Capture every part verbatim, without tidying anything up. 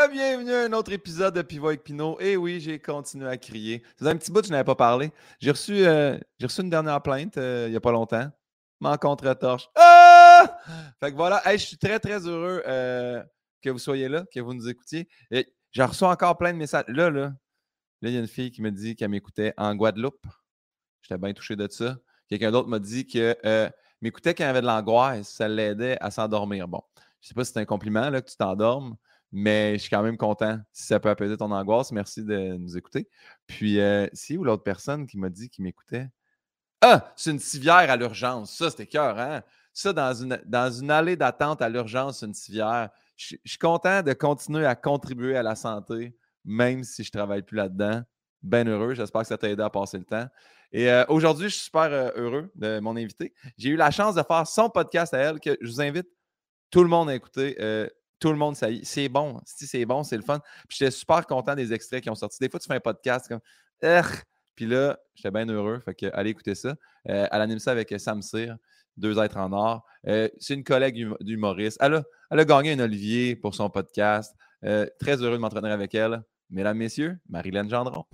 Bienvenue à un autre épisode de Pivot avec Pinot. Et oui, j'ai continué à crier. Ça faisait un petit bout que je n'avais pas parlé. J'ai reçu, euh, j'ai reçu une dernière plainte euh, il n'y a pas longtemps. M'en contre-torche. Ah! Fait que voilà, hey, je suis très, très heureux euh, que vous soyez là, que vous nous écoutiez. Et j'ai reçu encore plein de messages. Là, là, là, il y a une fille qui me dit qu'elle m'écoutait en Guadeloupe. J'étais bien touché de ça. Quelqu'un d'autre m'a dit qu'elle euh, m'écoutait quand il y avait de l'angoisse. Ça l'aidait à s'endormir. Bon, je ne sais pas si c'est un compliment là, que tu t'endormes, mais je suis quand même content si ça peut apaiser ton angoisse. Merci de nous écouter. Puis, euh, si ou l'autre personne qui m'a dit qu'il m'écoutait. Ah, c'est une civière à l'urgence. Ça, c'était cœur, hein? Ça, dans une, dans une allée d'attente à l'urgence, une civière. Je, je suis content de continuer à contribuer à la santé, même si je ne travaille plus là-dedans. Bien heureux. J'espère que ça t'a aidé à passer le temps. Et euh, aujourd'hui, je suis super euh, heureux de mon invité. J'ai eu la chance de faire son podcast à elle, que je vous invite tout le monde à écouter. Euh, tout le monde, ça y est. C'est bon. Si c'est bon, c'est le fun. Puis j'étais super content des extraits qui ont sorti. Des fois, tu fais un podcast comme Urgh! Puis là, j'étais bien heureux. Fait que allez écouter ça. Euh, elle anime ça avec Sam Cyr, Deux êtres en or. Euh, c'est une collègue hum- d'humoriste. Elle a, elle a gagné un Olivier pour son podcast. Euh, très heureux de m'entraîner avec elle. Mesdames, messieurs, Marilyn Gendron.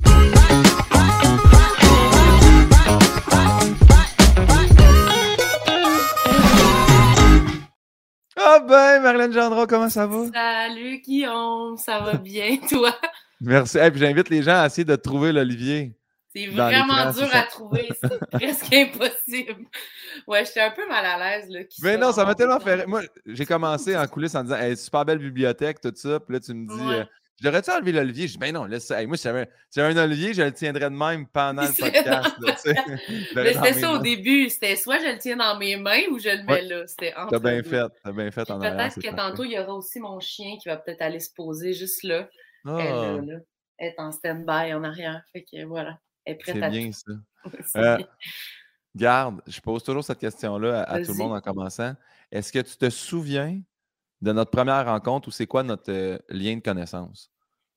Ah ben, Marilyn Gendron, comment ça va? Salut Guillaume, ça va bien, toi? Merci. Hey, puis j'invite les gens à essayer de trouver l'Olivier. C'est Dans vraiment l'écran, dur c'est ça. à trouver, c'est presque impossible. Ouais, j'étais un peu mal à l'aise. Là, qu'il Mais soit non, dans ça m'a mon tellement temps. fait rire. Moi, j'ai commencé en coulisses en disant hey, super belle bibliothèque, tout ça. Puis là, tu me dis Ouais. euh, j'aurais-tu enlevé l'Olivier? Je dis ben non, laisse ça. Hey, moi, si j'avais si j'avais un Olivier, je le tiendrais de même pendant Il le serait dans podcast. le Là, tu sais. podcast. Je Mais l'aurais dans c'était mes ça au mains. début, c'était soit je le tiens dans mes mains ou je le Ouais, mets là. C'était t'as entre bien deux. fait. T'as bien fait Puis en arrière, peut-être c'est que parfait. tantôt, il y aura aussi mon chien qui va peut-être aller se poser juste là. Elle est Ah, là, là. Elle est en stand-by en arrière. Fait que voilà, elle est prête c'est à bien tout. ça. C'est Euh, bien. garde, je pose toujours cette question-là à, à tout le monde Vas-y. en commençant. Est-ce que tu te souviens de notre première rencontre ou c'est quoi notre euh, lien de connaissance?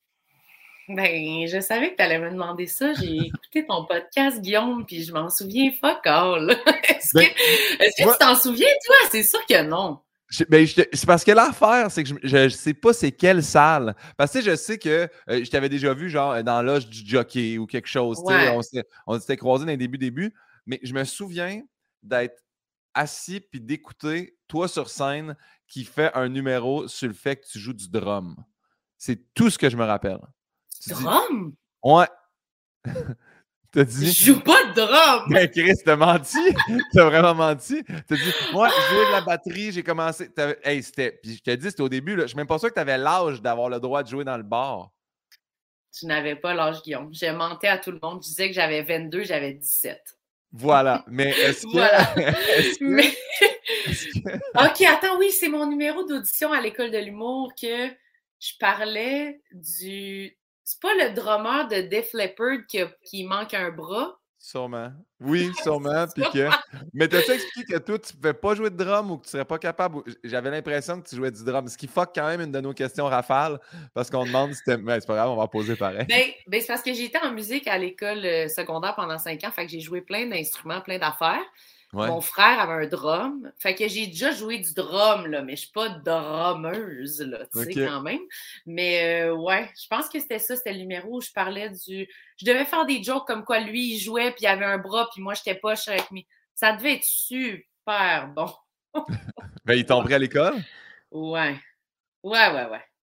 Ben, je savais que tu allais me demander ça. J'ai écouté ton podcast, Guillaume, puis je m'en souviens fuck all. Est-ce Ben, que, est-ce tu que vois, tu t'en souviens, toi? C'est sûr que non. Je- ben, je te- c'est parce que l'affaire, c'est que je ne sais pas c'est quelle salle. Parce que tu sais, je sais que euh, je t'avais déjà vu genre euh, dans l'âge du jockey ou quelque chose. Tu sais, Ouais. On s'est- on s'était croisés dans les débuts, débuts. Mais je me souviens d'être assis puis d'écouter toi sur scène qui fait un numéro sur le fait que tu joues du drum. C'est tout ce que je me rappelle. Tu dis, Drum? ouais, t'as Je dit, joue pas de drum! ben Chris, t'as menti. T'as vraiment menti. T'as dit, moi, je jouais de la batterie, j'ai commencé. t'avais- Hey, c'était. Puis je te dis, c'était au début, là. Je suis même pas sûr que t'avais l'âge d'avoir le droit de jouer dans le bar. Tu n'avais pas l'âge, Guillaume. J'ai menti à tout le monde. Je disais que j'avais vingt-deux, j'avais dix-sept. Voilà. Mais est-ce que. Voilà. Est-ce que. Mais... Est-ce que... OK, attends, oui, c'est mon numéro d'audition à l'école de l'humour que je parlais du... C'est pas le drummer de Def Leppard qui, a- qui manque un bras? Sûrement. Oui, sûrement. Puis que. Mais t'as-tu expliqué que toi, tu ne pouvais pas jouer de drum ou que tu serais pas capable? ou- J'avais l'impression que tu jouais du drum. Ce qui fuck quand même une de nos questions rafales parce qu'on demande si t'aimes. Mais c'est pas grave, on va poser pareil. Ben, ben c'est parce que j'ai été en musique à l'école euh, secondaire pendant cinq ans, fait que j'ai joué plein d'instruments, plein d'affaires. Ouais. Mon frère avait un drum, fait que j'ai déjà joué du drum, là, mais je suis pas drummeuse, là, tu Ok. sais, quand même. Mais euh, ouais, je pense que c'était ça, c'était le numéro où je parlais du... Je devais faire des jokes comme quoi lui, il jouait, puis il avait un bras, puis moi, j'étais poche avec mes... Ça devait être super bon. Ben, ils t'ont pris à l'école? Ouais. Ouais, ouais, ouais.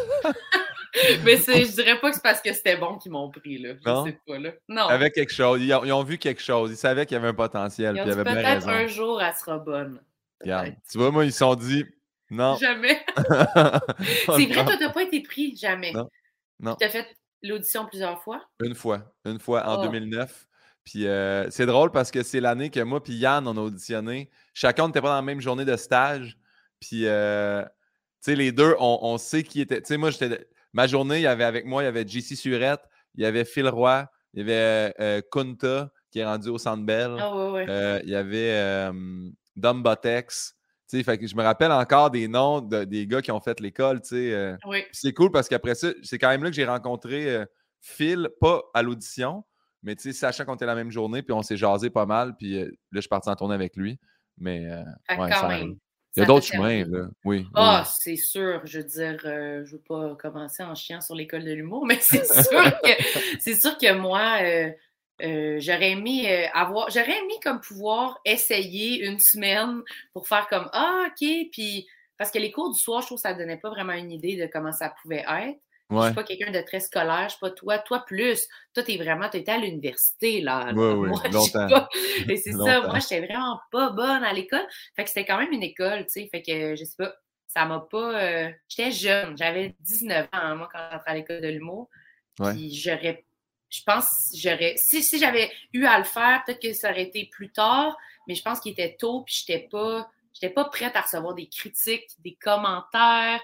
Mais c'est, je dirais pas que c'est parce que c'était bon qu'ils m'ont pris, là. Je Non? sais pas, là. Non. Avec quelque chose. Ils ont, ils ont vu quelque chose. Ils savaient qu'il y avait un potentiel. Ils ont Puis ils dit avaient bien peut-être raison. un jour, elle sera bonne. Regarde. Peut-être. Tu vois, moi, ils se sont dit non. Jamais. On C'est le vrai, prend. toi, t'as pas été pris, jamais. Non. Non. Puis t'as fait l'audition plusieurs fois? Une fois. Une fois en Oh. deux mille neuf. Puis euh, c'est drôle parce que c'est l'année que moi puis Yann, on a auditionné. Chacun n'était pas dans la même journée de stage. Puis, euh, tu sais, les deux, on, on sait qui était. Tu sais, moi, j'étais. Ma journée, il y avait avec moi, il y avait J C Surette, il y avait Phil Roy, il y avait euh, Kunta, qui est rendu au Centre Bell. Ah ouais, ouais. Euh, il y avait euh, Dom Botex. Tu sais, fait que je me rappelle encore des noms de- des gars qui ont fait l'école. Tu sais, euh. Oui. Puis c'est cool parce qu'après ça, c'est quand même là que j'ai rencontré euh, Phil, pas à l'audition, mais tu sais, sachant qu'on était la même journée, puis on s'est jasé pas mal, puis euh, là, je suis parti en tournée avec lui. Mais euh, Fait que ouais, quand ça même. arrive. Il y a d'autres chemins, là. Oui. Ah, oui. c'est sûr. Je veux dire, euh, je veux pas commencer en chiant sur l'école de l'humour, mais c'est sûr que c'est sûr que moi, euh, euh, j'aurais aimé euh, avoir, j'aurais aimé comme pouvoir essayer une semaine pour faire comme ah ok, puis parce que les cours du soir, je trouve que ça donnait pas vraiment une idée de comment ça pouvait être. Puis je Ouais. suis pas quelqu'un de très scolaire, je suis pas toi, toi plus. Toi, t'es vraiment, t'as été à l'université, là. Oui, là. oui, Moi, je sais longtemps. pas. Et c'est ça, Longtemps. moi, j'étais vraiment pas bonne à l'école. Fait que c'était quand même une école, tu sais. Fait que, je sais pas, ça m'a pas... euh, J'étais jeune, j'avais dix-neuf ans, hein, moi, quand j'entrais à l'école de l'humour. Ouais. Puis j'aurais... Je pense j'aurais... Si, si j'avais eu à le faire, peut-être que ça aurait été plus tard, mais je pense qu'il était tôt, puis j'étais pas... J'étais pas prête à recevoir des critiques, des commentaires...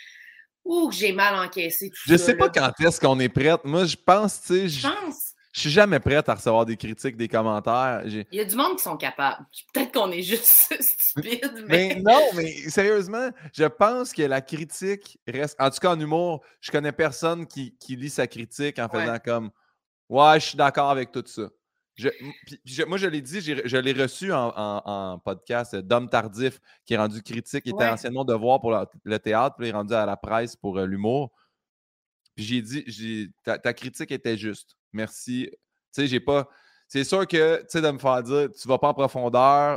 Ouh, j'ai mal encaissé tout Je ça. sais pas là. quand est-ce qu'on est prête. Moi, je pense, tu sais, Je je pense. je suis jamais prête à recevoir des critiques, des commentaires. J'ai- Il y a du monde qui sont capables. Peut-être qu'on est juste stupide, Mais mais... non, mais sérieusement, je pense que la critique reste. En tout cas, en humour, je connais personne qui, qui lit sa critique en faisant Ouais. comme ouais, je suis d'accord avec tout ça. Je, m- puis- puis je- moi, je l'ai dit, j'ai- je l'ai reçu en, en- en podcast, euh, Dom Tardif, qui est rendu critique, qui était Ouais. anciennement Devoir pour le, le théâtre, puis il est rendu à la presse pour euh, l'humour. Puis j'ai dit, j'ai, ta, ta critique était juste. Merci. Tu sais, j'ai pas. C'est sûr que, tu sais, de me faire dire, tu vas pas en profondeur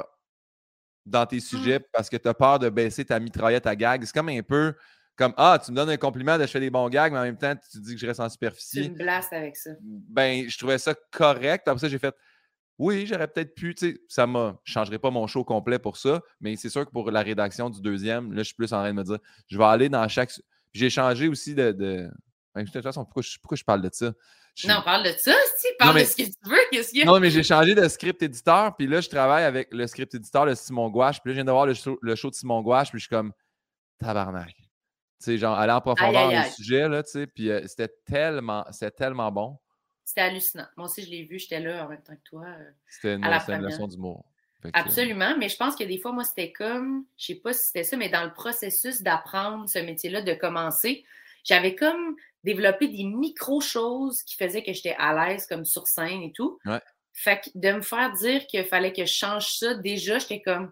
dans tes sujets Mm. parce que tu as peur de baisser ta mitraillette à gag. C'est comme un peu comme ah, tu me donnes un compliment de je fais des bons gags, mais en même temps, tu dis que je reste en Tu superficie. me blastes avec ça. Ben, je trouvais ça correct. Après ça, j'ai fait oui, j'aurais peut-être pu, tu sais, ça m'a. Je ne changerai pas mon show complet pour ça, mais c'est sûr que pour la rédaction du deuxième, là, je suis plus en train de me dire je vais aller dans chaque. Puis j'ai changé aussi de. de... Ben, de toute façon, pourquoi je, pourquoi je parle de ça? Je- Non, parle de ça, si, Non, parle mais- de ce que tu veux, qu'est-ce qu'il y a? Non, mais j'ai changé de script éditeur, puis là, je travaille avec le script éditeur de Simon Gouache, puis là, je viens de voir le show, le show de Simon Gouache, puis je suis comme tabarnak. Tu sais, genre, aller en Aïe, profondeur aïe, dans le aïe. sujet, là, tu sais, puis euh, c'était tellement, c'était tellement bon. C'était hallucinant. Moi aussi, je l'ai vu, j'étais là en même temps que toi. euh, C'était une, à la c'était une première. leçon d'humour. Fait que, euh, Absolument, mais je pense que des fois, moi, c'était comme, je sais pas si c'était ça, mais dans le processus d'apprendre ce métier-là, de commencer, j'avais comme développé des micro-choses qui faisaient que j'étais à l'aise comme sur scène et tout. Ouais. Fait que de me faire dire qu'il fallait que je change ça, déjà, j'étais comme,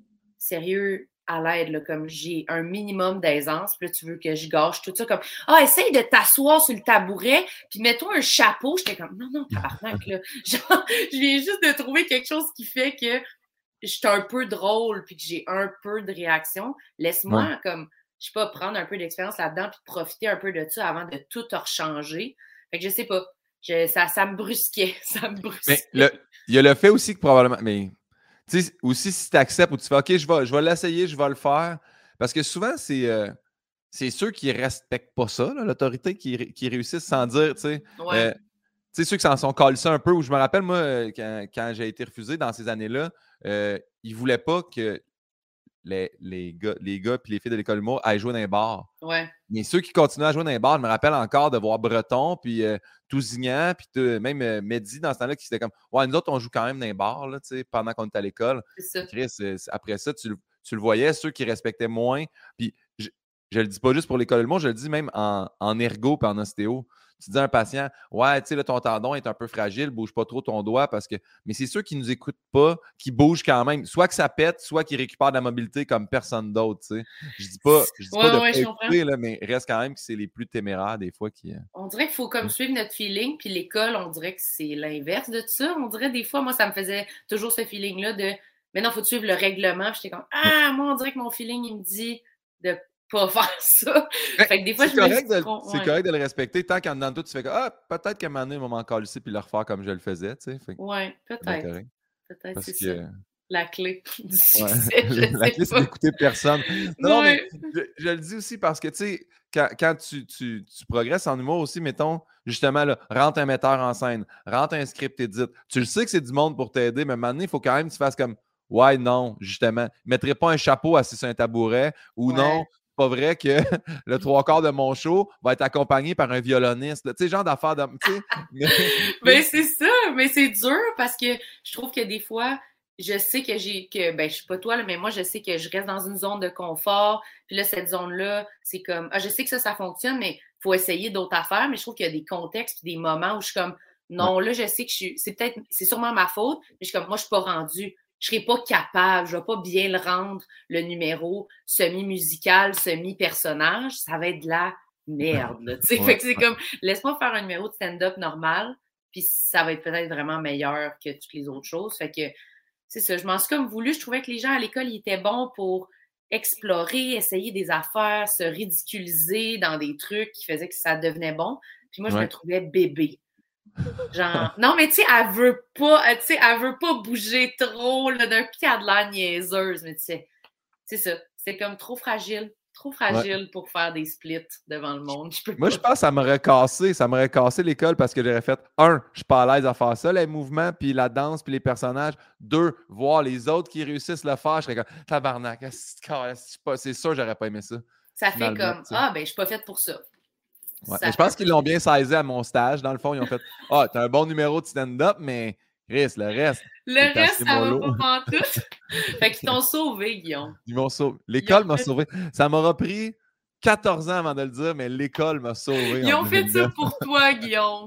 sérieux, à l'aide, là, comme j'ai un minimum d'aisance, puis là, tu veux que je gâche tout ça, comme, ah, essaye de t'asseoir sur le tabouret, puis mets-toi un chapeau. J'étais comme, non, non, tabarnak, là. Genre, je viens juste de trouver quelque chose qui fait que je suis un peu drôle, puis que j'ai un peu de réaction. Laisse-moi, Ouais. comme, je sais pas, prendre un peu d'expérience là-dedans, puis profiter un peu de ça avant de tout rechanger. Fait que je sais pas. Je, ça, ça me brusquait. Ça me brusquait. Mais le- il y a le fait aussi que probablement. Mais tu sais, aussi si tu acceptes ou tu fais OK, je vais, je vais l'essayer, je vais le faire. Parce que souvent, c'est, euh, c'est ceux qui respectent pas ça, là, l'autorité, qui, ré- qui réussissent sans dire, tu sais. Ouais. euh, tu sais, ceux qui s'en sont collés un peu, où je me rappelle, moi, euh, quand, quand j'ai été refusé dans ces années-là, euh, ils ne voulaient pas que les, les gars, les gars puis les filles de l'école humour aillent jouer dans les bars. Ouais. Mais ceux qui continuaient à jouer dans les bars, je me rappelle encore de voir Breton, puis euh, Tousignan, puis tout- même euh, Mehdi dans ce temps-là, qui était comme ouais, nous autres, on joue quand même dans les bars là, tu sais, pendant qu'on était à l'école. C'est ça. Puis Chris, euh, c'est- après ça, tu, le- tu le voyais, ceux qui respectaient moins. Puis je, je le dis pas juste pour l'école du monde, je le dis même en, en ergo et en ostéo. Tu dis à un patient, ouais, tu sais, là, ton tendon est un peu fragile, bouge pas trop ton doigt parce que. Mais c'est ceux qui nous écoutent pas, qui bougent quand même. Soit que ça pète, soit qu'ils récupèrent de la mobilité comme personne d'autre, tu sais. Je dis pas, je dis Ouais, pas de ouais, pas je comprends. écouter, là, mais reste quand même que c'est les plus téméraires des fois qui. euh, On dirait qu'il faut comme suivre notre feeling, puis l'école, on dirait que c'est l'inverse de ça. On dirait des fois, moi, ça me faisait toujours ce feeling-là de mais non, faut suivre le règlement. Puis j'étais comme ah, moi, on dirait que mon feeling, il me dit de pas faire ça. Ben, Fait que des fois, c'est je me correct, dis de, trop- c'est ouais. correct de le respecter tant qu'en dedans de toi, tu fais que ah, peut-être qu'à un moment donné, il va m'en coller puis le refaire comme je le faisais, tu sais. Fait que Ouais, c'est bien peut-être. correct. Peut-être Parce c'est que. ça. La clé du Ouais. succès, je La sais clé, c'est pas. d'écouter personne. Non, non, mais Ouais. je, je le dis aussi parce que, tu sais, quand, quand tu, tu, tu progresses en humour aussi, mettons, justement, là, rentre un metteur en scène, rentre un script édite. Tu le sais que c'est du monde pour t'aider, mais à un moment donné, il faut quand même que tu fasses comme ouais, non, justement. Je ne mettrais pas un chapeau assis sur un tabouret ou Ouais. non, c'est pas vrai que le trois quarts de mon show va être accompagné par un violoniste. là. Tu sais, genre d'affaires de. Tu sais, mais- Ben, c'est ça, mais c'est dur parce que je trouve que des fois, je sais que j'ai que ben je suis pas toi là, mais moi je sais que je reste dans une zone de confort. Puis là, cette zone-là, c'est comme ah, je sais que ça, ça fonctionne, mais il faut essayer d'autres affaires. Mais je trouve qu'il y a des contextes puis des moments où je suis comme non, là, je sais que je suis. C'est peut-être c'est sûrement ma faute, mais je suis comme moi, je suis pas rendue. je serai pas capable, je vais pas bien le rendre, le numéro semi-musical, semi-personnage, ça va être de la merde, là, tu sais. Ouais, Fait que c'est ouais. comme, laisse-moi faire un numéro de stand-up normal, puis ça va être peut-être vraiment meilleur que toutes les autres choses. Fait que, c'est ça, je m'en suis comme voulu. Je trouvais que les gens à l'école, ils étaient bons pour explorer, essayer des affaires, se ridiculiser dans des trucs qui faisaient que ça devenait bon. Puis moi, je Ouais. me trouvais bébé. Genre, non, mais tu sais, elle veut pas, tu sais, elle veut pas bouger trop, là, d'un pied, elle a de l'air niaiseuse, mais tu sais, c'est ça. C'est comme trop fragile, trop fragile Ouais. pour faire des splits devant le monde. Je peux Moi, pas. je pense que ça m'aurait cassé. Ça m'aurait cassé l'école parce que j'aurais fait, un, je suis pas à l'aise à faire ça, les mouvements, puis la danse, puis les personnages. Deux, voir les autres qui réussissent le faire. Je serais comme, tabarnak, c'est c'est pas- c'est sûr, j'aurais pas aimé ça. Ça fait Finalement, comme, tu sais. ah, ben, je suis pas faite pour ça. Ouais. Ça Mais je pense fait- qu'ils l'ont bien saisi à mon stage. Dans le fond, ils ont fait, ah, t'as un bon numéro de stand-up, mais Chris, le reste, Le c'est reste, assez ça va mollo. pas pantoute. Fait qu'ils t'ont sauvé, Guillaume. Ils m'ont sauvé. Ils L'école ont m'a fait- sauvé. Ça m'aura pris quatorze ans avant de le dire, mais l'école m'a sauvé Ils en ont fait ça deux mille neuf. pour toi, Guillaume.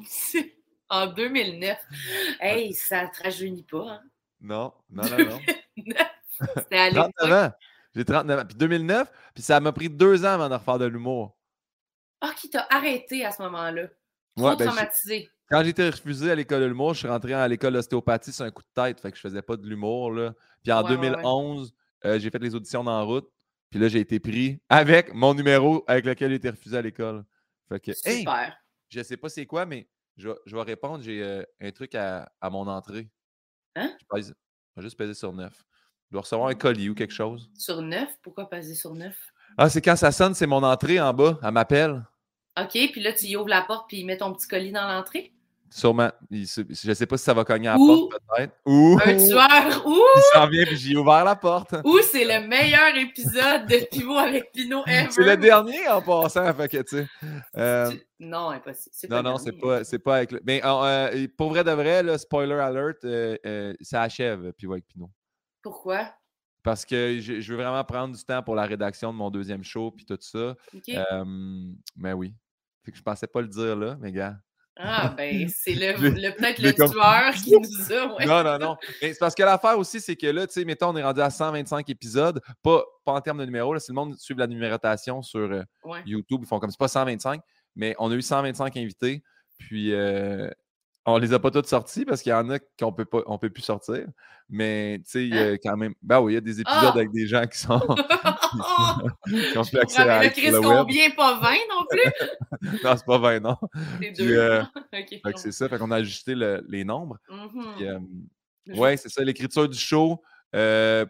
En deux mille neuf. Hey, ça te rajeunit pas, hein? Non, non, non, non. C'était à l'époque. trente-neuf ans. J'ai trente-neuf ans. Puis deux mille neuf, puis ça m'a pris deux ans avant de refaire de l'humour. Ah, qui t'a arrêté à ce moment-là? Trop Ouais, ben, je- traumatisé. quand j'ai été refusé à l'école de l'humour, je suis rentré à l'école d'ostéopathie sur un coup de tête. Fait que je faisais pas de l'humour, là. Puis en Ouais, ouais, ouais. deux mille onze, euh, j'ai fait les auditions dans la route. Puis là, j'ai été pris avec mon numéro avec lequel j'ai été refusé à l'école. Fait que, hey, Super. je sais pas c'est quoi, mais je, vais- je vais répondre. J'ai euh, un truc à, à mon entrée. Hein? Je pèse- je vais juste peser sur neuf. Je dois recevoir un colis ou quelque chose. Sur neuf? Pourquoi passer sur neuf? Ah, c'est quand ça sonne, c'est mon entrée en bas. Elle m'appelle. OK, puis là, tu y ouvres la porte puis il met ton petit colis dans l'entrée? Sûrement. Il se- je sais pas si ça va cogner à la Ou porte, peut-être. Ou un tueur. Ouh! il s'en vient puis j'ai ouvert la porte. Ouh, c'est le meilleur épisode de Pivot avec Pinot ever. C'est le dernier en passant, fait que, tu sais. euh, Tu- Non, impossible. C'est non, pas non, le c'est dernier. pas, c'est pas avec le. Mais euh, euh, pour vrai de vrai, là, spoiler alert, euh, euh, ça achève, puis avec Pinot. Pourquoi? Parce que je, je veux vraiment prendre du temps pour la rédaction de mon deuxième show, puis tout ça. OK. Euh, mais oui. Fait que je pensais pas le dire là, mais gars. Ah, ben, c'est le, Je- le peut-être je le l'ai comme- tueur qui nous a. Ouais. Non, non, non. Mais c'est parce que l'affaire aussi, c'est que là, tu sais, mettons, on est rendu à cent vingt-cinq épisodes, pas, pas en termes de numéros, là, si le monde suit la numérotation sur euh, Ouais. YouTube, ils font comme c'est pas cent vingt-cinq, mais on a eu cent vingt-cinq invités, puis euh, on les a pas tous sortis parce qu'il y en a qu'on peut pas, on peut plus sortir, mais tu sais, il y a Hein? quand même, ben oui, il y a des épisodes Ah! avec des gens qui sont, qui ont Je plus accès comprends, à, mais là, sur Chris, le web. combien? Pas vingt non plus? Non, c'est pas vingt, non. C'est Puis, deux. euh, OK. fait que c'est ça, fait qu'on a ajusté le- les nombres. Mhm. Puis, euh, Je- ouais, c'est ça, l'écriture du show. Euh,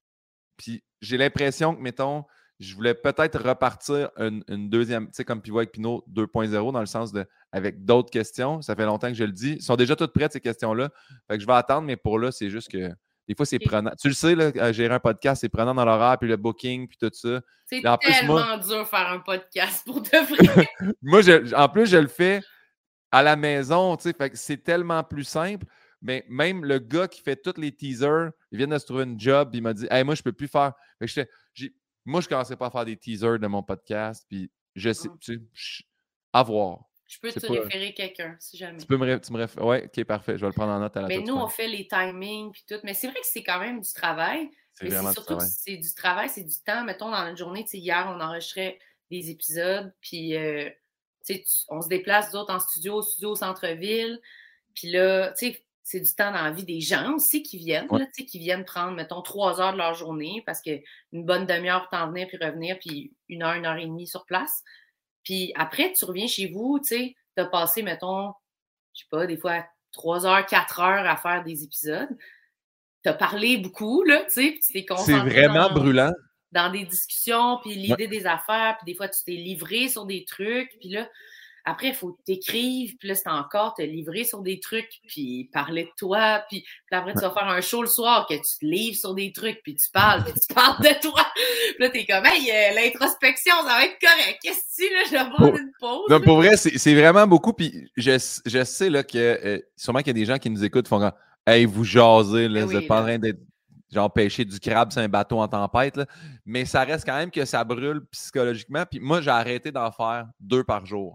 puis j'ai l'impression que, mettons, je voulais peut-être repartir une, une deuxième, tu sais, comme Pivot avec Pinot deux point zéro, dans le sens de, avec d'autres questions. Ça fait longtemps que je le dis. Ils sont déjà toutes prêtes, ces questions-là. Fait que je vais attendre, mais pour là, c'est juste que des fois, c'est Ok. prenant. Tu le sais, là, à gérer un podcast, c'est prenant dans l'horaire, puis le booking, puis tout ça. C'est Et en plus, tellement moi- dur faire un podcast pour de vrai. Moi, je- en plus, je le fais à la maison, tu sais, fait que c'est tellement plus simple. Mais même le gars qui fait tous les teasers, il vient de se trouver une job, puis il m'a dit, hey, moi, je peux plus faire. Fait que j'étais- j'ai- moi, je commençais pas à faire des teasers de mon podcast, puis je sais, Mm. tu sais, je- à voir. Je peux C'est te pas- référer quelqu'un, si jamais. Tu peux me, ré- tu me réf- ouais, ok, parfait, je vais le prendre en note à la Mais toute nous, fin. on fait les timings puis tout. Mais c'est vrai que c'est quand même du travail. C'est Mais c'est vraiment du surtout que travail. c'est du travail, c'est du temps. Mettons, dans notre journée, tu sais, hier, on enregistrait des épisodes, puis euh, tu sais, tu- on se déplace, d'autres en studio, au studio au centre-ville. Puis là, tu sais, c'est du temps dans la vie des gens aussi qui viennent, Ouais. là, tu sais, qui viennent prendre, mettons, trois heures de leur journée parce qu'une bonne demi-heure pour t'en venir puis revenir, puis une heure, une heure et demie sur place. Puis après, tu reviens chez vous, tu sais, t'as passé, mettons, je sais pas, des fois trois heures, quatre heures à faire des épisodes. T'as parlé beaucoup, là, tu sais, puis tu t'es C'est concentré vraiment dans, brûlant. dans des discussions, puis l'idée des affaires, puis des fois, tu t'es livré sur des trucs, puis là, après, il faut que tu écrives, puis là, c'est encore te livrer sur des trucs, puis parler de toi, puis, puis après, tu vas faire un show le soir, que tu te livres sur des trucs, puis tu parles, puis tu parles de toi. Puis là, t'es comme, hey, euh, l'introspection, ça va être correct. Qu'est-ce que tu là, je vais prendre une pause. Non, pour vrai, c'est c'est vraiment beaucoup. Puis je, je sais là, que euh, sûrement qu'il y a des gens qui nous écoutent font comme hey, vous jasez, là, Ben vous oui, n'êtes pas en là. train d'être genre pêcher du crabe sur un bateau en tempête. Là. Mais ça reste quand même que ça brûle psychologiquement. Puis moi, j'ai arrêté d'en faire deux par jour.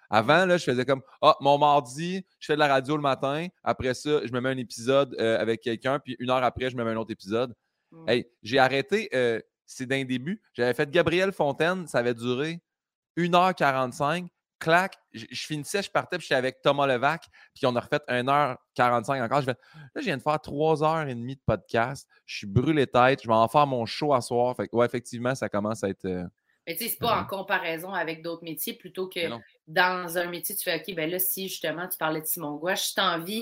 Avant, là, je faisais comme ah, mon mardi, je fais de la radio le matin. Après ça, je me mets un épisode euh, avec quelqu'un, puis une heure après, je me mets un autre épisode. Mm. Hey, j'ai arrêté, euh, c'est d'un début. J'avais fait Gabrielle Fontaine, ça avait duré une heure quarante-cinq. Clac, je, je finissais, je partais, puis j'étais avec Thomas Levac, puis on a refait une heure quarante-cinq encore. Je fais, là, je viens de faire trois heures et demie de podcast. Je suis brûlé tête. Je vais en faire mon show à soir. Fait que, ouais, effectivement, ça commence à être. Euh, Mais tu sais, c'est pas euh, en comparaison avec d'autres métiers, plutôt que dans un métier, tu fais OK, ben là, si justement tu parlais de Simon Gouache, si tu as envie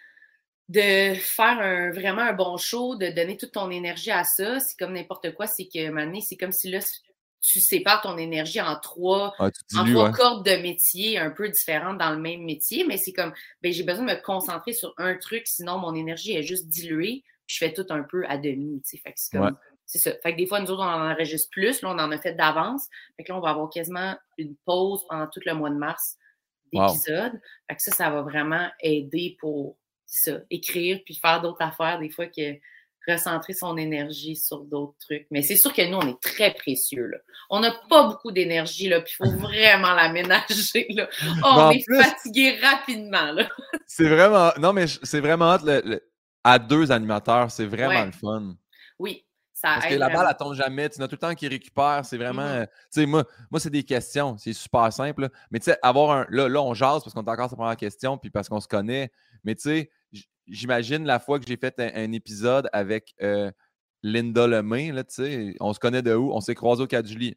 de faire un, vraiment un bon show, de donner toute ton énergie à ça, c'est comme n'importe quoi, c'est que maintenant, c'est comme si là, tu sépares ton énergie en trois, ah, dilues, en trois ouais. cordes de métiers un peu différentes dans le même métier, mais c'est comme, ben j'ai besoin de me concentrer sur un truc, sinon mon énergie est juste diluée, puis je fais tout un peu à demi, tu sais, fait que c'est comme, ouais. c'est ça. Fait que des fois, nous autres, on en enregistre plus, là, on en a fait d'avance, fait que là, on va avoir quasiment une pause pendant tout le mois de mars d'épisodes, wow. Fait que ça, ça va vraiment aider pour, c'est ça, écrire, puis faire d'autres affaires, des fois que recentrer son énergie sur d'autres trucs. Mais c'est sûr que nous, on est très précieux, là. On n'a pas beaucoup d'énergie, là, puis il faut vraiment l'aménager, là. Oh, on est plus, fatigué rapidement, là. C'est vraiment... Non, mais c'est vraiment... Le, le, à deux animateurs, c'est vraiment ouais. le fun. Oui, ça Parce que la balle, elle tombe jamais. Tu as tout le temps qui récupère. C'est vraiment... Mm-hmm. Tu sais, moi, moi c'est des questions. C'est super simple, là. Mais tu sais, avoir un... Là, là, on jase parce qu'on est encore sa première question, puis parce qu'on se connaît. Mais tu sais... J'imagine la fois que j'ai fait un, un épisode avec euh, Linda Lemay, là, tu sais, on se connaît de où? On s'est croisés au Cadjulie.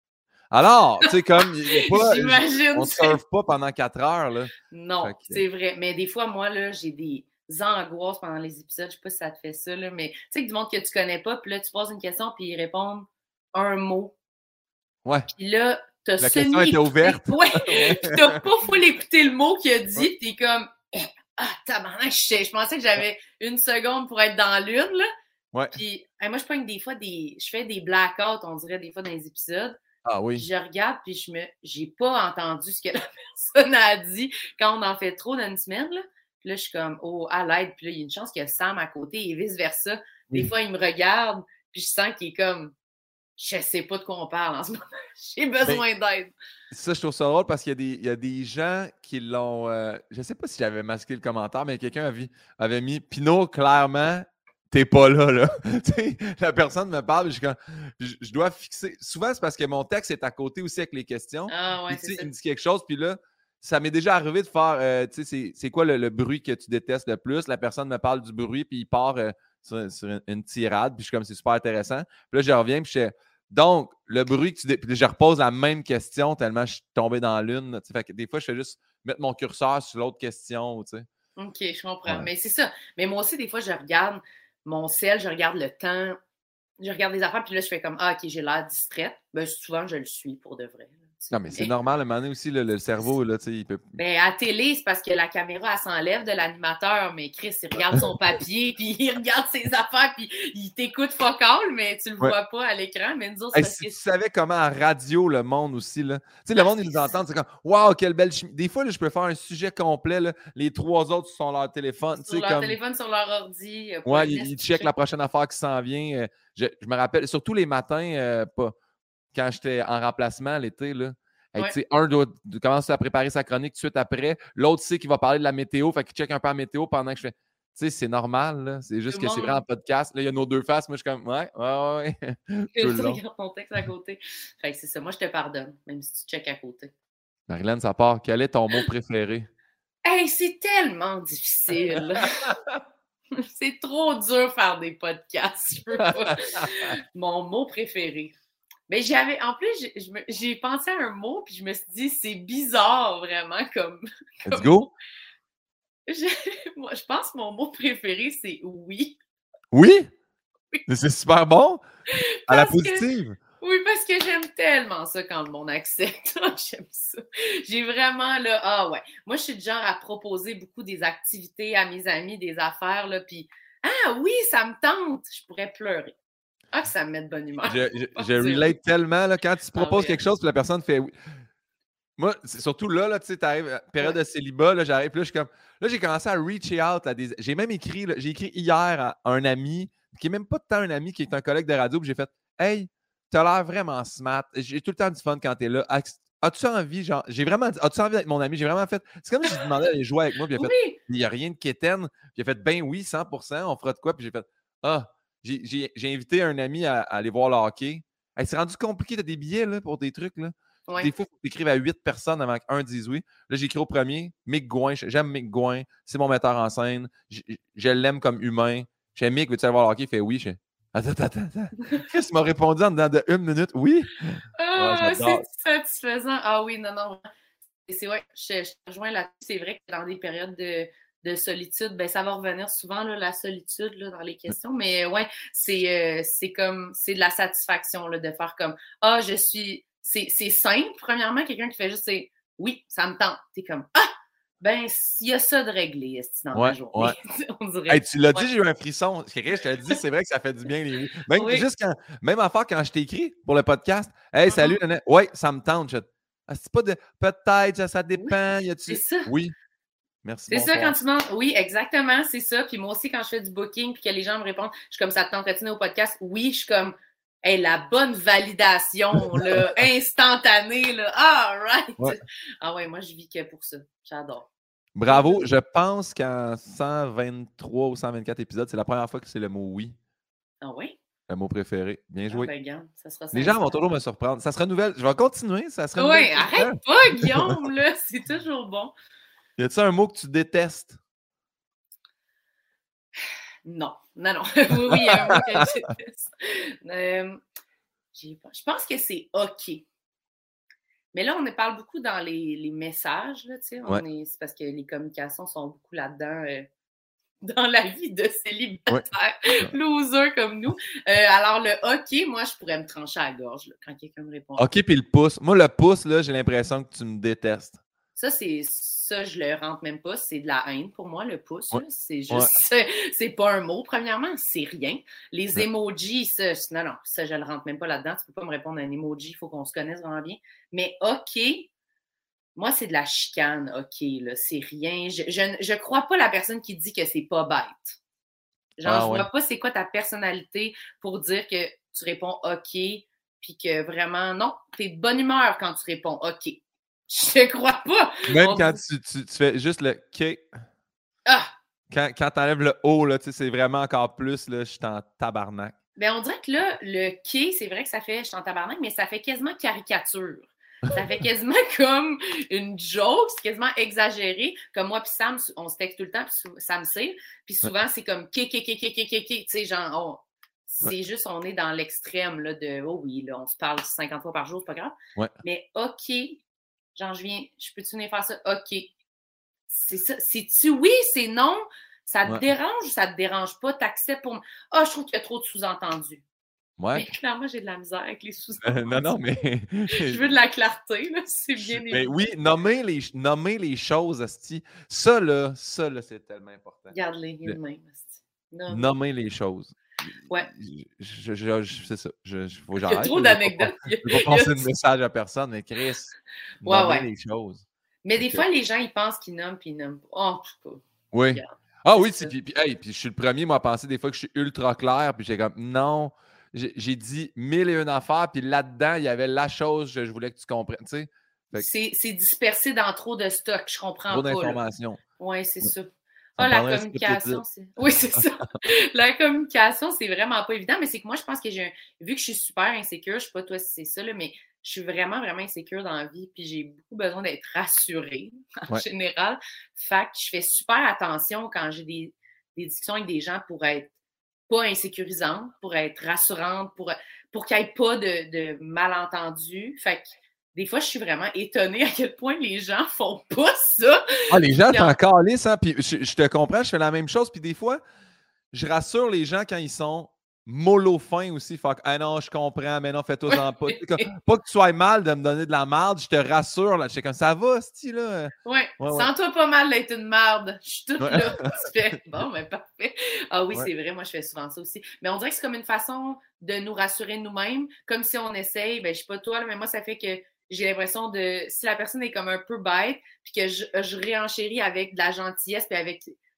Alors, tu sais, comme, y a pas, on ne surfe pas pendant quatre heures, là. Non, que... c'est vrai. Mais des fois, moi, là, j'ai des angoisses pendant les épisodes. Je sais pas si ça te fait ça, là, mais tu sais, que du monde que tu connais pas, puis là, tu poses une question, puis ils répondent un mot. Ouais. Puis là, t'as La question était ouverte. Ouais. Puis t'as pas full écouter le mot qu'il a dit, ouais. Puis t'es comme... Ah, tabarnak, je, je pensais que j'avais une seconde pour être dans l'une, là. Ouais. Puis, hey, moi, je pogne des fois des... Je fais des blackouts, on dirait, des fois, dans les épisodes. Ah oui. Puis je regarde, puis je me... J'ai pas entendu ce que la personne a dit quand on en fait trop dans une semaine, là. Puis là, je suis comme, oh, à l'aide. Puis là, il y a une chance qu'il y a Sam à côté et vice-versa. Des oui. fois, il me regarde, puis je sens qu'il est comme... Je sais pas de quoi on parle en ce moment. J'ai besoin ben, d'aide. Ça, je trouve ça drôle parce qu'il y a des, il y a des gens qui l'ont... Euh, je sais pas si j'avais masqué le commentaire, mais quelqu'un avait, avait mis « Pinot, clairement, t'es pas là, là. » Tu sais, la personne me parle, je, je, je dois fixer... Souvent, c'est parce que mon texte est à côté aussi avec les questions. Ah ouais, puis, c'est ça. Il me dit quelque chose, puis là, ça m'est déjà arrivé de faire... Euh, tu sais, c'est, c'est quoi le, le bruit que tu détestes le plus? La personne me parle du bruit, puis il part euh, sur, sur une, une tirade, puis je suis comme, c'est super intéressant. Puis là, je reviens, puis je fais... Donc, le bruit que tu... Dé... Puis je repose la même question tellement je suis tombé dans l'une. Fait que des fois, je fais juste mettre mon curseur sur l'autre question. T'sais. OK, je comprends. Ouais. Mais c'est ça. Mais moi aussi, des fois, je regarde mon cell, je regarde le temps, je regarde les affaires, puis là, je fais comme « Ah, OK, j'ai l'air distraite. » Ben, souvent, je le suis pour de vrai. Non, mais c'est mais... normal, à un moment donné aussi, le, le cerveau, là, tu sais, il peut... Ben, à télé, c'est parce que la caméra, elle s'enlève de l'animateur, mais Chris, il regarde son papier, puis il regarde ses affaires, puis il t'écoute fuck all, mais tu le ouais. vois pas à l'écran, mais nous autres, c'est hey, parce si que... tu savais comment à radio, le monde aussi, là... Tu sais, le ah, monde, ils nous entendent, c'est comme « Wow, quelle belle chimie! » Des fois, là, je peux faire un sujet complet, là, les trois autres sont sur leur téléphone. Sur leur comme... téléphone, sur leur ordi. Ouais, ils, ils checkent la prochaine affaire qui s'en vient. Je, je me rappelle, surtout les matins, euh, pas... quand j'étais en remplacement l'été, là. Hey, ouais. Un doit commencer à préparer sa chronique tout de suite après. L'autre sait qu'il va parler de la météo. Fait qu'il check un peu la météo pendant que je fais. Tu sais, c'est normal. Là. C'est juste tout que c'est vrai en podcast. Là, il y a nos deux faces. Moi, je suis comme ouais, ouais, ouais. Tu regardes ton texte à côté. Fait que c'est ça. Moi, je te pardonne, même si tu checkes à côté. Marilyn, ça part. Quel est ton mot préféré? Hey, c'est tellement difficile. C'est trop dur faire des podcasts. Je peux pas. Mon mot préféré. Mais j'avais, en plus, j'ai, je me, j'ai pensé à un mot, puis je me suis dit, c'est bizarre, vraiment, comme... comme Let's go! Je, moi, je pense que mon mot préféré, c'est « oui ». Oui? Oui. C'est super bon? À la positive? Que, oui, parce que j'aime tellement ça quand le monde accepte. J'aime ça. J'ai vraiment, là, ah ouais. Moi, je suis du genre à proposer beaucoup des activités à mes amis, des affaires, là, puis « Ah oui, ça me tente! » Je pourrais pleurer. Ah, que ça me met de bonne humeur. Je, je, je relate tellement, là, quand tu proposes ah, quelque chose, puis la personne fait oui. Moi, c'est surtout là, là tu sais, tu arrives, période ouais. de célibat, là, j'arrive, puis là, je suis comme. Là, j'ai commencé à reach out à des. J'ai même écrit, là, j'ai écrit hier à un ami, qui n'est même pas tant un ami, qui est un collègue de radio, puis j'ai fait Hey, t'as l'air vraiment smart. J'ai tout le temps du fun quand t'es là. as-tu envie, genre, j'ai vraiment dit, as-tu envie d'être mon ami? J'ai vraiment fait, c'est comme si je demandais d'aller jouer avec moi, puis il a fait, Oui! il n'y a rien de quétaine. Puis il a fait, ben oui, cent pour cent, on fera de quoi? Puis j'ai fait, ah, j'ai, j'ai, j'ai invité un ami à, à aller voir le hockey. Hey, c'est rendu compliqué, t'as des billets là, pour des trucs, là. Ouais. Des fois, il faut que tu écrives à huit personnes avant qu'un dise oui. Là, j'écris au premier, Mick Gouin, j'aime Mick Gouin, c'est mon metteur en scène, je, je l'aime comme humain. Chez Mick, veux-tu aller voir le hockey? Il fait oui. Je fais, attends, attends, attends. Chris m'a répondu en dedans de une minute, oui. Ah, Ah, c'est satisfaisant. Ah oui, non, non. C'est vrai, je, je te rejoins là-dessus. C'est vrai que dans des périodes de, de solitude, ben ça va revenir souvent, là, la solitude, là, dans les questions. Mais ouais, c'est, euh, c'est comme, c'est de la satisfaction, là, de faire comme, ah, je suis, c'est, c'est simple, premièrement, quelqu'un qui fait juste, c'est, oui, ça me tente. T'es comme, ah, ben, il y a ça de réglé, dans ouais, ma journée. Ouais. On dirait. Hey, tu l'as ouais. dit, j'ai eu un frisson. Quelqu'un, je te le dis, c'est vrai que ça fait du bien, les oui. Même, Oui. juste quand, même affaire quand je t'ai écrit pour le podcast. Hey, salut, Mm-hmm. Nana. Ouais, ça me tente. Je... Ah, c'est pas de peut-être, ça, ça dépend. Oui, Y a-tu... c'est ça. Oui. Merci, C'est bonsoir. ça quand tu demandes. Oui, exactement, c'est ça. Puis moi aussi, quand je fais du booking puis que les gens me répondent, je suis comme ça te tenterait-tu au podcast? Oui, je suis comme hey, la bonne validation, là, instantanée, là. Ah, right! Ouais. Ah ouais, moi je vis que pour ça. J'adore. Bravo. Je pense qu'en cent vingt-trois ou cent vingt-quatre épisodes, c'est la première fois que c'est le mot oui. Ah oui? Le mot préféré. Bien joué. Ah ben, regarde, ça sera les gens vont toujours me surprendre. Ça se renouvelle. Je vais continuer. Ça se Oui, renouvelle. arrête pas, Guillaume, là. C'est toujours bon. Y a-tu un mot que tu détestes? Non, non, non. oui, oui, il y a un mot que je déteste. Euh, je pense que c'est OK. Mais là, on parle beaucoup dans les, les messages, là, tu sais. Ouais. Est, c'est parce que les communications sont beaucoup là-dedans, euh, dans la vie de célibataires, ouais. losers comme nous. Euh, alors, le OK, moi, je pourrais me trancher à la gorge là, quand quelqu'un me répond. OK, puis le pouce. Moi, le pouce, là, j'ai l'impression que tu me détestes. Ça, c'est ça, je le rentre même pas. C'est de la haine pour moi, le pouce. Ouais. Là. C'est juste, ouais. c'est pas un mot, premièrement, c'est rien. Les ouais. emojis, ça, non, non, ça, je le rentre même pas là-dedans. Tu peux pas me répondre à un emoji, il faut qu'on se connaisse vraiment bien. Mais OK, moi, c'est de la chicane, OK, là, c'est rien. Je, je, je crois pas la personne qui dit que c'est pas bête. Genre, ah, je vois ouais. pas c'est quoi ta personnalité pour dire que tu réponds OK, puis que vraiment, non, t'es de bonne humeur quand tu réponds OK. Je te crois pas. Même On quand dit... tu, tu, tu fais juste le K. Ah! Quand, quand tu enlèves le O, là, c'est vraiment encore plus, là, je suis en tabarnak. Ben, on dirait que là, le K, c'est vrai que ça fait je suis en tabarnak, mais ça fait quasiment caricature. Ça fait quasiment comme une joke, c'est quasiment exagéré. Comme moi puis Sam, on se texte tout le temps, puis Sam sait. Puis souvent, ouais. c'est comme K, K, K, K, K, K, K. Tu sais, genre, on... c'est ouais. juste, on est dans l'extrême là, de oh oui, là, on se parle cinquante fois par jour, c'est pas grave. Ouais. Mais OK. Genre, je viens, je peux-tu venir faire ça? OK. C'est ça. C'est-tu oui, c'est non? Ça te ouais. dérange ou ça te dérange pas? T'acceptes pour. Ah, oh, je trouve qu'il y a trop de sous-entendus. Ouais. Mais clairement, j'ai de la misère avec les sous-entendus. Euh, non, non, mais. je veux de la clarté, là. C'est bien évident. Mais oui, nommer les, nommer les choses, asti. Ça, là, ça, là, c'est tellement important. Regarde-les, il y a de même, asti. Nommer. nommer les choses. Ouais. Je, je, je, c'est ça. Je, je, faut que il y a trop d'anecdotes. Je ne vais pas passer de message à personne, mais Chris, ouais, nommer ouais. les choses. Mais des okay. fois, les gens, ils pensent qu'ils nomment puis ils nomment pas. Oh, je sais pas. Oui. Regarde. Ah oui, puis, puis, hey, puis je suis le premier, moi, à penser des fois que je suis ultra clair, puis j'ai comme, non, j'ai, j'ai dit mille et une affaires, puis là-dedans, il y avait la chose que je voulais que tu comprennes, tu sais. Que... C'est, c'est dispersé dans trop de stock, je comprends trop pas. Trop d'informations. Oui, c'est ouais. ça. Ça ah, la communication, c'est... Oui, c'est ça. La communication, c'est vraiment pas évident, mais c'est que moi, je pense que j'ai un... Vu que je suis super insécure, je sais pas toi si c'est ça, là, mais je suis vraiment, vraiment insécure dans la vie, puis j'ai beaucoup besoin d'être rassurée, en ouais. général. Fait que je fais super attention quand j'ai des, des discussions avec des gens pour être pas insécurisante, pour être rassurante, pour, pour qu'il n'y ait pas de, de malentendus. Fait que des fois, je suis vraiment étonnée à quel point les gens font pas ça. Ah, les gens t'en calissent, hein? Puis je, je te comprends, je fais la même chose. Puis des fois, je rassure les gens quand ils sont mollo fins aussi. Fait que, ah non, je comprends, mais non, fais-toi-en pas. Pas que tu sois mal de me donner de la merde, je te rassure. Là. Je sais comme ça va, ce là. Ouais, ouais, ouais. Sens-toi pas mal d'être une merde. Je suis toute ouais. là. Tu fais, bon, ben parfait. Ah oui, ouais. c'est vrai, moi, je fais souvent ça aussi. Mais on dirait que c'est comme une façon de nous rassurer nous-mêmes, comme si on essaye, ben je sais pas toi, là, mais moi, ça fait que j'ai l'impression de, si la personne est comme un peu bête, puis que je, je réenchéris avec de la gentillesse, puis avec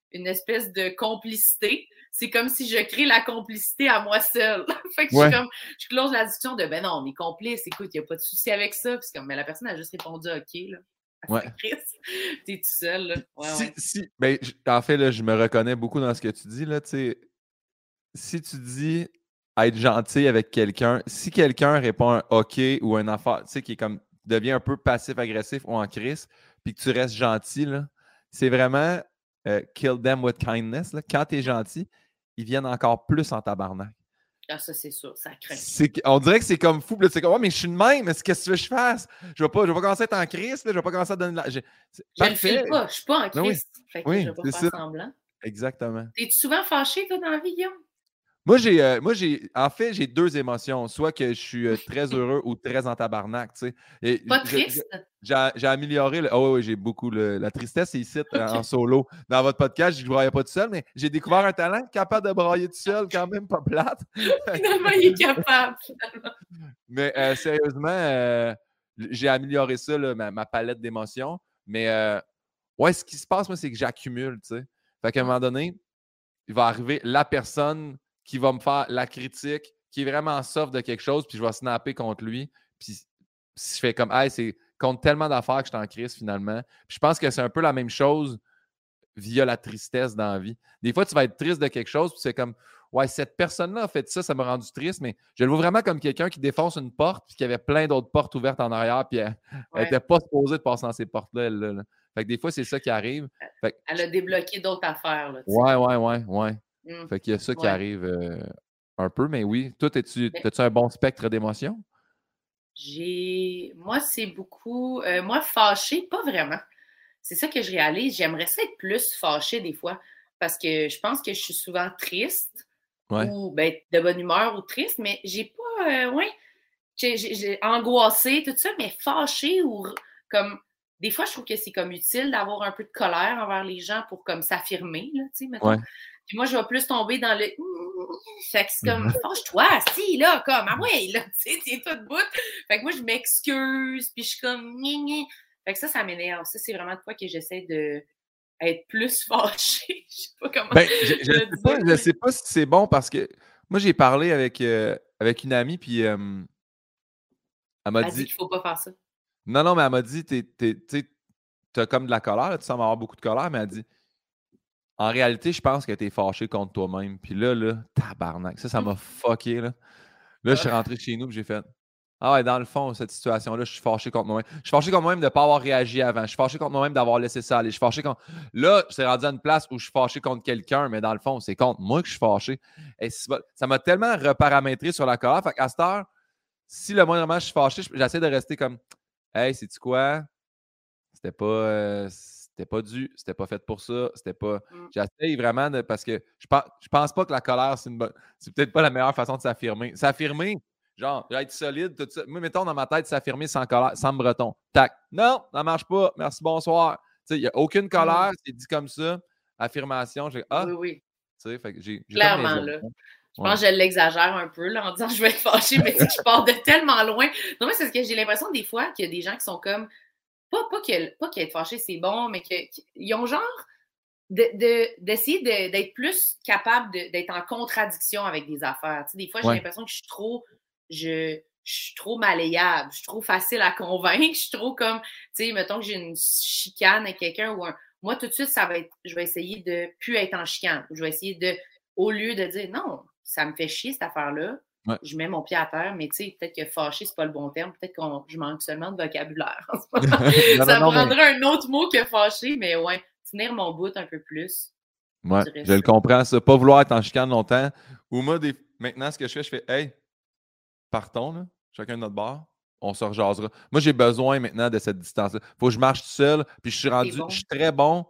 une espèce de complicité. C'est comme si je crée la complicité à moi seule. Fait que Ouais. je suis comme, je close la discussion de, ben non, on est complice, écoute, il n'y a pas de souci avec ça. Puis c'est comme, mais la personne a juste répondu OK, là. Ouais. Chris, t'es tout seul, là. Ouais, si, ouais. si, ben, j- en fait, là, je me reconnais beaucoup dans ce que tu dis, là, tu sais. Si tu dis être gentil avec quelqu'un, si quelqu'un répond un OK ou un affaire, tu sais, qui est comme, devient un peu passif-agressif ou en crise, puis que tu restes gentil, là, c'est vraiment euh, kill them with kindness, là. Quand t'es gentil, ils viennent encore plus en tabarnak. Ah, ça, c'est sûr, ça craint. C'est que- on dirait que c'est comme fou. Puis là, c'est comme, ouais, mais je suis de même. Mais qu'est-ce que tu veux que je fasse? Je vais pas, je vais pas commencer à être en crise. Là, je vais pas commencer à donner de la. j'ai- c'est Je le Parfait. file pas, je suis pas en Ben oui, crise. Fait que oui, je vais pas c'est faire ça. semblant. Exactement. T'es-tu souvent fâché, toi, dans la vie, Guillaume? Moi, j'ai, euh, moi, j'ai, en fait, j'ai deux émotions. Soit que je suis euh, très heureux ou très en tabarnak, tu sais. Et Pas je- je- triste? j'ai, j'ai amélioré. Le... Oh, oui, j'ai beaucoup. le- La tristesse, c'est ici, euh, en solo. Dans votre podcast, je ne braillais pas tout seul, mais j'ai découvert un talent capable de brailler tout seul, quand même pas plate. Finalement, il est capable. Mais euh, sérieusement, euh, j'ai amélioré ça, là, ma, ma palette d'émotions. Mais euh, ouais, ce qui se passe, moi, c'est que j'accumule, tu sais. Fait qu'à un moment donné, il va arriver la personne qui va me faire la critique, qui est vraiment soft de quelque chose, puis je vais snapper contre lui. Puis si je fais comme, hey, c'est contre tellement d'affaires que je suis en crise finalement. Puis je pense que c'est un peu la même chose via la tristesse dans la vie. Des fois, tu vas être triste de quelque chose, puis c'est comme, ouais, cette personne-là a fait ça, ça m'a rendu triste, mais je le vois vraiment comme quelqu'un qui défonce une porte, puis qu'il y avait plein d'autres portes ouvertes en arrière, puis elle n'était Ouais. pas supposée de passer dans ces portes-là, elle, là, là. Fait que des fois, c'est ça qui arrive. Fait que, Elle a débloqué d'autres affaires, là, tu sais. ouais, ouais, ouais, ouais. Mm. Fait qu'il y a ça qui Ouais. arrive euh, un peu, mais oui. Toi, as-tu Mais- as-tu un bon spectre d'émotions? J'ai. Moi, c'est beaucoup. euh, moi, fâché, pas vraiment. C'est ça que je réalise. J'aimerais ça être plus fâchée des fois. Parce que je pense que je suis souvent triste Ouais. ou ben, de bonne humeur ou triste, mais j'ai pas. Euh, ouais. J'ai, j'ai, j'ai angoissé, tout ça, mais fâchée ou r- comme. Des fois, je trouve que c'est comme utile d'avoir un peu de colère envers les gens pour comme s'affirmer, là, tu sais, mettons. Ouais. Puis moi, je vais plus tomber dans le. Fait que c'est comme, Mhm. fâche-toi, si, là, comme, ah ouais, là, tu sais, tiens-toi debout. Fait que moi, je m'excuse, puis je suis comme, gna, gna. Fait que ça, ça m'énerve. Ça, c'est vraiment de quoi que j'essaie de être plus fâchée. Je sais pas comment Ben, je, je le sais pas, dire. je sais pas si c'est bon parce que moi, j'ai parlé avec, euh, avec une amie, puis euh, elle m'a Elle dit dit. qu'il faut pas faire ça. Non, non, mais elle m'a dit, t'es, t'es, tu sais, t'as comme de la colère, là, tu sembles avoir beaucoup de colère, mais elle dit, en réalité, je pense que t'es fâché contre toi-même. Puis là, là, tabarnak, ça, ça m'a fucké, là. Là, je suis rentré chez nous, puis j'ai fait, ah ouais, dans le fond, cette situation-là, je suis fâché contre moi-même. Je suis fâché contre moi-même de ne pas avoir réagi avant. Je suis fâché contre moi-même d'avoir laissé ça aller. Je suis fâché contre. Là, c'est rendu à une place où je suis fâché contre quelqu'un, mais dans le fond, c'est contre moi que je suis fâché. Et ça m'a tellement reparamétré sur la colère. Fait qu'à cette heure, si le moindrement je suis fâché, j'essaie de rester comme, hey, sais-tu quoi? C'était pas, euh, c'était pas dû, c'était pas fait pour ça, c'était pas. Mm. J'essaie vraiment de. Parce que je pense, je pense pas que la colère, c'est une bonne. C'est peut-être pas la meilleure façon de s'affirmer. S'affirmer, genre, être solide, tout ça. Moi, mettons dans ma tête, s'affirmer sans colère, sans breton. Tac. Non, ça marche pas. Merci, bonsoir. Tu sais, il n'y a aucune colère, Mm. c'est dit comme ça. Affirmation, j'ai. Ah, Oui, oui. tu sais, fait que j'ai. Clairement, là. Je Ouais. pense que je l'exagère un peu là, en disant je vais être fâchée, mais tu sais, je pars de tellement loin. Non, mais c'est ce que j'ai l'impression des fois qu'il y a des gens qui sont comme. Pas, pas que pas qu'être fâché, c'est bon, mais qu'ils ont genre de, de, d'essayer de, d'être plus capable de, d'être en contradiction avec des affaires. Tu sais, des fois, j'ai Ouais. l'impression que je suis trop. Je, je suis trop malléable, je suis trop facile à convaincre, je suis trop comme. Tu sais, mettons que j'ai une chicane avec quelqu'un ou un. Moi, tout de suite, ça va être. Je vais essayer de plus être en chicane. Je vais essayer de. Au lieu de dire non, ça me fait chier cette affaire-là, Ouais. je mets mon pied à terre, mais tu sais, peut-être que fâché, c'est pas le bon terme. Peut-être que je manque seulement de vocabulaire en ce moment. non, Ça non, non, prendrait mais... un autre mot que fâché, mais ouais, tenir mon bout un peu plus. Ouais, je le comprends, ça. Pas vouloir être en chicane longtemps. Ou moi, des... maintenant, ce que je fais, je fais hey, partons, là, chacun de notre bord, on se rejasera. Moi, j'ai besoin maintenant de cette distance-là. Faut que je marche tout seul, puis je suis rendu, bon. je suis très bon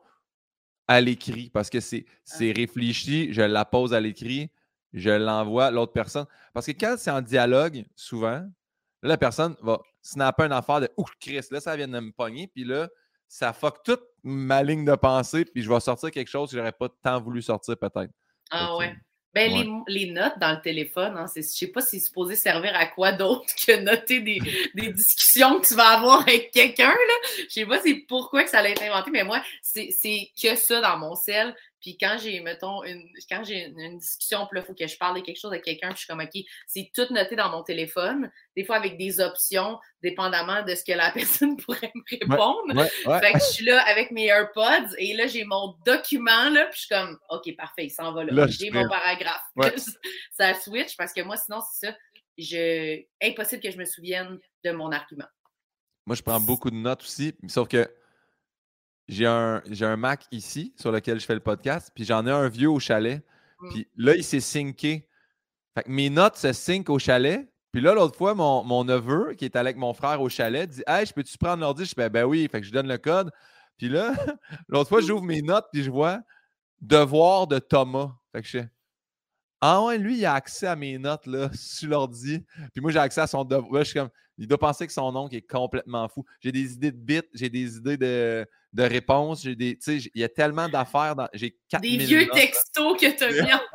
à l'écrit parce que c'est, c'est ah. réfléchi, je la pose à l'écrit, je l'envoie à l'autre personne. Parce que quand c'est en dialogue, souvent, là, la personne va snapper une affaire de « Ouf, Chris, là, ça vient de me pogner. » Puis là, ça fuck toute ma ligne de pensée, puis je vais sortir quelque chose que j'aurais pas tant voulu sortir, peut-être. Ah okay. ouais. Ben, ouais. les, les notes dans le téléphone, hein, c'est, je sais pas si c'est supposé servir à quoi d'autre que noter des, des discussions que tu vas avoir avec quelqu'un, là. Je sais pas c'est pourquoi que ça l'a été inventé, mais moi, c'est, c'est que ça dans mon cell. Puis quand j'ai, mettons, une, quand j'ai une, une discussion, puis là, il faut que je parle de quelque chose avec quelqu'un, puis je suis comme, OK, c'est tout noté dans mon téléphone, des fois avec des options, dépendamment de ce que la personne pourrait me répondre. Ouais, ouais, ouais. Fait que je suis là avec mes AirPods, et là, j'ai mon document, là, puis je suis comme, OK, parfait, il s'en va là. Là, j'ai mon paragraphe. Ouais. Ça switch, parce que moi, sinon, c'est ça. Je... Impossible que je me souvienne de mon argument. Moi, je prends beaucoup de notes aussi, sauf que j'ai un, j'ai un Mac ici sur lequel je fais le podcast, puis j'en ai un vieux au chalet. Mm. Puis là, il s'est synké. Fait que mes notes se syncent au chalet. Puis là, l'autre fois, mon, mon neveu, qui est allé avec mon frère au chalet, dit « Hey, je peux-tu prendre l'ordi? » Je fais « Ben oui. » Fait que je donne le code. Puis là, l'autre fois, j'ouvre mes notes, puis je vois « Devoir de Thomas ». Fait que je fais « Ah ouais, lui, il a accès à mes notes là, sur l'ordi. » Puis moi, j'ai accès à son devoir. Là, je suis comme, il doit penser que son oncle est complètement fou. J'ai des idées de bits, j'ai des idées de, de réponses, j'ai des. Tu sais, il y a tellement d'affaires. Dans, j'ai quatre mille Des vieux notes, textos que tu as mis en...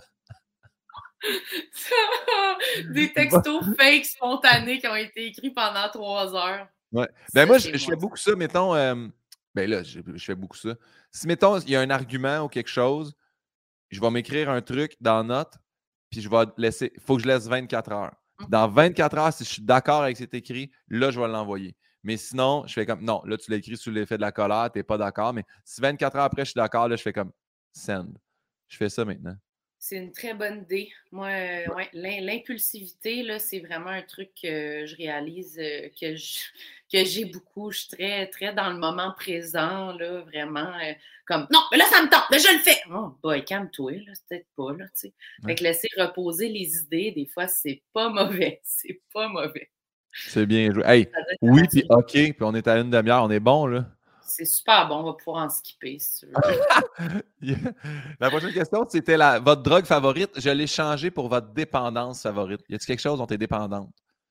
Des textos fake spontanés qui ont été écrits pendant trois heures. Ouais. Ben ça, moi, je, je fais beaucoup ça, mettons. Euh, ben là, je, je fais beaucoup ça. Si, mettons, il y a un argument ou quelque chose, je vais m'écrire un truc dans Notes, puis je vais laisser. Il faut que je laisse vingt-quatre heures. Dans vingt-quatre heures, si je suis d'accord avec cet écrit, là, je vais l'envoyer. Mais sinon, je fais comme non, là, tu l'as écrit sous l'effet de la colère, tu n'es pas d'accord. Mais si vingt-quatre heures après, je suis d'accord, là, je fais comme send. Je fais ça maintenant. C'est une très bonne idée. Moi, euh, ouais, l'impulsivité, là, c'est vraiment un truc que je réalise euh, que, je, que j'ai beaucoup. Je suis très, très dans le moment présent, là, vraiment. Euh, comme, non, mais là, ça me tente, là, je le fais. Oh, boy, calme-toi, là, c'est peut-être pas, là, tu sais. Ouais. Fait que laisser reposer les idées, des fois, c'est pas mauvais. C'est pas mauvais. C'est bien joué. Hey, oui, puis OK, puis on est à une demi-heure, on est bon, là. C'est super bon, on va pouvoir en skipper si tu veux. Yeah. La prochaine question, c'était la, votre drogue favorite. Je l'ai changé pour votre dépendance favorite. Y a-t-il quelque chose dont tu es dépendante?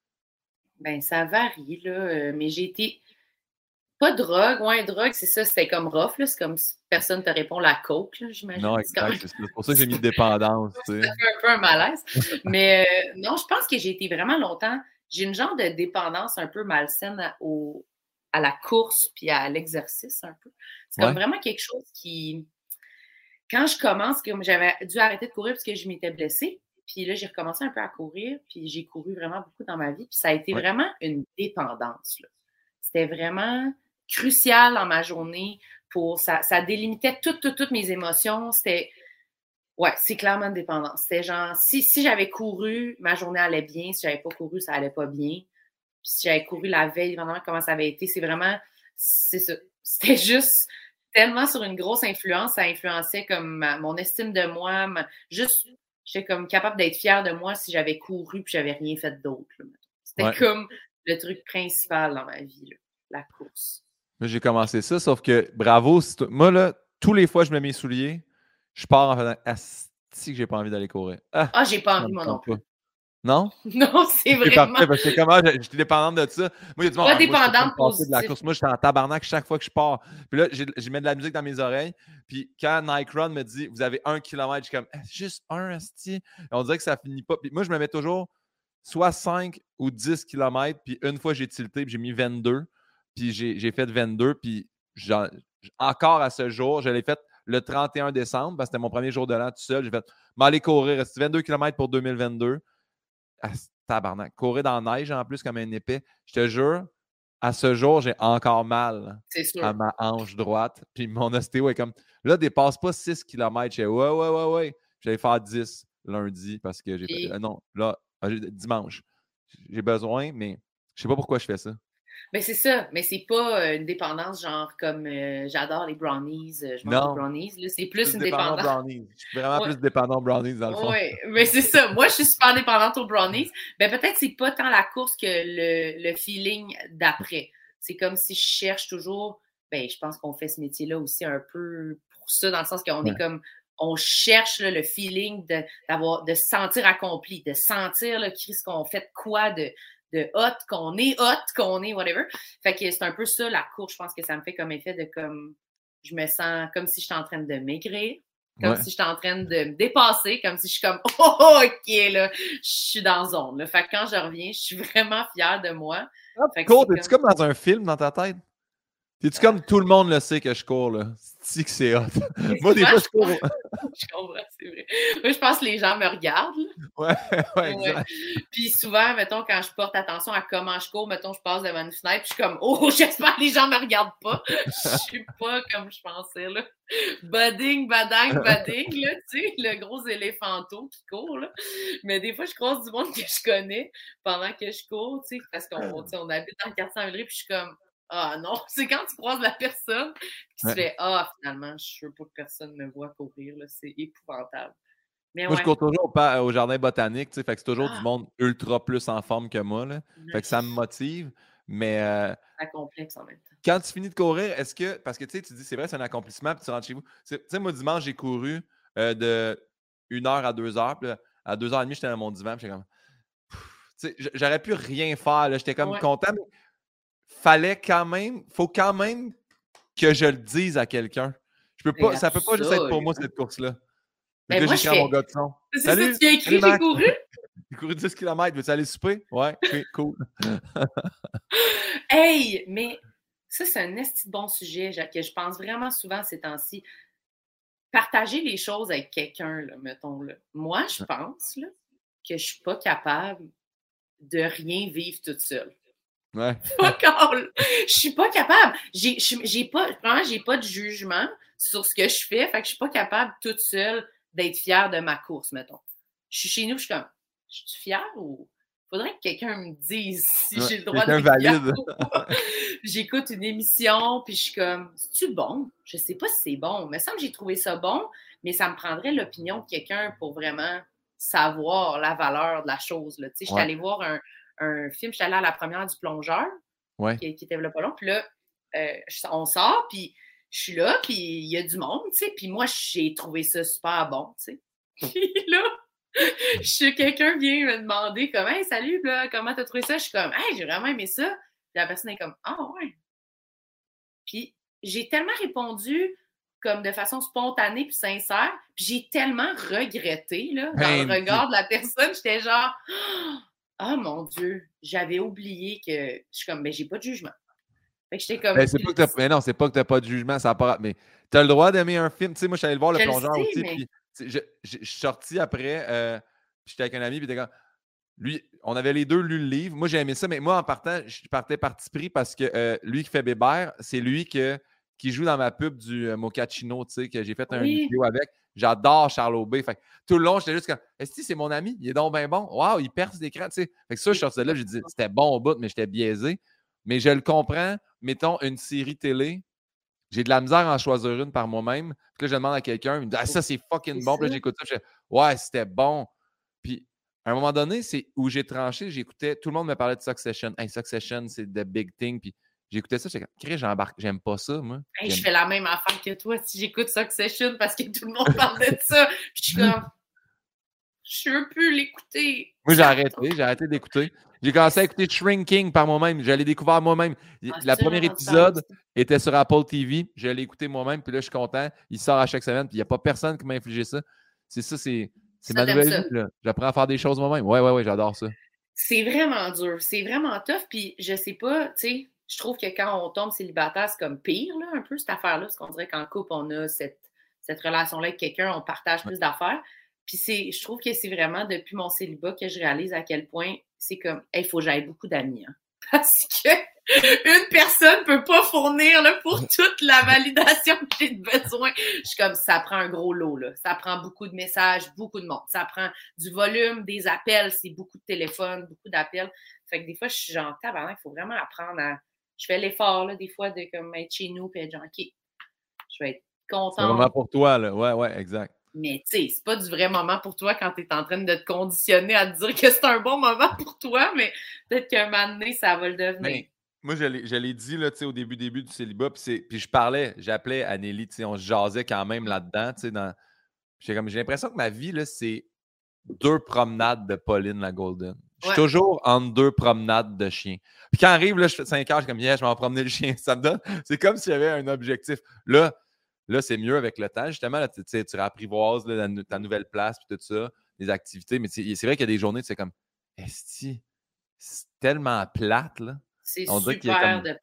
Ben, ça varie, là. Mais j'ai été. Pas drogue, ouais, drogue, c'est ça, c'était comme rough, là. C'est comme si personne te répond la coke, là, j'imagine. Non, exact, c'est, c'est pour ça que j'ai mis dépendance, tu sais. Ça fait un peu un malaise. Mais euh, non, je pense que j'ai été vraiment longtemps. J'ai une genre de dépendance un peu malsaine à, au, à la course puis à l'exercice un peu. C'est comme ouais. vraiment quelque chose qui. Quand je commence, comme j'avais dû arrêter de courir parce que je m'étais blessée. Puis là, j'ai recommencé un peu à courir. Puis j'ai couru vraiment beaucoup dans ma vie. Puis ça a été ouais. vraiment une dépendance, là. C'était vraiment crucial dans ma journée pour ça, ça délimitait toutes, toutes, toutes mes émotions. C'était, ouais, c'est clairement une dépendance. C'était genre, si, si j'avais couru, ma journée allait bien. Si j'avais pas couru, ça allait pas bien. Puis si j'avais couru la veille, vraiment, comment ça avait été, c'est vraiment, c'est ça. C'était juste tellement sur une grosse influence, ça influençait comme ma, mon estime de moi, ma, juste, j'étais comme capable d'être fière de moi si j'avais couru puis j'avais rien fait d'autre. Là. C'était ouais. comme le truc principal dans ma vie, là, la course. Moi, j'ai commencé ça, sauf que, bravo, t- moi, là, tous les fois que je mets mes souliers, je pars en faisant « Asti que j'ai pas envie d'aller courir. » Ah, ah j'ai pas envie, moi non plus. Pas. Non? Non, c'est vraiment... Parfait, parce que j'étais comme, j'étais dépendante de ça. Moi, il y a du monde, pas ah, dépendante moi, de la course. Moi, j'étais en tabarnak chaque fois que je pars. Puis là, je mets de la musique dans mes oreilles. Puis quand Nike Run me dit, vous avez un kilomètre, je suis comme, eh, juste un, asti. On dirait que ça finit pas. Puis moi, je me mets toujours soit cinq ou dix kilomètres. Puis une fois, j'ai tilté, puis j'ai mis vingt-deux. Puis j'ai, j'ai fait vingt-deux. Puis encore à ce jour, je l'ai fait le trente et un décembre, parce que c'était mon premier jour de l'an tout seul. J'ai fait, m'aller courir. C'était vingt-deux kilomètres pour deux mille vingt-deux. Ah, tabarnak. Courir dans la neige en plus comme un épais. Je te jure, à ce jour, j'ai encore mal à ma hanche droite. Puis mon ostéo est comme, là, dépasse pas six kilomètres. Je dis, ouais, ouais, ouais, ouais. J'allais faire dix lundi parce que j'ai fait, euh, non, là, dimanche. J'ai besoin, mais je sais pas pourquoi je fais ça. Ben c'est ça, mais c'est pas une dépendance genre comme euh, j'adore les brownies, je mange non. des brownies, là, c'est plus, plus une dépendance. Brownies. Je suis vraiment ouais. plus dépendant aux brownies dans le fond. Oui, mais c'est ça. Moi, je suis super dépendante aux brownies. Ben peut-être c'est pas tant la course que le, le feeling d'après. C'est comme si je cherche toujours, ben je pense qu'on fait ce métier-là aussi un peu pour ça, dans le sens qu'on ouais. est comme, on cherche là, le feeling de, d'avoir, de se sentir accompli, de sentir là, Chris, qu'on fait quoi de de hot, qu'on est hot, qu'on est whatever. Fait que c'est un peu ça, la course. Je pense que ça me fait comme effet de comme, je me sens comme si j'étais en train de maigrir, comme ouais. si j'étais en train de me dépasser, comme si je suis comme, oh, oh OK, là, je suis dans zone. Là. Fait que quand je reviens, je suis vraiment fière de moi. Ah, cool, t'es-tu comme... comme dans un film dans ta tête? C'est-tu comme tout le monde le sait que je cours, là? C'est que c'est hot. Moi, des fois, je cours. Je comprends, c'est vrai. Moi, je pense que les gens me regardent. Là. Ouais, ouais, exact. Ouais. Puis souvent, mettons, quand je porte attention à comment je cours, mettons, je passe devant une fenêtre, puis je suis comme, oh, j'espère que les gens me regardent pas. Je suis pas comme je pensais, là. Bading, badang, bading, là, tu sais, le gros éléphanto qui court, là. Mais des fois, je croise du monde que je connais pendant que je cours, tu sais, parce qu'on on habite dans le quartier Saint-Valery, puis je suis comme, ah non, c'est quand tu croises la personne, puis tu ouais. fais, ah, finalement, je veux pas que personne me voit courir, là, c'est épouvantable. Mais moi, ouais. je cours toujours au, au jardin botanique, tu sais, fait que c'est toujours ah. du monde ultra plus en forme que moi, là. Nice. Fait que ça me motive, mais... Euh, ça complexe en même temps. Quand tu finis de courir, est-ce que... Parce que, tu sais, tu dis, c'est vrai, c'est un accomplissement, puis tu rentres chez vous. Tu sais, moi, dimanche, j'ai couru euh, de une heure à deux heures, puis là, à deux heures trente, j'étais dans mon divan, puis j'étais comme... Tu sais, j'aurais pu rien faire, là, j'étais comme ouais. content, mais fallait quand même... Faut quand même que je le dise à quelqu'un. Je peux pas... Ça peut pas ça, juste être pour moi, cette course-là. Ben là, moi, j'ai je fais... mon gars de son. C'est ça, tu as écrit, j'ai couru? J'ai couru dix kilomètres. Veux-tu aller souper? Ouais, okay, cool. Hey, mais ça, c'est un esti de bon sujet que je pense vraiment souvent ces temps-ci. Partager les choses avec quelqu'un, là, mettons. Là. Moi, je pense là, que je suis pas capable de rien vivre toute seule. Ouais. Fuck all! Je suis pas capable. J'ai, j'ai pas, vraiment, j'ai pas de jugement sur ce que je fais. Fait que je suis pas capable toute seule d'être fière de ma course, mettons. Je suis chez nous, je suis comme, je suis fière ou faudrait que quelqu'un me dise si ouais, j'ai le droit de valide. J'écoute une émission, puis je suis comme, c'est-tu bon? Je sais pas si c'est bon. Il me semble que j'ai trouvé ça bon, mais ça me prendrait l'opinion de quelqu'un pour vraiment savoir la valeur de la chose. Là. Tu sais, je suis ouais. allée voir un, un film, je suis allée à la première du Plongeur, ouais. qui, qui était le pas long, puis là, euh, on sort, puis je suis là, puis il y a du monde, tu sais, puis moi, j'ai trouvé ça super bon, tu sais. Puis là, je suis quelqu'un vient me demander comme hey, salut, là, comment t'as trouvé ça? Je suis comme hey, j'ai vraiment aimé ça. Puis la personne est comme ah oh, ouais. Puis j'ai tellement répondu comme de façon spontanée puis sincère, puis j'ai tellement regretté là, dans hey, le regard de la personne, j'étais genre ah oh, mon Dieu, j'avais oublié que je suis comme ben j'ai pas de jugement. Fait que j'étais comme ben, c'est pas que t'as... mais non, c'est pas que t'as pas de jugement, ça part... mais t'as le droit d'aimer un film. Tu sais, moi je suis allé le voir le je Plongeur le sais, aussi, mais... puis je, je, je, je suis sorti après, euh, j'étais avec un ami, puis t'es comme lui, on avait les deux lu le livre. Moi, j'ai aimé ça, mais moi, en partant, je partais parti pris parce que euh, lui qui fait Bébert, c'est lui que, qui joue dans ma pub du euh, Mochaccino, tu sais, que j'ai fait oui. une vidéo avec. J'adore Charles Aubé. Fait que tout le long, j'étais juste comme, est-ce que c'est mon ami? Il est donc bien bon. Waouh, il perce l'écran, tu sais. Fait que ça, je suis sorti de là, j'ai dit, c'était bon au bout, mais j'étais biaisé. Mais je le comprends. Mettons une série télé. J'ai de la misère à en choisir une par moi-même. Puis là, je demande à quelqu'un, il me dit, ah, ça, c'est fucking c'est bon. Puis là, j'écoute ça. Je fais, ouais, c'était bon. Puis, à un moment donné, c'est où j'ai tranché, j'écoutais, tout le monde me parlait de Succession. Hey, Succession, c'est the big thing. Puis j'écoutais ça, j'étais comme, j'embarque, j'aime pas ça, moi. Hey, je fais la même affaire que toi si j'écoute Succession parce que tout le monde parlait de ça. Puis je suis comme, je veux plus l'écouter. Moi, j'ai arrêté, j'ai arrêté d'écouter. J'ai commencé à écouter Shrinking par moi-même. Je l'ai découvert moi-même. Ah, le premier épisode était sur Apple T V. Je l'ai écouté moi-même, puis là, je suis content. Il sort à chaque semaine, puis il n'y a pas personne qui m'a infligé ça. C'est ça, c'est... C'est ma nouvelle vie, là. J'apprends à faire des choses moi-même. Ouais, ouais, ouais, j'adore ça. C'est vraiment dur. C'est vraiment tough. Puis je sais pas, tu sais, je trouve que quand on tombe célibataire, c'est comme pire, là, un peu, cette affaire-là. Parce qu'on dirait qu'en couple, on a cette, cette relation-là avec quelqu'un, on partage plus ouais. d'affaires. Puis c'est, je trouve que c'est vraiment depuis mon célibat que je réalise à quel point c'est comme, il hey, faut que j'aille beaucoup d'amis. Hein. Parce que une personne ne peut pas fournir là, pour toute la validation que j'ai besoin. Je suis comme, ça prend un gros lot. Là. Ça prend beaucoup de messages, beaucoup de monde. Ça prend du volume, des appels, c'est beaucoup de téléphones, beaucoup d'appels. Fait que des fois, je suis genre, tabarnak, il faut vraiment apprendre à... Je fais l'effort, là, des fois, de comme, être chez nous et être genre, OK, je vais être contente. C'est vraiment pour toi, là. Ouais, ouais, exact. Mais tu sais, c'est pas du vrai moment pour toi quand tu es en train de te conditionner à te dire que c'est un bon moment pour toi, mais peut-être qu'un moment donné, ça va le devenir. Mais, moi, je l'ai, je l'ai dit là, au début, début du célibat, puis, c'est, puis je parlais, j'appelais Anneli, on se jasait quand même là-dedans. Dans, j'ai, comme, j'ai l'impression que ma vie, là, c'est deux promenades de Pauline la Golden. Je suis ouais. toujours entre deux promenades de chien. Puis quand arrive, là, je fais cinq heures, je suis comme, yeah, je vais en promener le chien. Ça me donne, c'est comme s'il y avait un objectif. Là, Là, c'est mieux avec le temps. Justement, là, tu réapprivoises là, ta nouvelle place et tout ça, les activités. Mais c'est, c'est vrai qu'il y a des journées, tu sais, comme, esti, c'est tellement plate, là. C'est on super comme... de plate.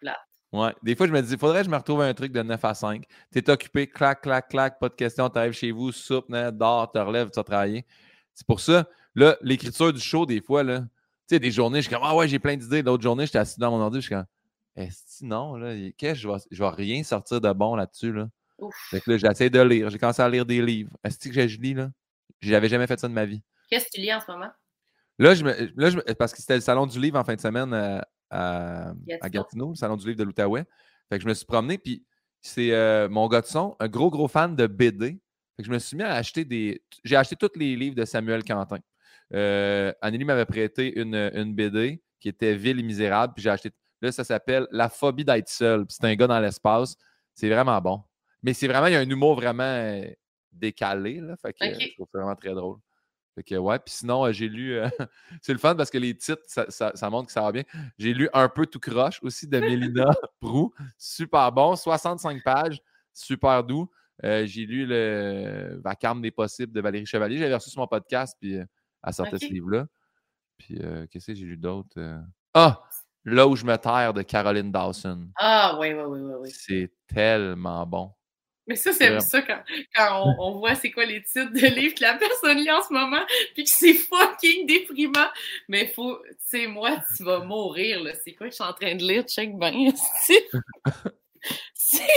Ouais. Des fois, je me dis, il faudrait que je me retrouve un truc de neuf à cinq. Tu es occupé, clac, clac, clac, pas de questions, tu arrives chez vous, soupe, né, dors, te relèves, tu vas travailler. C'est pour ça, là, l'écriture du show, des fois, là, tu sais, des journées, je suis comme, ah ouais, j'ai plein d'idées. D'autres journées, j'étais assis dans mon ordi, je suis comme, est-ce que non, là, qu'est-ce que je vais, je vais rien sortir de bon là-dessus, là. Ouf. Fait que là, j'essaie de lire. J'ai commencé à lire des livres. Est-ce que je lis, là? J'avais jamais fait ça de ma vie. Qu'est-ce que tu lis en ce moment? Là, je me, là je me, parce que c'était le salon du livre en fin de semaine euh, à, Gatineau. à Gatineau, le salon du livre de l'Outaouais. Fait que je me suis promené, puis c'est euh, mon gars de son, un gros, gros fan de B D. Fait que je me suis mis à acheter des... J'ai acheté tous les livres de Samuel Quentin. Euh, Anneli m'avait prêté une, une B D qui était Ville et misérable, puis j'ai acheté... Là, ça s'appelle La phobie d'être seul. Puis c'est un gars dans l'espace. C'est vraiment bon. Mais c'est vraiment... Il y a un humour vraiment euh, décalé, là. Fait que OK. je trouve ça vraiment très drôle. Fait que, ouais, puis sinon, euh, j'ai lu. Euh, c'est le fun parce que les titres, ça, ça, ça montre que ça va bien. J'ai lu Un peu tout croche aussi de Mélina Proux. Super bon. soixante-cinq pages. Super doux. Euh, j'ai lu le Vacarme des possibles de Valérie Chevalier. J'avais reçu sur mon podcast, puis euh, elle sortait OK. ce livre-là. Puis, euh, qu'est-ce que j'ai lu d'autre? Euh... Ah! Là où je me terre de Caroline Dawson. Ah, oui, oui, oui, oui. oui. C'est tellement bon. Mais ça, c'est Vraiment. ça quand, quand on, on voit c'est quoi les titres de livres que la personne lit en ce moment, puis que c'est fucking déprimant. Mais faut, tu sais, moi, tu vas mourir, là. C'est quoi que je suis en train de lire? Check bien. C'est...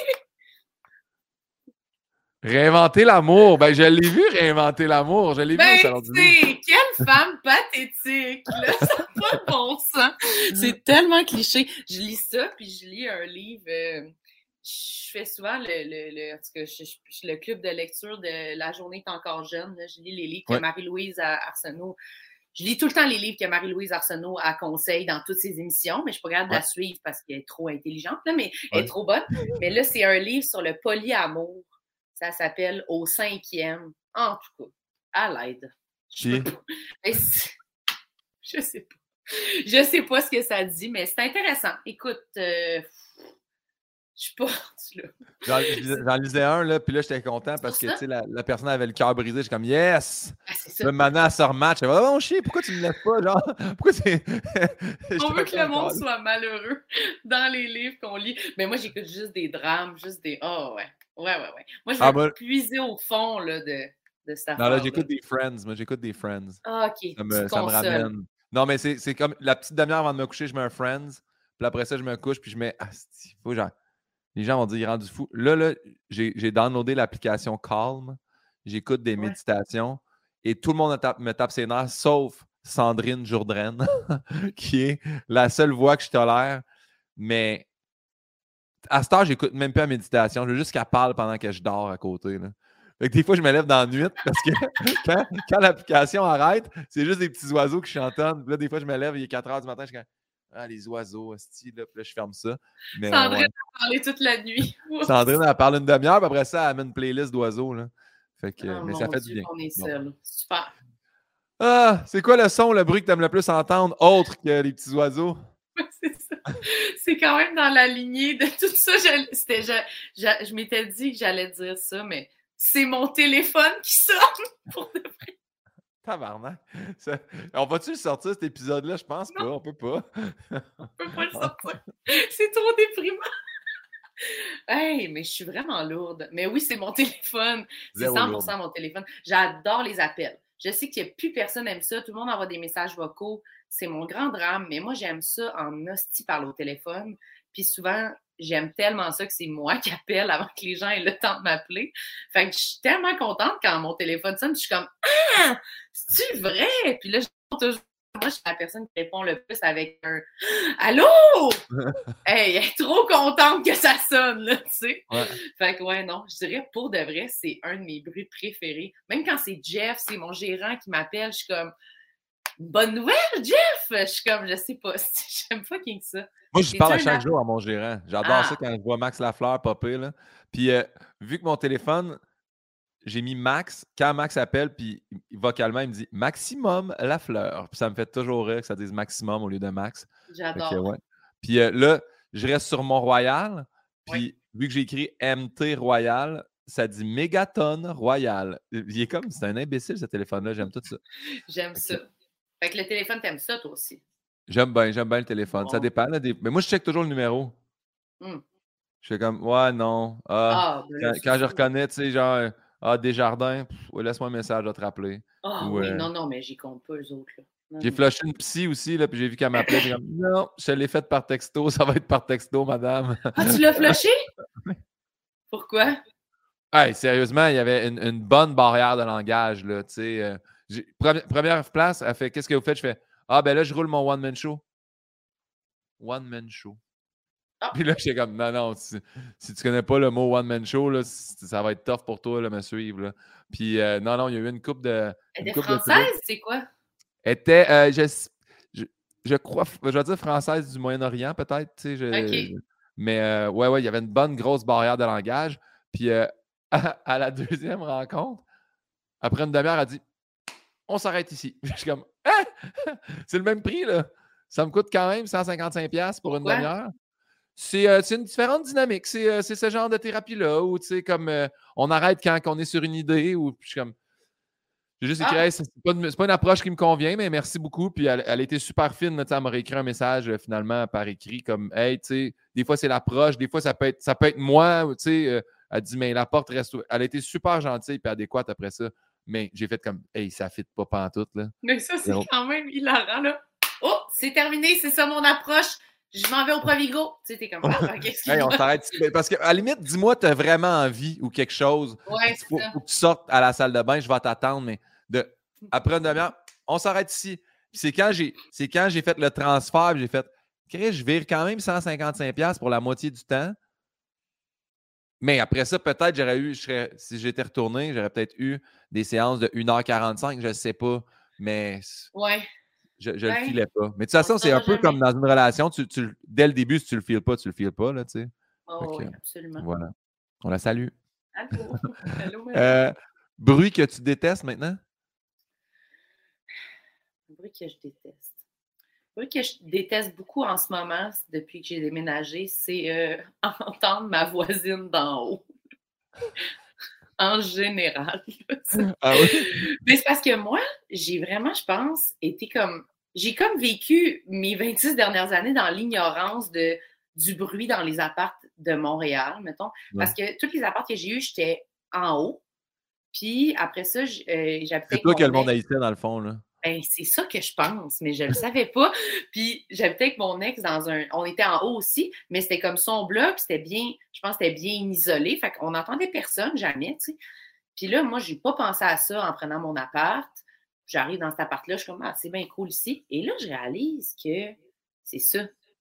Réinventer l'amour. Ben, je l'ai vu réinventer l'amour. Je l'ai ben, vu au salon du livre. tu sais, quelle femme pathétique, là. Ça n'a pas de bon sens. C'est tellement cliché. Je lis ça, puis je lis un livre... Euh... Je fais souvent le, le, le, en tout cas, je, je, le club de lecture de La journée est encore jeune. Là. Je lis les livres que Ouais. Marie-Louise Arsenault. Je lis tout le temps les livres que Marie-Louise Arsenault a conseille dans toutes ses émissions, mais je ne suis pas capable de Ouais. la suivre parce qu'elle est trop intelligente, là, mais elle Ouais. est trop bonne. Mais là, c'est un livre sur le polyamour. Ça s'appelle Au cinquième. En tout cas, à l'aide. Je peux pas. Mais je sais pas. Je sais pas ce que ça dit, mais c'est intéressant. Écoute, euh, je suis pas là. J'en, j'en lisais un, là, puis là, j'étais content parce que la, la personne avait le cœur brisé. J'étais comme, yes! Ah, c'est ça. Là, maintenant, elle se rematch. Elle va, oh, mon chien, pourquoi tu me laisses pas? Genre, pourquoi c'est. On veut que le monde soit malheureux dans les livres qu'on lit. Mais moi, j'écoute juste des drames, juste des. Oh, ouais. Ouais, ouais, ouais. Moi, je veux ah, moi... puiser au fond là, de, de cette affaire. Non, là, j'écoute des Friends. Moi, j'écoute des Friends. Ah, OK. Ça me, ça me ramène. Non, mais c'est, c'est comme la petite demi-heure avant de me coucher, je mets un Friends. Puis après ça, je me couche, puis je mets. Ah, faut genre. Les gens vont dire, il est rendu fou. Là, là j'ai, j'ai downloadé l'application Calm. J'écoute des ouais. méditations. Et tout le monde tape, me tape ses nerfs, sauf Sandrine Jourdraine, qui est la seule voix que je tolère. Mais à cette heure, j'écoute même pas la méditation. Je veux juste qu'elle parle pendant que je dors à côté. Là. Fait que des fois, je me lève dans la nuit parce que quand, quand l'application arrête, c'est juste des petits oiseaux qui chantonnent. Puis là, des fois, je me lève, il est quatre heures du matin, je suis comme ah, les oiseaux, hostie, là, puis là, je ferme ça. Mais, Sandrine ouais. a parlé toute la nuit. Sandrine, elle parle une demi-heure, puis après ça, elle met une playlist d'oiseaux. Là. Fait que, oh, mais ça fait Dieu, du bien. On est seul. Bon. Super. Ah, c'est quoi le son, le bruit que tu aimes le plus entendre, autre que les petits oiseaux? C'est ça. C'est quand même dans la lignée de tout ça. Je, c'était, je, je, je m'étais dit que j'allais dire ça, mais c'est mon téléphone qui sonne pour de vrai. Tabarnak. Ça... On va-tu le sortir, cet épisode-là? Je pense non. pas. On peut pas. On peut pas le sortir. C'est trop déprimant. Hey, mais je suis vraiment lourde. Mais oui, c'est mon téléphone. C'est cent pour cent mon téléphone. J'adore les appels. Je sais qu'il n'y a plus personne qui aime ça. Tout le monde envoie des messages vocaux. C'est mon grand drame. Mais moi, j'aime ça en hostie parler au téléphone. Puis souvent, j'aime tellement ça que c'est moi qui appelle avant que les gens aient le temps de m'appeler. Fait que je suis tellement contente quand mon téléphone sonne. Je suis comme « Ah! C'est-tu vrai? » Puis là, je toujours... Moi, je suis la personne qui répond le plus avec un « Allô? » Hey, elle est trop contente que ça sonne, là, tu sais. Ouais. Fait que ouais, non, je dirais pour de vrai, c'est un de mes bruits préférés. Même quand c'est Jeff, c'est mon gérant qui m'appelle, je suis comme « Bonne nouvelle, Jeff! » Je suis comme, je sais pas, j'aime pas qui que ça. Moi, je parle à chaque jour à mon gérant. J'adore ah. ça quand je vois Max Lafleur popper, là. Puis, euh, vu que mon téléphone, j'ai mis Max. Quand Max appelle, puis vocalement, il me dit « Maximum Lafleur ». Puis ça me fait toujours rire que ça dise « Maximum » au lieu de « Max ». J'adore. Que, ouais. Puis euh, là, je reste sur Mont-Royal. Puis, oui. vu que j'ai écrit M T Royal, ça dit Mégaton Royal. Il est comme, c'est un imbécile, ce téléphone-là. J'aime tout ça. J'aime ça. Fait que le téléphone, t'aimes ça, toi aussi? J'aime bien, j'aime bien le téléphone. Bon. Ça dépend. Là, des... Mais moi, je check toujours le numéro. Mm. Je fais comme, ouais, non. Ah, Ah, ben quand, là, c'est quand je ça. reconnais, tu sais, genre, ah, Desjardins, pff, ouais, laisse-moi un message, je vais te rappeler. Ah Ou, oui, euh, non, non, mais j'y compte pas, eux autres, là. Non, j'ai non. flushé une psy aussi, là, puis j'ai vu qu'elle m'appelait. J'ai comme, non, je te l'ai faite par texto, ça va être par texto, madame. Ah, tu l'as flushé? Pourquoi? Hey, sérieusement, il y avait une, une bonne barrière de langage, là, tu sais. euh, j'ai- premi- première place, elle fait, qu'est-ce que vous faites? Je fais, ah, ben là, je roule mon one-man show. One-man show. Ah, Puis là, j'étais comme, non, non, si, si tu connais pas le mot one-man show, là, c- ça va être tough pour toi, là, me suivre, là. Puis, euh, non, non, il y a eu une coupe de, elle une était coupe de trucs. française, c'est quoi? Elle était, euh, je, je, je crois, je vais dire française du Moyen-Orient, peut-être, tu sais, je- OK. je- mais euh, ouais, ouais, il y avait une bonne grosse barrière de langage. Puis, euh, à, à la deuxième rencontre, après une demi-heure, elle dit, on s'arrête ici. Je suis comme, hein? C'est le même prix, là. Ça me coûte quand même cent cinquante-cinq dollars pour une Pourquoi? demi-heure. C'est euh, c'est une différente dynamique. C'est euh, c'est ce genre de thérapie-là où, tu sais, comme euh, on arrête quand on est sur une idée ou je suis comme. J'ai juste écrit, Ah, hey, c'est pas, une- c'est pas une approche qui me convient, mais merci beaucoup. Puis elle, elle a été super fine. Là, tu sais, elle m'aurait écrit un message euh, finalement par écrit comme, hey, tu sais, des fois c'est l'approche, des fois ça peut être, ça peut être moi. Tu sais, euh, elle dit, mais la porte reste ouverte. Elle a été super gentille et adéquate après ça. Mais j'ai fait comme, hey, ça ne fit pas pantoute. Là. mais ça, c'est Zéro. quand même hilarant, là. Oh, c'est terminé, c'est ça mon approche. Je m'en vais au Provigo. Tu sais, t'es comme, ah, OK, Hey, on excuse-moi. s'arrête ici. Ben, parce qu'à la limite, dis-moi, tu as vraiment envie ou quelque chose. Ouais, Il c'est faut, ça. faut que tu sortes à la salle de bain, je vais t'attendre, mais de, après une demi-heure, on s'arrête ici. Puis c'est quand j'ai c'est quand j'ai fait le transfert, puis j'ai fait Chris, je vire quand même cent cinquante-cinq dollars pour la moitié du temps. Mais après ça, peut-être j'aurais eu, je serais, si j'étais retourné, j'aurais peut-être eu des séances de une heure quarante-cinq, je ne sais pas. Mais Ouais. je ne le Ben, filais pas. Mais de toute on façon, ne c'est un saura peu jamais. comme dans une relation. Tu, tu- dès le début, si tu le files pas, tu le files pas, là, tu sais. Fait Oh, que, oui, absolument. voilà. On la salue. Allô? Allô, madame? Euh, bruit que tu détestes maintenant? Un bruit que je déteste. Un bruit que je déteste beaucoup en ce moment, depuis que j'ai déménagé, c'est euh, entendre ma voisine d'en haut. En général. Ah oui? Mais c'est parce que moi, j'ai vraiment, je pense, été comme. J'ai comme vécu mes vingt-six dernières années dans l'ignorance de, du bruit dans les apparts de Montréal, mettons. Ouais. Parce que tous les apparts que j'ai eus, j'étais en haut. Puis après ça, j- euh, j'habitais C'est avec toi que le mon monde ex. haïssait, dans le fond, là. Ben, c'est ça que je pense, mais je le savais pas. Puis j'habitais avec mon ex dans un. On était en haut aussi, mais c'était comme son bloc, c'était bien. Je pense que c'était bien isolé. Fait qu'on n'entendait personne, jamais, tu sais. Puis là, moi, j'ai pas pensé à ça en prenant mon appart. J'arrive dans cet appart-là, je suis comme, ah, c'est bien cool ici. Et là, je réalise que c'est ça.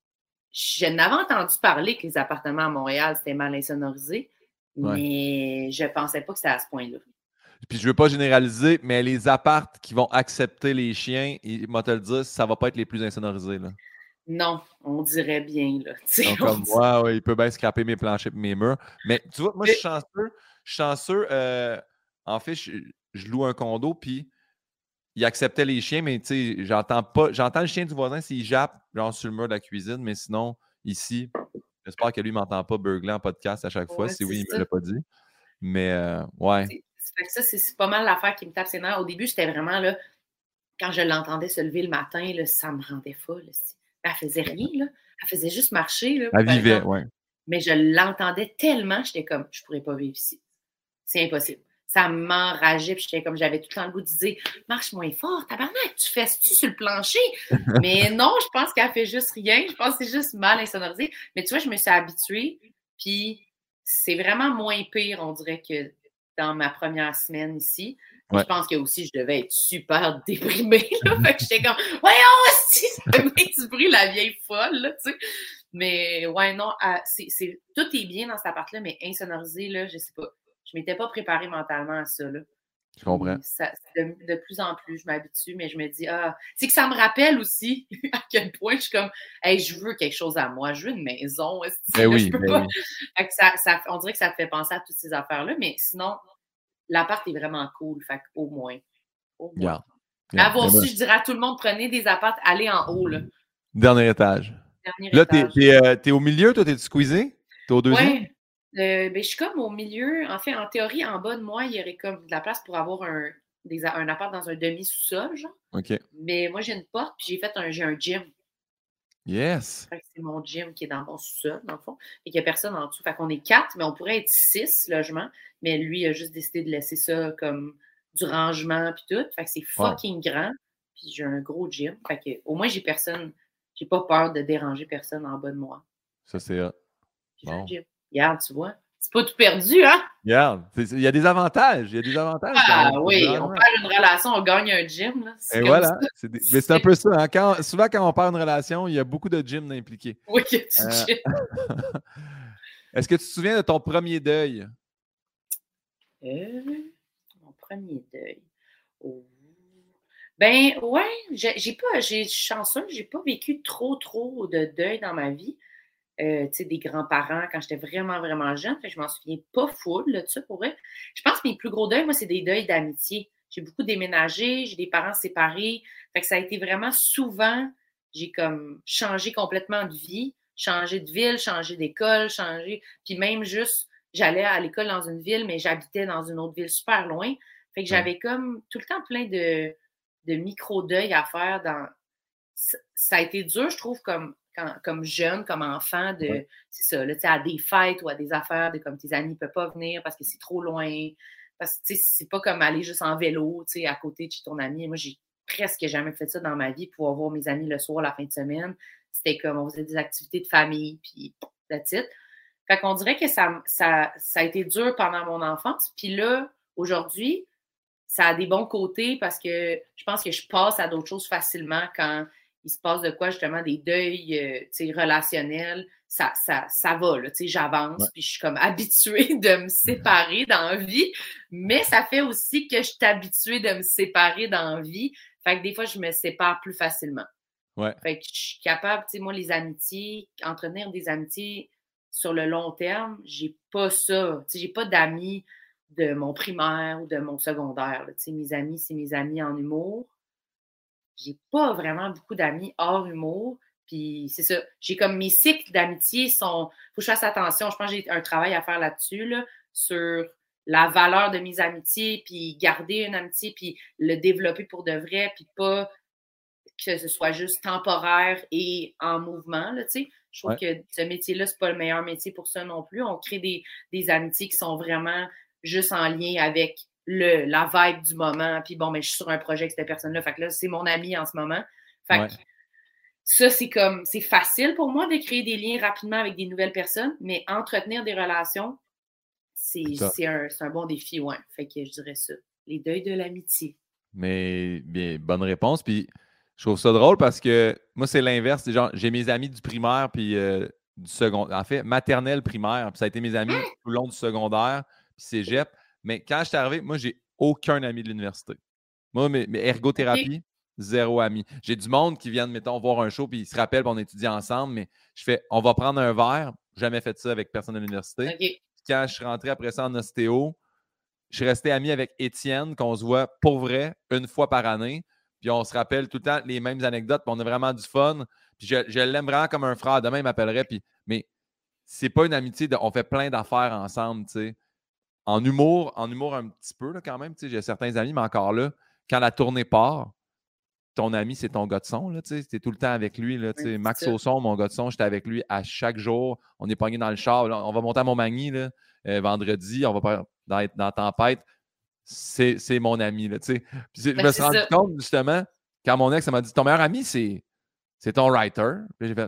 Je n'avais entendu parler que les appartements à Montréal, c'était mal insonorisé, Ouais. mais je pensais pas que c'était à ce point-là. Puis je veux pas généraliser, mais les appartes qui vont accepter les chiens, il m'a te le dire, ça va pas être les plus insonorisés, là. Non, on dirait bien, là. Tu sais, Donc, on comme dit- moi, ouais, il peut bien scraper mes planchers et mes murs. Mais tu vois, moi, je suis chanceux. Je suis chanceux. euh, en fait, je, je loue un condo, puis il acceptait les chiens, mais tu sais, j'entends pas. J'entends le chien du voisin s'il jappe, genre sur le mur de la cuisine, mais sinon, ici, j'espère que lui ne m'entend pas beugler en podcast à chaque fois. Ouais, Si c'est oui, il ne me ça. l'a pas dit. Mais euh, ouais. C'est- fait que ça, c'est c'est pas mal l'affaire qui me tape ses nerfs. Au début, c'était vraiment là, quand je l'entendais se lever le matin, là, ça me rendait folle. Elle faisait rien, là. Elle faisait juste marcher, là, Elle par vivait, exemple. ouais. Mais je l'entendais tellement, j'étais comme, je pourrais pas vivre ici. C'est impossible. Ça m'enrageait, puis j'étais comme, j'avais tout le temps le goût de dire, marche moins fort, tabarnak, tu fesses-tu sur le plancher? Mais non, je pense qu'elle fait juste rien. Je pense que c'est juste mal insonorisé. Mais tu vois, je me suis habituée, puis c'est vraiment moins pire, on dirait, que dans ma première semaine ici. Mais Ouais. je pense que aussi, je devais être super déprimée, là. Fait que j'étais comme, voyons, si ça fait bien du bruit, la vieille folle, là, tu sais. Mais ouais, non, euh, c'est, c'est, tout est bien dans cet appart-là, mais insonorisé, là, je sais pas. Je m'étais pas préparée mentalement à ça, là. Je comprends. Ça, de, de plus en plus, je m'habitue, mais je me dis, ah, c'est que ça me rappelle aussi à quel point je suis comme, hey, je veux quelque chose à moi, je veux une maison. Ben oui, je peux ben pas. oui. Fait que ça, ça, on dirait que ça te fait penser à toutes ces affaires-là, mais sinon, l'appart est vraiment cool, fait qu'au moins. Au moins. Regarde. Mais Regarde. avoir Ben, su, je dirais à tout le monde, prenez des apparts, allez en haut, là. dernier étage. Dernier Là, t'es, étage. t'es, euh, t'es au milieu, toi, t'es squeezé? T'es au deuxième? Ouais. Euh, ben, je suis comme au milieu. En fait, en théorie, en bas de moi, il y aurait comme de la place pour avoir un, des, un appart dans un demi-sous-sol, genre. OK. Mais moi, j'ai une porte, puis j'ai fait un, j'ai un gym. Yes! Fait que c'est mon gym qui est dans mon sous-sol, dans le fond, et qu'il n'y a personne en dessous. Fait qu'on est quatre, mais on pourrait être six logements, mais lui a juste décidé de laisser ça comme du rangement puis tout. Fait que c'est Wow! fucking grand, puis j'ai un gros gym. Fait que au moins, j'ai personne, j'ai pas peur de déranger personne en bas de moi. Ça, c'est hot. J'ai un Bon. gym. Regarde, tu vois, c'est pas tout perdu, hein? Regarde, c'est- il y a des avantages. Il y a des avantages quand Ah même. oui, on Vraiment. perd une relation, on gagne un gym, là. C'est Et comme ça. voilà. C'est des- Mais c'est un peu ça. Hein. Quand... Souvent, quand on perd une relation, il y a beaucoup de gyms impliqués. Oui, il y a du Euh, gym. Est-ce que tu te souviens de ton premier deuil? Euh, mon premier deuil. Oh. Ben ouais, j'ai j'ai pas, j'ai chanceux, j'ai pas vécu trop, trop de deuil dans ma vie. Euh, tu sais, des grands-parents quand j'étais vraiment, vraiment jeune. Fait que je m'en souviens pas full là, de ça pour vrai. Je pense que mes plus gros deuils, moi, c'est des deuils d'amitié. J'ai beaucoup déménagé, j'ai des parents séparés. Fait que ça a été vraiment souvent, j'ai comme changé complètement de vie, changé de ville, changé d'école, changé. Puis même juste, j'allais à l'école dans une ville, mais j'habitais dans une autre ville super loin. Fait que Ouais. j'avais comme tout le temps plein de, de micro-deuils à faire dans. Ça, ça a été dur, je trouve, comme, quand, comme jeune, comme enfant, de, Ouais. c'est ça, là, tu sais, à des fêtes ou à des affaires, de comme tes amis ne peuvent pas venir parce que c'est trop loin. Parce que, tu sais, c'est pas comme aller juste en vélo, tu sais, à côté de chez ton ami. Moi, j'ai presque jamais fait ça dans ma vie, pouvoir voir mes amis le soir, la fin de semaine. C'était comme, on faisait des activités de famille, puis that's it. Fait qu'on dirait que ça, ça, ça a été dur pendant mon enfance. Puis là, aujourd'hui, ça a des bons côtés parce que je pense que je passe à d'autres choses facilement quand il se passe de quoi, justement, des deuils euh, tu sais, relationnels. Ça, ça, ça va, là, tu sais, j'avance, Ouais. puis je suis comme habituée de me séparer dans la vie, mais ça fait aussi que je suis habituée de me séparer dans la vie. Fait que des fois, je me sépare plus facilement. Ouais. Fait que je suis capable, tu sais, moi, les amitiés, entretenir des amitiés sur le long terme, j'ai pas ça. Tu sais, j'ai pas d'amis de mon primaire ou de mon secondaire. Là. Tu sais, mes amis, c'est mes amis en humour. J'ai pas vraiment beaucoup d'amis hors humour. Puis c'est ça. J'ai comme mes cycles d'amitié sont. Faut que je fasse attention. Je pense que j'ai un travail à faire là-dessus, là, sur la valeur de mes amitiés, puis garder une amitié, puis le développer pour de vrai, puis pas que ce soit juste temporaire et en mouvement, là, tu sais. Je trouve Ouais. que ce métier-là, c'est pas le meilleur métier pour ça non plus. On crée des, des amitiés qui sont vraiment juste en lien avec le, la vibe du moment. Puis bon, mais je suis sur un projet avec cette personne-là. Fait que là, c'est mon ami en ce moment. Fait Ouais. que ça, c'est comme, c'est facile pour moi de créer des liens rapidement avec des nouvelles personnes, mais entretenir des relations, c'est, C'est ça. c'est un, c'est un bon défi, ouais. Fait que je dirais ça. Les deuils de l'amitié. Mais bien, bonne réponse. Puis je trouve ça drôle parce que moi, c'est l'inverse. C'est genre, j'ai mes amis du primaire puis euh, du secondaire. En fait, maternelle, primaire. Puis ça a été mes amis tout le long du secondaire, puis cégep. Mais quand je suis arrivé, moi, j'ai aucun ami de l'université. Moi, mes, mes ergothérapie, OK. zéro ami. J'ai du monde qui viennent, mettons, voir un show, puis ils se rappellent, puis on étudie ensemble, mais je fais, on va prendre un verre. Jamais fait ça avec personne de l'université. OK. Puis quand je suis rentré après ça en ostéo, je suis resté ami avec Étienne, qu'on se voit pour vrai une fois par année. Puis on se rappelle tout le temps les mêmes anecdotes, puis on a vraiment du fun. Puis je, je l'aime vraiment comme un frère. Demain, il m'appellerait. Puis, mais c'est pas une amitié. De, on fait plein d'affaires ensemble, tu sais. En humour, en humour un petit peu là, quand même. Tu sais, j'ai certains amis, mais encore là, quand la tournée part, ton ami, c'est ton gars de son. Tu es tout le temps avec lui. Là, tu sais. Ouais, Max c'est ça. Ausson, mon gars de son, j'étais avec lui à chaque jour. On est pogné dans le char. Là, on va monter à Montmagny là, euh, vendredi. On va pas dans, dans la tempête. C'est, c'est mon ami. Là, tu sais. Puis c'est- je Ben, me c'est suis rendu ça. compte, justement, quand mon ex elle m'a dit ton meilleur ami, c'est, c'est ton writer. Puis j'ai fait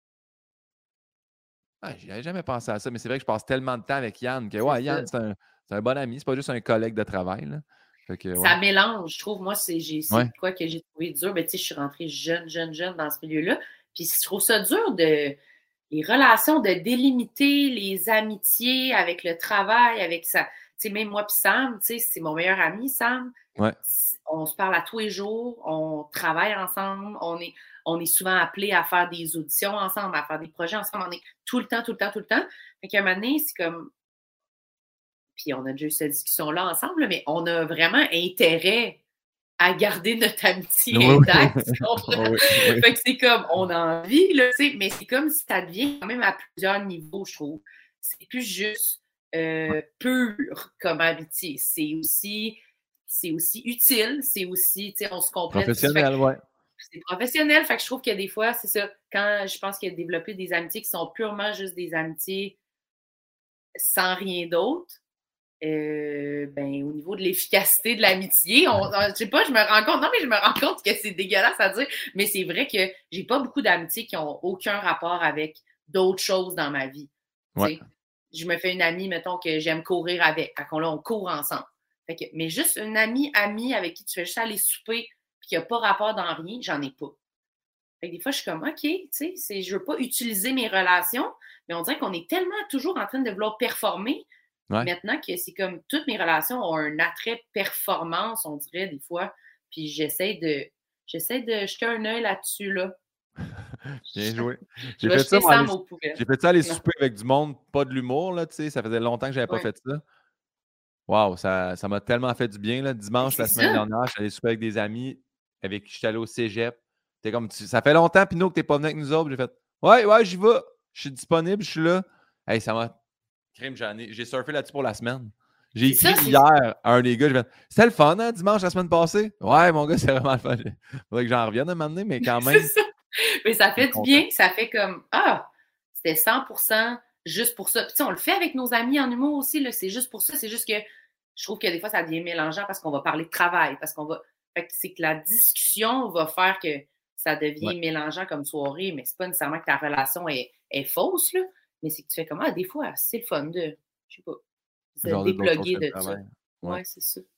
ah, j'avais jamais pensé à ça, mais c'est vrai que je passe tellement de temps avec Yann que C'est ouais, ça. Yann, c'est un, c'est un bon ami, c'est pas juste un collègue de travail. Là. Fait que, ouais. Ça mélange, je trouve. Moi, c'est, j'ai, c'est Ouais. quoi que j'ai trouvé dur. Ben, tu sais, je suis rentrée jeune, jeune, jeune dans ce milieu-là. Puis je trouve ça dur de les relations, de délimiter les amitiés avec le travail, avec ça. Tu sais, même moi puis Sam, tu sais, c'est mon meilleur ami, Sam. Ouais. On se parle à tous les jours, on travaille ensemble, on est, on est souvent appelés à faire des auditions ensemble, à faire des projets ensemble. On est tout le temps, tout le temps, tout le temps. Fait qu'à un moment donné, c'est comme. Puis on a déjà eu cette discussion-là ensemble, mais on a vraiment intérêt à garder notre amitié Oui, intacte, oui. tu comprends? Oui, oui. Fait que c'est comme, on a envie, là, tu sais, mais c'est comme si ça devient quand même à plusieurs niveaux, je trouve. C'est plus juste euh, pur comme amitié. C'est aussi, c'est aussi utile, c'est aussi, tu sais, on se complète. Fait que Professionnel, ouais. c'est professionnel. Fait que je trouve que des fois, c'est ça. Quand je pense qu'il y a développé des amitiés qui sont purement juste des amitiés sans rien d'autre, euh, ben, au niveau de l'efficacité de l'amitié, on, on- je sais pas, je me rends compte, non, mais je me rends compte que c'est dégueulasse à dire, mais c'est vrai que j'ai pas beaucoup d'amitiés qui ont aucun rapport avec d'autres choses dans ma vie. Tu Ouais. sais, je me fais une amie, mettons, que j'aime courir avec. Fait qu'on là, on court ensemble. Fait que, mais juste une amie, amie avec qui tu fais juste aller souper puis qui a pas rapport dans rien, j'en ai pas. Fait que des fois, je suis comme, OK, tu sais, c'est, je veux pas utiliser mes relations, mais on dirait qu'on est tellement toujours en train de vouloir performer Ouais. maintenant que c'est comme toutes mes relations ont un attrait performance, on dirait, des fois. Puis j'essaie de, j'essaie de jeter un œil là-dessus, là. Bien joué. Je J'ai vais fait ça, jeter moi, aller, Sam aux poubelles. j'ai fait ça aller Non. souper avec du monde, pas de l'humour, là, tu sais. Ça faisait longtemps que j'avais pas Ouais. fait ça. Wow, ça, ça m'a tellement fait du bien, là. Mais Dimanche, c'est la semaine ça. dernière, je suis allé souper avec des amis avec qui je suis allé au cégep. T'es comme, tu- ça fait longtemps, Pinot, que t'es pas venu avec nous autres. J'ai fait, ouais, ouais, j'y vais. Je suis disponible, je suis là. Hey, ça m'a. Crime, j'en ai- j'ai surfé là-dessus pour la semaine. J'ai C'est ça, écrit c'est hier à un des gars, j'ai fait, c'était le fun, hein, dimanche, la semaine passée? Ouais, mon gars, c'est vraiment le fun. Faudrait que j'en revienne à un moment donné, mais quand c'est même, ça. Mais ça je suis fait du content. bien. Ça fait comme, ah, c'était cent pour cent juste pour ça. Puis tu sais, on le fait avec nos amis en humour aussi, là. C'est juste pour ça. C'est juste que je trouve que des fois, ça devient mélangeant parce qu'on va parler de travail, parce qu'on va. Fait que c'est que la discussion va faire que ça Ouais. devient mélangeant comme soirée, mais c'est pas nécessairement que ta relation est, est fausse, là. Mais c'est que tu fais comme, ah, des fois, c'est le fun de, je sais pas, se Genre d'autres choses déploguer que le de ça. travail. Ouais. Ouais, c'est ça.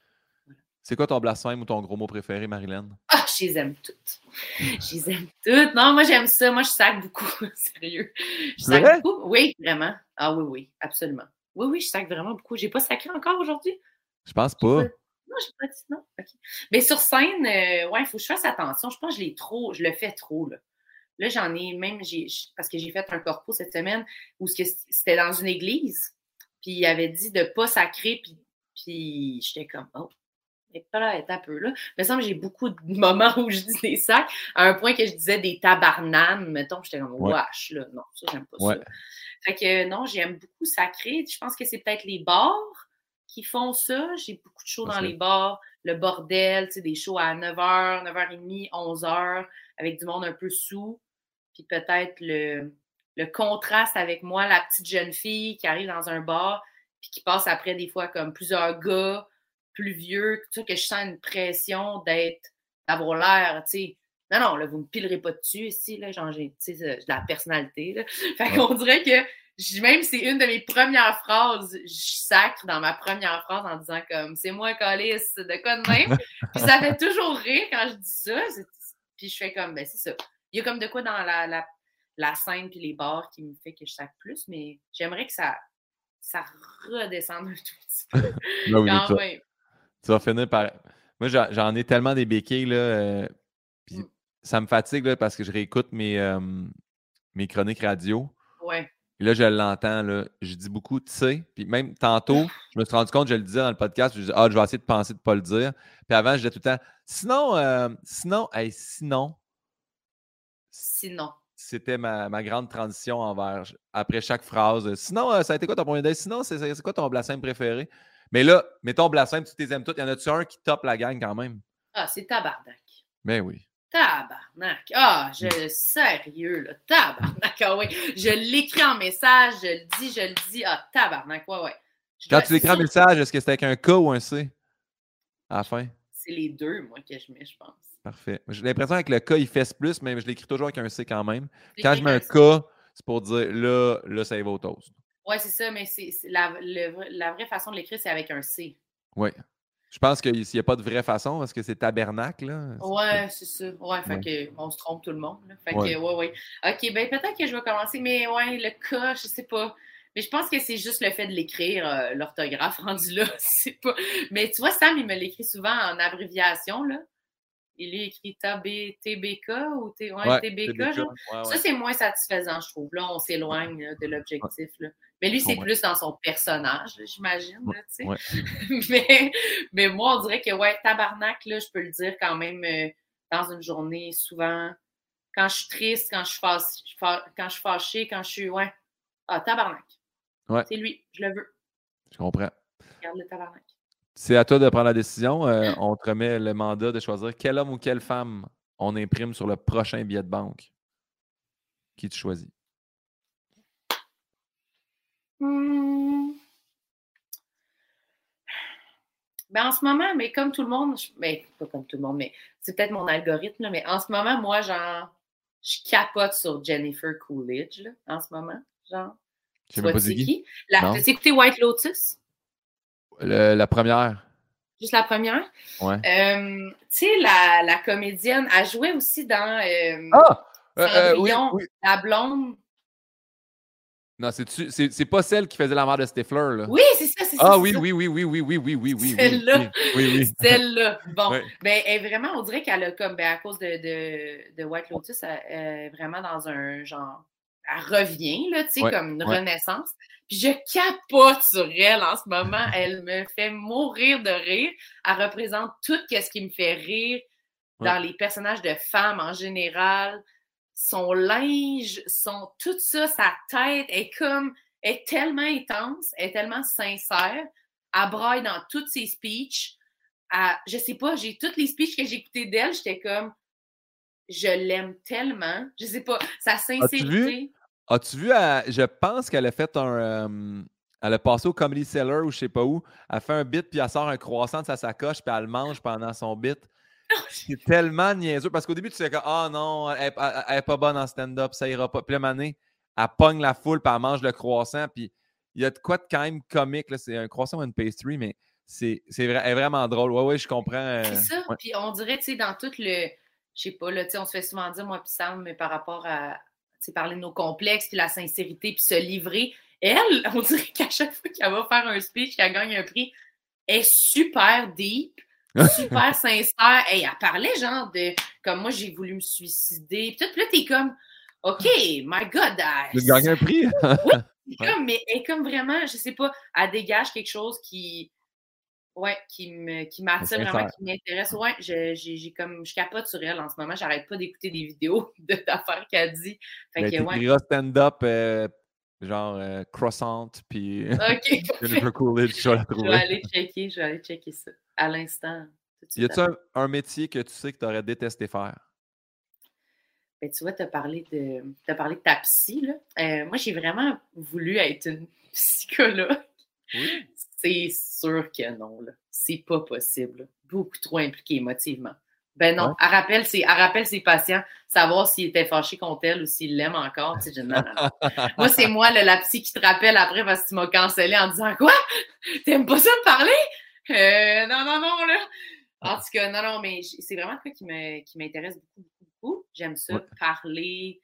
C'est quoi ton blasphème ou ton gros mot préféré, Marilyn? Ah, je les aime toutes. Je les aime toutes. Non, moi, j'aime ça. Moi, je sac beaucoup. Sérieux. Je C'est sac vrai? beaucoup. Oui, vraiment. Ah oui, oui, absolument. Oui, oui, je sac vraiment beaucoup. J'ai pas sacré encore aujourd'hui. Je pense J'ai pas. pas. Non, j'ai pas dit non. OK. Mais sur scène, euh, ouais, il faut que je fasse attention. Je pense que je l'ai trop, je le fais trop, là. Là, j'en ai même, j'ai, parce que j'ai fait un corpo cette semaine où c'était dans une église, puis il avait dit de pas sacrer, puis, puis j'étais comme, oh, mais pas là, un peu là. Il me semble que j'ai beaucoup de moments où je dis des sacs, à un point que je disais des tabarnanes, mettons, j'étais comme, Ouais. wesh, là. Non, ça, j'aime pas Ouais. ça. Fait que non, j'aime beaucoup sacrer. Je pense que c'est peut-être les bars qui font ça. J'ai beaucoup de shows dans les bars, le bordel, tu sais, des shows à neuf heures, neuf heures trente, onze heures, avec du monde un peu sous. Puis peut-être le, le contraste avec moi, la petite jeune fille qui arrive dans un bar, puis qui passe après des fois comme plusieurs gars plus vieux, tu sais, que je sens une pression d'être, d'avoir l'air, tu sais. Non, non, là, vous me pilerez pas dessus ici, là, genre, j'ai, tu sais, j'ai de la personnalité, là. Fait qu'on dirait que, je- même c'est une de mes premières phrases, je sacre dans ma première phrase en disant comme, c'est moi, Calice, de quoi de même. Puis ça fait toujours rire quand je dis ça. C'est- Puis je fais comme, ben c'est ça. Il y a comme de quoi dans la, la, la scène puis les bars qui me fait que je sacre plus, mais j'aimerais que ça, ça redescende un tout petit peu. Ben oui, mais Quand tu, vas, même. tu vas finir par. Moi, j'en, j'en ai tellement des béquilles, là. euh, Puis Mm. ça me fatigue, là, parce que je réécoute mes, euh, mes chroniques radio. Ouais. Et là, je l'entends, là. Je dis beaucoup, tu sais. Puis même tantôt, je me suis rendu compte, je le disais dans le podcast, je disais, ah, je vais essayer de penser de ne pas le dire. Puis avant, je disais tout le temps, sinon, euh, sinon, hey, sinon, Sinon. c'était ma, ma grande transition envers, après chaque phrase. Sinon, euh, ça a été quoi ton premier date? Sinon, c'est, c'est quoi ton blasphème préféré? Mais là, mettons blasphème, tu les aimes toutes. Y en a-tu un qui top la gang quand même? Ah, c'est tabarnak. Ben oui. Tabarnak. Ah, je sérieux, là. Tabarnak. Ah oui. Je l'écris en message, je le dis, je le dis. Ah, tabarnak. Ouais, ouais. Je Quand dois- tu l'écris un sur- message, est-ce que c'était avec un K ou un C à la fin? C'est les deux, moi, que je mets, je pense. Parfait. J'ai l'impression que le K, il fesse plus, mais je l'écris toujours avec un C quand même. Je Quand l'écris je mets un avec un C. K, c'est pour dire là, là, ça y va au toast. Ouais, c'est ça, mais c'est c'est la, le- la vraie façon de l'écrire, c'est avec un C. Oui. Je pense qu'il n'y a pas de vraie façon parce que c'est tabernacle, là. Ouais, c'est ça. Ouais, fait Ouais. que on se trompe tout le monde. Là. Fait Ouais. que, ouais, ouais. OK, ben peut-être que je vais commencer, mais ouais, le cas, je sais pas. Mais je pense que c'est juste le fait de l'écrire, euh, l'orthographe rendu là. C'est pas. Mais tu vois, Sam, il me l'écrit souvent en abréviation, là. Il est écrit T B K ou T... ouais, Ouais, T B K, T B K. genre. Ouais, Ça, ouais. c'est moins satisfaisant, je trouve. Là, on s'éloigne là, de l'objectif. Là. Mais lui, Je c'est comprends. plus dans son personnage, là, j'imagine. Ouais. Là, tu sais. Ouais. mais, mais moi, on dirait que, ouais, tabarnak, là, je peux le dire quand même euh, dans une journée, souvent. Quand je suis triste, quand je suis fâchée, quand je suis fâchée, quand je suis, ouais. Ah, tabarnak. Ouais. C'est lui, je le veux. Je comprends. Regarde le tabarnak. C'est à toi de prendre la décision. Euh, on te remet le mandat de choisir quel homme ou quelle femme on imprime sur le prochain billet de banque? Qui tu choisis? Hmm. Ben, en ce moment, mais comme tout le monde, je, ben, pas comme tout le monde, mais c'est peut-être mon algorithme, là, mais en ce moment, moi, genre, je capote sur Jennifer Coolidge, là, en ce moment, genre. Je sais Tu même vois, pas tu c'est sais qui. qui? La, Non? t'as écouté White Lotus? Le- la première. Juste la première? Ouais. Euh, tu sais, la, la comédienne, elle jouait aussi dans euh, Ah! Euh, euh, oui, Cendrillon, oui. la blonde. Non, c'est-tu- c'est c'est pas celle qui faisait la mère de Stifler, là. Oui, c'est ça, c'est ça, Ah c'est oui, ça. oui, oui, oui, oui, oui, oui, oui, oui, oui, Celle-là, oui, oui, oui. celle-là. Bon, Ouais. ben, elle est vraiment, on dirait qu'elle a comme, ben, à cause de, de, de White Lotus, elle, elle est vraiment dans un genre, elle revient, là, tu sais, Ouais, comme une ouais. renaissance. Puis je capote sur elle en ce moment. Elle me fait mourir de rire. Elle représente tout ce qui me fait rire dans Ouais. les personnages de femmes en général. Son linge, son tout ça, sa tête est comme, est tellement intense, est tellement sincère. Elle braille dans toutes ses speeches. Elle, je sais pas, j'ai toutes les speeches que j'ai écoutées d'elle, j'étais comme, je l'aime tellement. Je sais pas, sa As-tu vu? sincérité. As-tu vu? elle- je pense qu'elle a fait un. euh, elle a passé au Comedy Cellar ou je sais pas où. Elle fait un bit, puis elle sort un croissant de sa sacoche, puis elle le mange pendant son bit. C'est tellement niaiseux. Parce qu'au début, tu sais comme ah non, elle, elle- elle est pas bonne en stand-up, ça ira pas. Puis là, mané, elle pogne la foule, puis elle mange le croissant. Puis il y a de quoi de quand même comique. Là. C'est un croissant ou une pastry, mais c'est, c'est vra- elle est vraiment drôle. Ouais, ouais, je comprends. C'est euh, ça. ouais. Puis on dirait, tu sais, dans tout le. Je sais pas, là, tu sais, on se fait souvent dire, moi, puis Sam, mais par rapport à. Tu sais, parler de nos complexes, puis la sincérité, puis se livrer. Elle, on dirait qu'à chaque fois qu'elle va faire un speech, qu'elle gagne un prix, elle est super deep, super sincère. Hey, elle parlait genre de. Comme moi, j'ai voulu me suicider. Puis tout, puis là, t'es comme. OK, my God. Tu gagnes un prix? Oui, c'est Ouais. comme, mais elle est comme vraiment, je sais pas, elle dégage quelque chose qui. Ouais, qui me qui m'attire vraiment, qui m'intéresse. Ouais, je, j'ai, j'ai comme je capote sur elle en ce moment. J'arrête pas d'écouter des vidéos de d'affaires qu'elle dit. Fait Ben, que ouais. t'écriras stand-up euh, genre euh, croissant, puis OK, Jennifer Coolidge, je vais la je vais trouver. aller checker, je vais aller checker ça à l'instant. Tout de Y suite a-tu après. un, un métier que tu sais que tu aurais détesté faire? Ben, tu vois, tu as parlé de t'as parlé de ta psy, là. Euh, moi, j'ai vraiment voulu être une psychologue. Oui. C'est sûr que non, là. C'est pas possible. Là. Beaucoup trop impliqué émotivement. Ben non, Ouais. elle rappelle, ses, elle rappelle ses patients, savoir s'il était fâché contre elle ou s'il l'aime encore. Tu sais, je, non, non, non. Moi, c'est moi, là, la psy qui te rappelle après parce que tu m'as cancellé en disant quoi? T'aimes pas ça de parler? Euh, non, non, non, là. En tout cas, non, non, mais c'est vraiment un truc qui, me, qui m'intéresse beaucoup, beaucoup, beaucoup. J'aime ça, Ouais. parler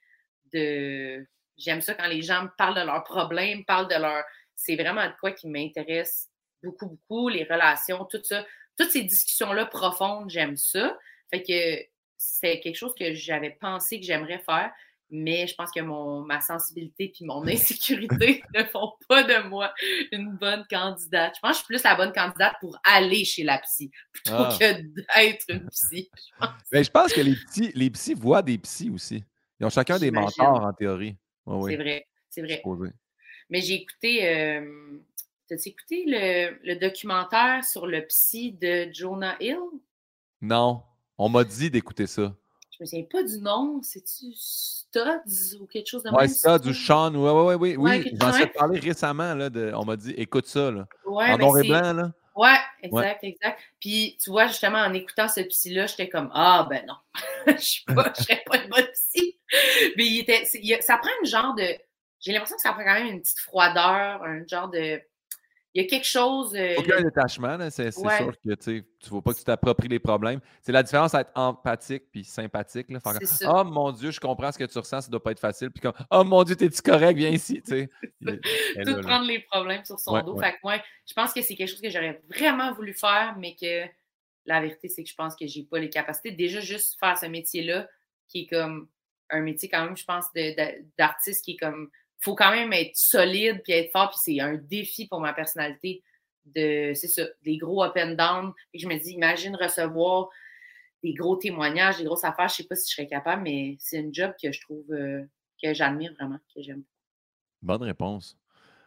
de. J'aime ça quand les gens me parlent de leurs problèmes, parlent de leur. C'est vraiment de quoi qui m'intéresse beaucoup, beaucoup, les relations, tout ça. Toutes ces discussions-là profondes, j'aime ça. Fait que c'est quelque chose que j'avais pensé que j'aimerais faire, mais je pense que mon, ma sensibilité puis mon insécurité ne font pas de moi une bonne candidate. Je pense que je suis plus la bonne candidate pour aller chez la psy plutôt Ah. que d'être une psy. Je pense. Ben, je pense que les petits, les psys voient des psys aussi. Ils ont chacun des J'imagine. mentors en théorie. Ouais, oui. C'est vrai, c'est vrai. Supposé. Mais j'ai écouté, euh, t'as-tu écouté le, le documentaire sur le psy de Jonah Hill? Non, on m'a dit d'écouter ça. Je me souviens pas du nom. C'est-tu Studs ou quelque chose de Ouais, même? c'est ça, du Sean. Ouais, ouais, ouais, oui, Ouais, oui. quelque J'en chose de ai même. parlé récemment. Là, de, on m'a dit, écoute ça. Là. Ouais, En ben noir et c'est. blanc, là. Ouais, Ouais. exact, exact. Puis, tu vois, justement, en écoutant ce psy-là, j'étais comme, ah, ben non, je suis pas, je serais pas une bonne psy. Mais il était, c'est- il- ça prend une genre de, j'ai l'impression que ça prend quand même une petite froideur, un genre de, il y a quelque chose. euh, Aucun le- détachement, là, c'est, c'est Ouais, sûr que tu ne faut pas que tu t'appropries les problèmes. C'est la différence entre empathique puis sympathique. Là. Faire c'est comme, ça. oh mon Dieu, je comprends ce que tu ressens, ça doit pas être facile. Puis comme, oh mon Dieu, t'es-tu correct, viens ici. Tu sais. Il- elle est Tout là, là. prendre les problèmes sur son Ouais, dos. ouais. Fait que moi, je pense que c'est quelque chose que j'aurais vraiment voulu faire, mais que la vérité, c'est que je pense que j'ai pas les capacités. Déjà, juste faire ce métier-là, qui est comme un métier quand même, je pense, de, de- d'artiste qui est comme. Faut quand même être solide puis être fort, puis c'est un défi pour ma personnalité de. C'est ça, des gros up and down. Et je me dis, imagine recevoir des gros témoignages, des grosses affaires. Je sais pas si je serais capable, mais c'est une job que je trouve euh, que j'admire vraiment, que j'aime. Bonne réponse.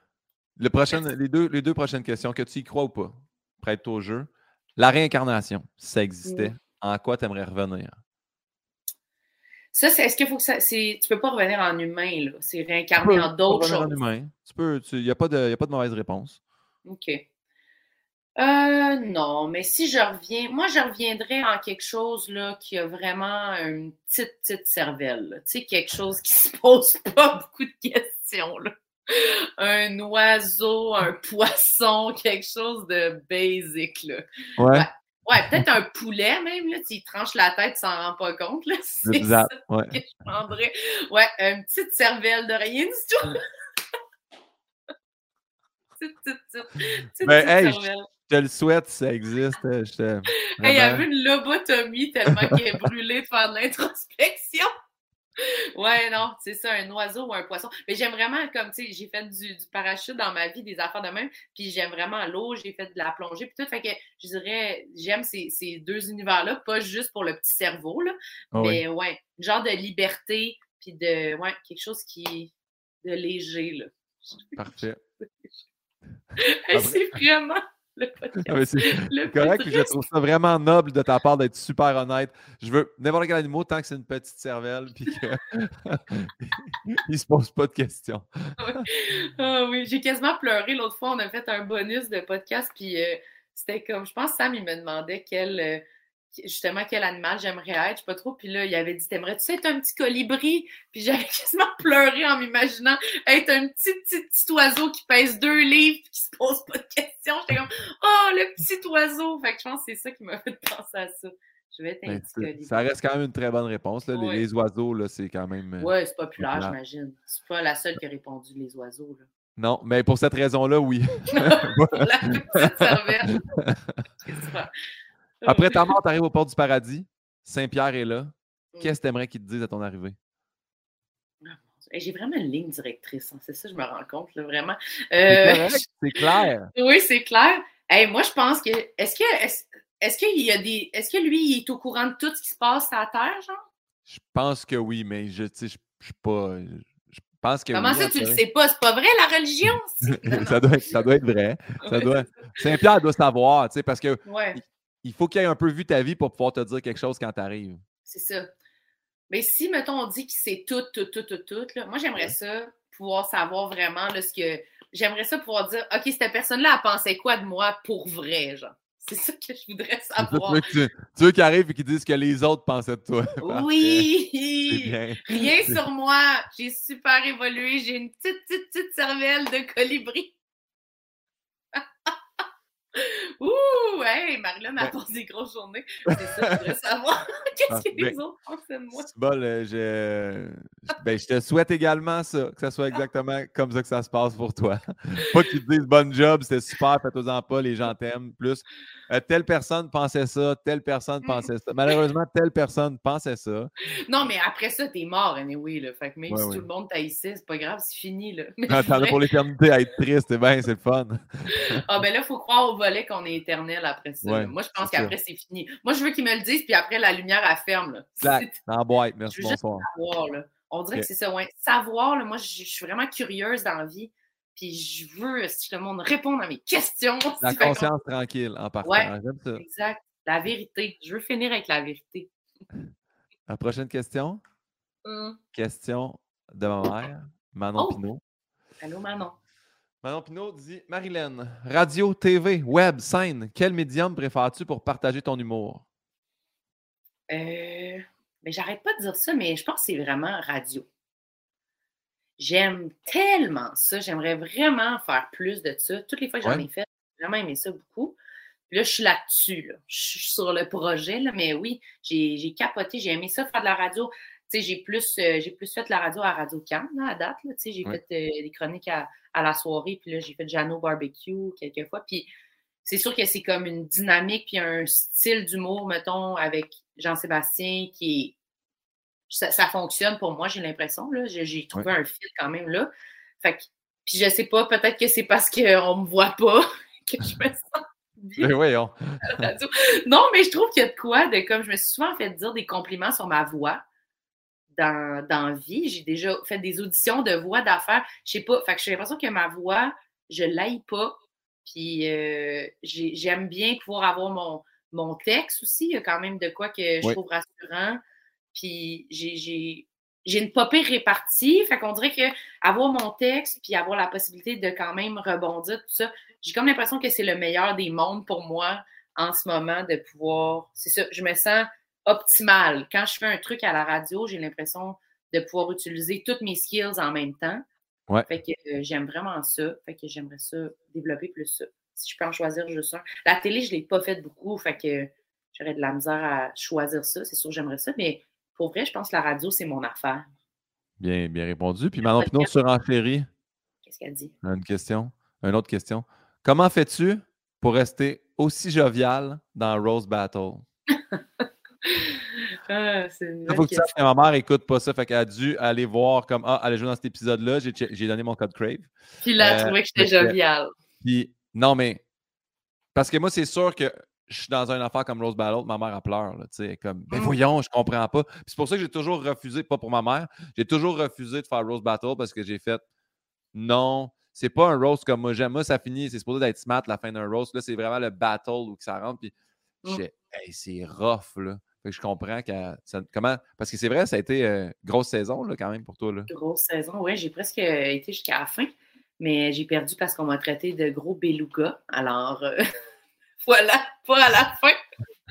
Le prochain, Merci. les, deux, les deux prochaines questions, que tu y crois ou pas? Prête au jeu. La réincarnation, si ça existait, Mm. en quoi tu aimerais revenir? Ça, c'est, est-ce qu'il faut que ça. C'est, tu peux pas revenir en humain, là. C'est réincarné en d'autres choses. En humain. Tu peux. Il n'y a, a pas de mauvaise réponse. OK. Euh, non, mais si je reviens, moi, je reviendrais en quelque chose là, qui a vraiment une petite, petite cervelle. Tu sais, quelque chose qui se pose pas beaucoup de questions. Là. Un oiseau, un poisson, quelque chose de basic. Là. Ouais. Ouais, ouais peut-être un poulet même. Là, s'il tranche la tête, tu s'en rend pas compte. Là. C'est exact. ça Ouais. que je prendrais. Ouais, une petite cervelle de rien du tout. petite, petite, petite, petite, ben, petite hey, cervelle. Je te le souhaite, ça existe. Je te... Vraiment... hey, il y avait une lobotomie tellement qu'il est brûlé de faire de l'introspection. Ouais, non, c'est ça, un oiseau ou un poisson. Mais j'aime vraiment, comme, tu sais, j'ai fait du, du parachute dans ma vie, des affaires de même, puis j'aime vraiment l'eau, j'ai fait de la plongée, puis tout. Fait que, je dirais, j'aime ces, ces deux univers-là, pas juste pour le petit cerveau, là, oh, mais oui. ouais, genre de liberté, puis de, ouais, quelque chose qui de léger, là. Parfait. Hey, c'est vraiment... le podcast. Ah, c'est le correct, puis je trouve ça vraiment noble de ta part d'être super honnête. Je veux n'importe quel animal tant que c'est une petite cervelle puis qu'il ne se pose pas de questions. oui. Oh, oui, j'ai quasiment pleuré l'autre fois. On a fait un bonus de podcast, puis euh, c'était comme, je pense, Sam, il me demandait quel, euh, justement, quel animal j'aimerais être, je sais pas trop. Puis là, il avait dit, t'aimerais-tu être un petit colibri? Puis j'avais quasiment pleuré en m'imaginant être un petit, petit, petit oiseau qui pèse deux livres et qui se pose pas de questions. J'étais comme, oh, le petit oiseau! Fait que je pense que c'est ça qui m'a fait penser à ça. Je vais être un ben, petit colibri. Ça reste quand même une très bonne réponse. Là. Ouais. Les, les oiseaux, là, c'est quand même... Oui, c'est populaire, j'imagine. C'est pas la seule qui a répondu, les oiseaux. Là. Non, mais pour cette raison-là, oui. La petite cervelle. Après ta mort, tu arrives au port du paradis. Saint-Pierre est là. Mm. Qu'est-ce que tu aimerais qu'il te dise à ton arrivée? J'ai vraiment une ligne directrice, hein. C'est ça, je me rends compte, là, vraiment. Euh... C'est correct, c'est clair. Oui, c'est clair. Hey, moi, je pense que. Est-ce que. Est-ce, est-ce qu'il y a des. Est-ce que lui, il est au courant de tout ce qui se passe à la Terre, genre? Je pense que oui, mais je ne je, je suis pas. Je pense que Comment oui, ça, tu le sais pas? C'est pas vrai, la religion? non, non. ça, doit être, ça doit être vrai. Ça doit... Saint-Pierre doit savoir, tu sais, parce que ouais. il faut qu'il ait un peu vu ta vie pour pouvoir te dire quelque chose quand tu arrives. C'est ça. Mais si, mettons, on dit qu'il sait tout, tout, tout, tout, tout, là, moi, j'aimerais ouais. ça pouvoir savoir vraiment là, ce que... J'aimerais ça pouvoir dire, OK, cette personne-là, elle pensait quoi de moi pour vrai, genre? C'est ça que je voudrais savoir. Ça, tu, veux tu veux qu'ils arrivent et qu'ils disent ce que les autres pensaient de toi. Oui! Bien. Rien sur moi. J'ai super évolué. J'ai une petite, petite, petite cervelle de colibri. Ouh! Hey, Marilyn, elle passe des grosses journées. C'est ça, je voudrais savoir. Qu'est-ce ah, que ben, les autres pensaient de moi? Bon, là, je... Ben, je te souhaite également ça, que ça soit exactement comme ça que ça se passe pour toi. Pas qu'ils te disent bonne job, c'était super, faites-en pas, les gens t'aiment. Plus, euh, telle personne pensait ça, telle personne pensait ça. Malheureusement, telle personne pensait ça. Non, mais après ça, t'es mort, anyway, là. Fait que même ouais, si oui. tout le monde t'haïssait, c'est pas grave, c'est fini, là. Mais non, t'en as pour l'éternité à être triste, c'est bien, c'est le fun. Ah, ben là, il faut croire au volet qu'on est éternel après ça. Ouais, moi, je pense qu'après, c'est fini. Moi, je veux qu'ils me le disent, puis après, la lumière, elle ferme, là. Exact. Dans la boîte, merci, je veux bonsoir. Juste savoir, là. On dirait okay. que c'est ça, ouais. Savoir, là, moi, je suis vraiment curieuse dans la vie. Puis je veux, si le monde réponde à mes questions. La si conscience qu'on... tranquille en partant. Ouais, ça. Exact. La vérité. Je veux finir avec la vérité. La prochaine question. Hum. Question de ma mère, Manon oh. Pinault. Allô, Manon. Manon Pinault dit « Marilyn, radio, T V, web, scène, quel médium préfères-tu pour partager ton humour? » Euh... Mais j'arrête pas de dire ça, mais je pense que c'est vraiment radio. J'aime tellement ça. J'aimerais vraiment faire plus de ça. Toutes les fois que j'en ouais. ai fait, j'ai vraiment aimé ça beaucoup. Puis là, je suis là-dessus. Là. Je suis sur le projet, là, mais oui, j'ai, j'ai capoté. J'ai aimé ça faire de la radio. Tu sais, j'ai plus, euh, j'ai plus fait de la radio à Radio-Can à date. Là. Tu sais, j'ai ouais. fait euh, des chroniques à, à la soirée. Puis là, j'ai fait Jeannot Barbecue quelques fois. Puis c'est sûr que c'est comme une dynamique puis un style d'humour, mettons, avec Jean-Sébastien qui est Ça, ça fonctionne pour moi, j'ai l'impression. Là. J'ai, j'ai trouvé ouais. un fil quand même là. Fait que, puis je sais pas, peut-être que c'est parce qu'on me voit pas que je me sens bien. Mais voyons. Non, mais je trouve qu'il y a de quoi de comme je me suis souvent fait dire des compliments sur ma voix dans, dans la vie. J'ai déjà fait des auditions de voix d'affaires. Je sais pas. Fait que j'ai l'impression que ma voix, je l'aille pas. Puis euh, j'ai, j'aime bien pouvoir avoir mon, mon texte aussi. Il y a quand même de quoi que je ouais. trouve rassurant. Puis j'ai, j'ai, j'ai une pas pire répartie. Fait qu'on dirait que avoir mon texte puis avoir la possibilité de quand même rebondir, tout ça, j'ai comme l'impression que c'est le meilleur des mondes pour moi en ce moment de pouvoir... C'est ça, je me sens optimale. Quand je fais un truc à la radio, j'ai l'impression de pouvoir utiliser toutes mes skills en même temps. Ouais. Fait que euh, j'aime vraiment ça. Fait que j'aimerais ça, développer plus ça. Si je peux en choisir juste un. La télé, je ne l'ai pas fait beaucoup. Fait que j'aurais de la misère à choisir ça. C'est sûr que j'aimerais ça. Mais pour vrai, je pense que la radio, c'est mon affaire. Bien, bien répondu. Puis Manon Pinot sur Enchérie. Qu'est-ce qu'elle dit? Une question. Une autre question. Comment fais-tu pour rester aussi jovial dans Rose Battle? Ah, c'est une Il bonne faut que tu question. saches que ma mère écoute pas ça. Fait qu'elle a dû aller voir comme Ah, elle a joué dans cet épisode-là. J'ai, j'ai donné mon code Crave. Puis là, elle Euh, trouvait que j'étais fait que- joviale. Puis, non, mais parce que moi, c'est sûr que je suis dans une affaire comme Rose Battle, ma mère, elle pleure. Là, tu sais, comme, ben Mm. voyons, je comprends pas. Puis c'est pour ça que j'ai toujours refusé, pas pour ma mère, j'ai toujours refusé de faire Rose Battle parce que j'ai fait non, c'est pas un roast comme moi j'aime. Moi, ça finit, c'est supposé d'être smart la fin d'un roast. Là, c'est vraiment le battle où que ça rentre. Puis, Mm. j'ai, hey, c'est rough, là. Fait que je comprends que ça, comment. Parce que c'est vrai, ça a été euh, grosse saison, là, quand même, pour toi, là. Grosse saison, oui. J'ai presque été jusqu'à la fin. Mais j'ai perdu parce qu'on m'a traité de gros beluga. Alors, euh, voilà, pas à la fin.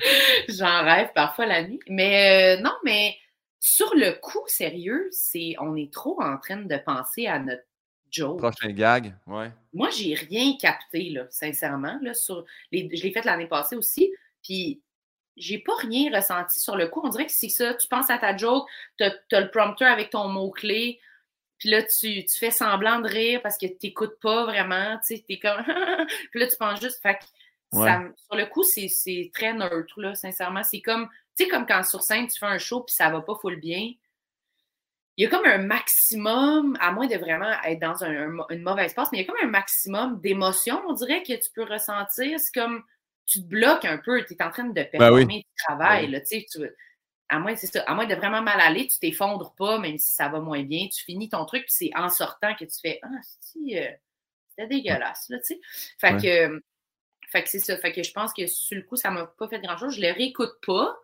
J'en rêve parfois la nuit. Mais euh, non, mais sur le coup, sérieux, c'est on est trop en train de penser à notre joke. Prochain gag, ouais. Moi, j'ai rien capté, là, sincèrement. Là, sur les, je l'ai fait l'année passée aussi. Puis, j'ai pas rien ressenti sur le coup. On dirait que c'est ça. Tu penses à ta joke, t'as, t'as le prompteur avec ton mot-clé. Puis là, tu, tu fais semblant de rire parce que t'écoutes pas vraiment. Tu sais, t'es comme... Puis là, tu penses juste... Fait que Ouais. ça, sur le coup, c'est, c'est très neutre, là, sincèrement. C'est comme... Tu sais, comme quand sur scène, tu fais un show puis ça va pas full bien. Il y a comme un maximum, à moins de vraiment être dans un, un, une mauvaise passe, mais il y a comme un maximum d'émotions, on dirait, que tu peux ressentir. C'est comme... Tu te bloques un peu. Tu es en train de performer, Ben oui. tu travailles, Ben oui. là, tu sais, tu... À moins, c'est ça, à moins de vraiment mal aller, tu t'effondres pas, même si ça va moins bien. Tu finis ton truc, puis c'est en sortant que tu fais « Ah, si, euh, c'était dégueulasse, là, tu sais. » Fait Ouais. que, fait que c'est ça. Fait que je pense que sur le coup, ça m'a pas fait grand-chose. Je le réécoute pas,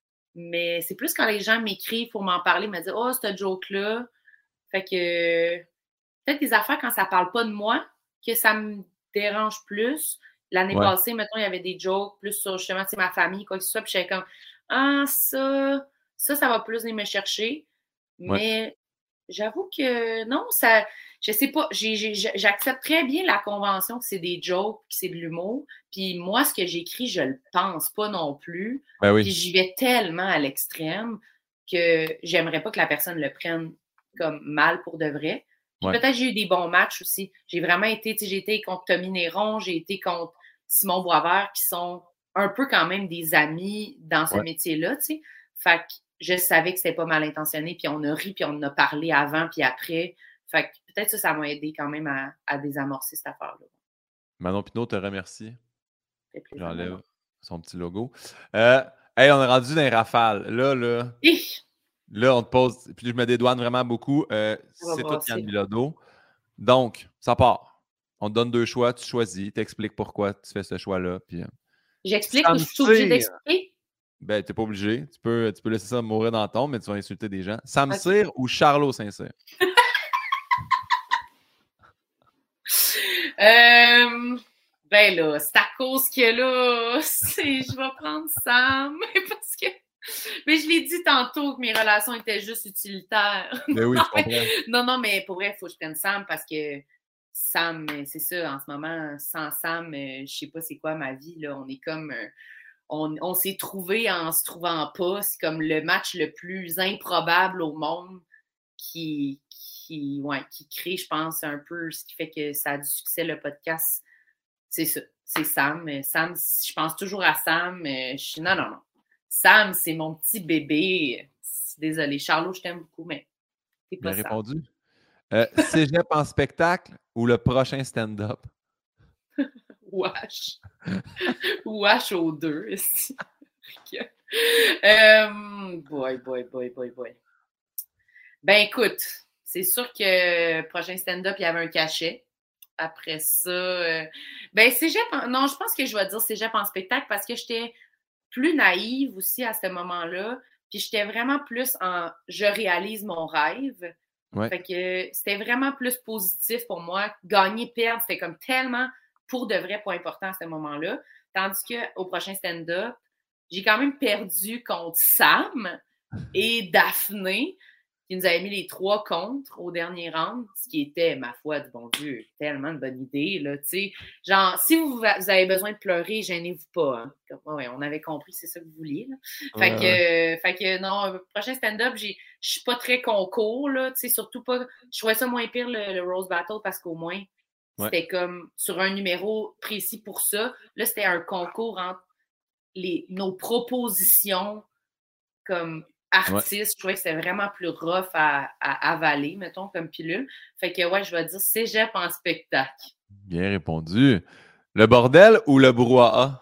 mais c'est plus quand les gens m'écrivent pour m'en parler, me dire « Oh, cette joke-là. » Fait que peut-être des affaires quand ça parle pas de moi, que ça me dérange plus. L'année Ouais. passée, mettons, il y avait des jokes plus sur justement, tu sais, ma famille, quoi que ce soit, puis j'étais comme Ah, ça, ça, ça va plus venir me chercher. Ouais. Mais j'avoue que non, ça, je sais pas, j'ai, j'ai, j'accepte très bien la convention que c'est des jokes, que c'est de l'humour. Puis moi, ce que j'écris, je le pense pas non plus. Ben oui. Puis j'y vais tellement à l'extrême que j'aimerais pas que la personne le prenne comme mal pour de vrai. Puis Ouais. peut-être j'ai eu des bons matchs aussi. J'ai vraiment été, tu sais, j'ai été contre Tommy Néron, j'ai été contre Simon Boisvert, qui sont un peu quand même des amis dans ce Ouais. métier-là, tu sais. Fait que je savais que c'était pas mal intentionné, puis on a ri, puis on en a parlé avant, puis après. Fait que peut-être ça, ça m'a aidé quand même à, à désamorcer cette affaire-là. Manon Pinot te remercie. Ça fait plaisir, J'enlève Manon. son petit logo. Euh, hey, on est rendu dans les rafales. Là, là, Hi! là, on te pose, puis je me dédouane vraiment beaucoup. Euh, Ça va c'est tout brasser. Yann Bilodeau. Donc, ça part. On te donne deux choix, tu choisis, t'expliques pourquoi tu fais ce choix-là. Puis, euh, J'explique ça ou me je suis obligée tire. d'expliquer? Ben, t'es pas obligé. Tu peux, tu peux laisser ça mourir dans ton, mais tu vas insulter des gens. Sam Ok. Cyr ou Charlot Saint-Cyr? Euh, ben là, c'est à cause que là, c'est, je vais prendre Sam, parce que, mais je l'ai dit tantôt que mes relations étaient juste utilitaires. Ben oui, je comprends. Non, non, mais pour vrai, il faut que je prenne Sam parce que Sam, c'est ça, en ce moment, sans Sam, je sais pas c'est quoi ma vie, là. On est comme, on, on s'est trouvé en se trouvant pas. C'est comme le match le plus improbable au monde qui, qui, ouais, qui crée, je pense, un peu ce qui fait que ça a du succès, le podcast. C'est ça, c'est Sam. Sam, je pense toujours à Sam. Je, non, non, non. Sam, c'est mon petit bébé. Désolée, Charlot, je t'aime beaucoup, mais t'es pas Bien Sam. répondu. Euh, Cégep en spectacle ou le prochain stand-up? Wesh. Wesh aux deux. euh, boy, boy, boy, boy, boy. Ben écoute, c'est sûr que prochain stand-up, il y avait un cachet. Après ça, euh, ben cégep, en... non, je pense que je vais dire cégep en spectacle parce que j'étais plus naïve aussi à ce moment-là. Puis j'étais vraiment plus en « je réalise mon rêve ». Ouais. Fait que c'était vraiment plus positif pour moi. Gagner, perdre, c'était comme tellement pour de vrai pas important à ce moment-là. Tandis qu'au prochain stand-up, j'ai quand même perdu contre Sam et Daphné, qui nous avait mis les trois contre au dernier round, ce qui était, ma foi, du bon Dieu, tellement de bonne idée, là, tu sais. Genre, si vous, vous avez besoin de pleurer, gênez-vous pas, hein. Comme, ouais, on avait compris, c'est ça que vous vouliez, là. Fait Ouais, que, ouais. euh, fait que, non, prochain stand-up, je suis pas très concours, là, tu sais, surtout pas, je trouvais ça moins pire, le, le Rose Battle, parce qu'au moins, Ouais. c'était comme sur un numéro précis pour ça. Là, c'était un concours entre les, nos propositions comme artiste, ouais. Je trouvais que c'était vraiment plus rough à, à avaler, mettons, comme pilule. Fait que, ouais, je vais dire cégep en spectacle. Bien répondu. Le bordel ou le brouhaha?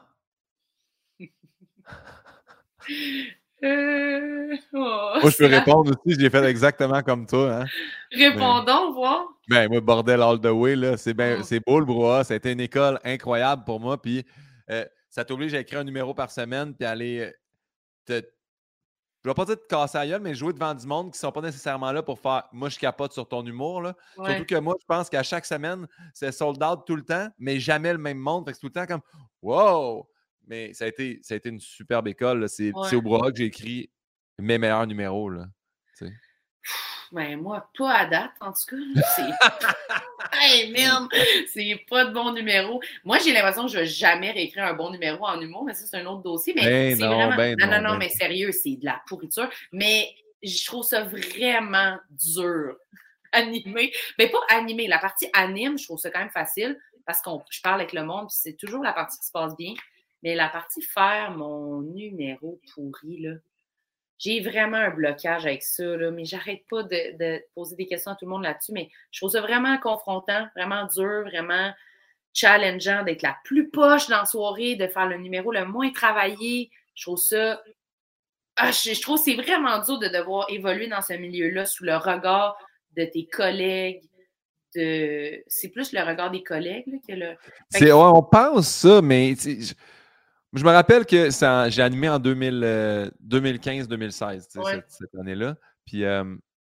euh... oh, moi, je peux la... répondre aussi. J'ai fait exactement comme toi. Hein? Répondons, Mais... voir. Ben, moi, bordel all the way, là. C'est, ben, mm. c'est beau, le brouhaha. Ça a été une école incroyable pour moi. Puis, euh, ça t'oblige à écrire un numéro par semaine, puis aller te... Je vais pas dire te casser la gueule, mais jouer devant du monde qui ne sont pas nécessairement là pour faire « moi, je capote sur ton humour ». Là. Ouais. Surtout que moi, je pense qu'à chaque semaine, c'est sold out tout le temps, mais jamais le même monde. Fait que c'est tout le temps comme « wow ». Mais ça a été, ça a été une superbe école. Là. C'est, ouais. c'est au brouhaha que j'ai écrit mes meilleurs numéros. Là. Tu sais. Ben, moi, pas à date, en tout cas. Là, c'est... hey, merde! C'est pas de bon numéro. Moi, j'ai l'impression que je vais jamais réécrire un bon numéro en humour, mais ça, c'est un autre dossier. Mais ben c'est non, vraiment... Ben non, non, non, non, ben mais non. Sérieux, c'est de la pourriture. Mais je trouve ça vraiment dur. Animé. Mais pas animé. La partie anime, je trouve ça quand même facile parce que je parle avec le monde, puis c'est toujours la partie qui se passe bien. Mais la partie faire mon numéro pourri, là, j'ai vraiment un blocage avec ça, là, mais j'arrête pas de, de poser des questions à tout le monde là-dessus, mais je trouve ça vraiment confrontant, vraiment dur, vraiment challengeant d'être la plus poche dans la soirée, de faire le numéro le moins travaillé. Je trouve ça... Ah, je, je trouve que c'est vraiment dur de devoir évoluer dans ce milieu-là sous le regard de tes collègues. De... C'est plus le regard des collègues là, que le... C'est, que... ouais, on pense ça, mais... Je... Je me rappelle que ça, j'ai animé en deux mille, euh, deux mille quinze deux mille seize, ouais. cette, cette année-là. Puis euh,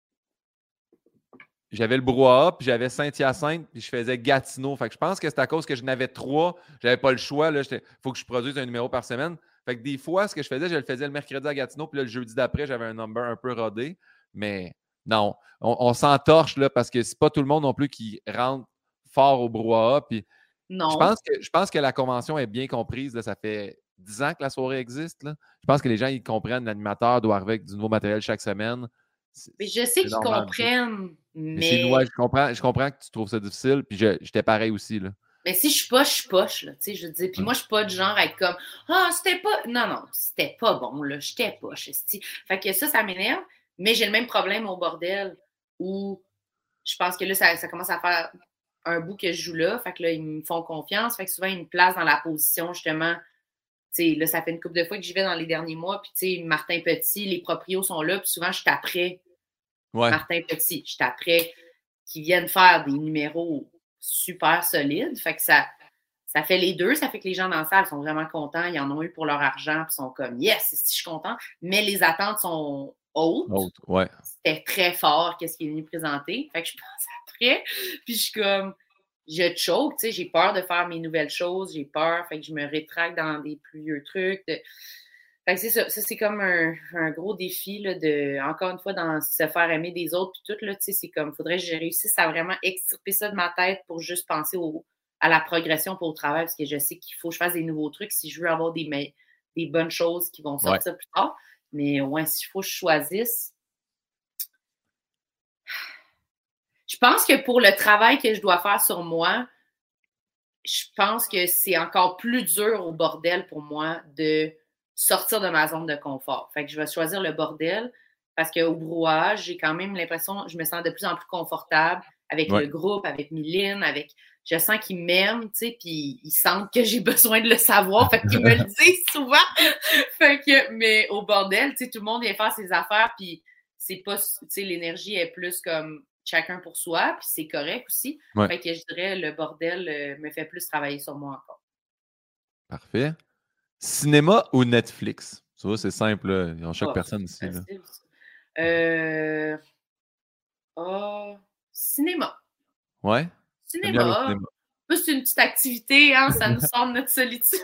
j'avais le brouhaha, puis j'avais Saint-Hyacinthe, puis je faisais Gatineau. Fait que je pense que c'est à cause que je n'avais trois. J'avais pas le choix. Il faut que je produise un numéro par semaine. Fait que des fois, ce que je faisais, je le faisais le mercredi à Gatineau, puis là, le jeudi d'après, j'avais un number un peu rodé. Mais non, on, on s'entorche là, parce que c'est pas tout le monde non plus qui rentre fort au brouhaha. Puis non. Je pense, que, je pense que la convention est bien comprise. Là. Ça fait dix ans que la soirée existe. Là. Je pense que les gens, ils comprennent. L'animateur doit arriver avec du nouveau matériel chaque semaine. C'est, mais je sais qu'ils normal, comprennent. Mais, mais c'est nous, je comprends, je comprends que tu trouves ça difficile. Puis je, j'étais pareil aussi. Là. Mais si je suis poche, je suis poche. Là, je veux dire. Puis moi, je suis pas du genre à être comme ah, oh, c'était pas. Non, non, c'était pas bon. Là. J'étais poche. Fait que ça, ça m'énerve. Mais j'ai le même problème au bordel où je pense que là, ça, ça commence à faire un bout que je joue là. Fait que là, ils me font confiance. Fait que souvent, ils me placent dans la position, justement. Tu sais, là, ça fait une couple de fois que j'y vais dans les derniers mois. Puis, tu sais, Martin Petit, les proprios sont là. Puis souvent, je t'apprends ouais. Martin Petit. Je t'apprends qu'ils viennent faire des numéros super solides. Fait que ça, ça fait les deux. Ça fait que les gens dans la salle sont vraiment contents. Ils en ont eu pour leur argent. Puis sont comme, yes, si je suis content. Mais les attentes sont hautes. Haute, ouais. C'était très fort, qu'est-ce qui est venu présenter. Fait que je pense après. Puis je suis comme, je choke, tu sais, j'ai peur de faire mes nouvelles choses, j'ai peur, fait que je me rétracte dans des plus vieux trucs. De... Fait que c'est ça, ça c'est comme un, un gros défi, là, de, encore une fois, dans se faire aimer des autres, puis tout, là, tu sais, c'est comme, faudrait que je réussisse à vraiment extirper ça de ma tête pour juste penser au, à la progression pour le travail, parce que je sais qu'il faut que je fasse des nouveaux trucs si je veux avoir des, des bonnes choses qui vont sortir ouais. plus tard. Mais ouais, s'il faut que je choisisse, je pense que pour le travail que je dois faire sur moi, je pense que c'est encore plus dur au bordel pour moi de sortir de ma zone de confort. Fait que je vais choisir le bordel parce qu'au brouhaha, j'ai quand même l'impression, je me sens de plus en plus confortable avec ouais. le groupe, avec Mylène, avec... Je sens qu'ils m'aiment, tu sais, puis ils sentent que j'ai besoin de le savoir, fait qu'ils me le disent souvent. Fait que, mais au bordel, tu sais, tout le monde vient faire ses affaires, puis c'est pas, tu sais, l'énergie est plus comme chacun pour soi, puis c'est correct aussi. Ouais. Fait que je dirais, le bordel euh, me fait plus travailler sur moi encore. Parfait. Cinéma ou Netflix? Tu vois, c'est simple, là. Ils ont choqué Ah, personne ici, là. facile, ça. Euh... Ah, cinéma. Ouais? T'aimes bien aller au Cinéma. cinéma? Plus une petite activité, hein, ça nous sort de notre solitude.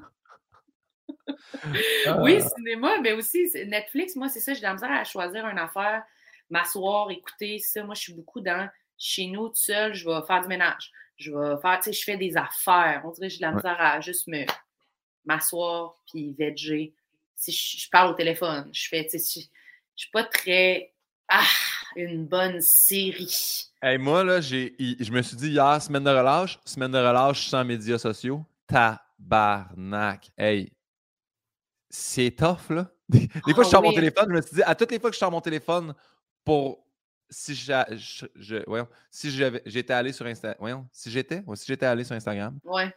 Oui, Ah! cinéma, mais aussi c'est- Netflix, moi, c'est ça, j'ai de la misère à choisir une affaire, m'asseoir, écouter ça. Moi, je suis beaucoup dans chez nous, tout seul, je vais faire du ménage. Je vais faire, tu sais, je fais des affaires. On dirait que j'ai de la Ouais. misère à juste me m'asseoir puis veger. Si je, je parle au téléphone, je fais, tu sais, je, je suis pas très ah, une bonne série. Hey, moi, là, j'ai, i- je me suis dit hier, semaine de relâche, semaine de relâche sans médias sociaux. Tabarnak. Hey, c'est tough, là. Des, des fois, Ah je sors mon oui, téléphone, je me suis dit, à toutes les fois que je sors mon téléphone pour. Si j'a- je, je- voyons, si j'avais, j'étais allé sur Instagram. Voyons, si j'étais, ouais, si j'étais allé sur Instagram, ouais.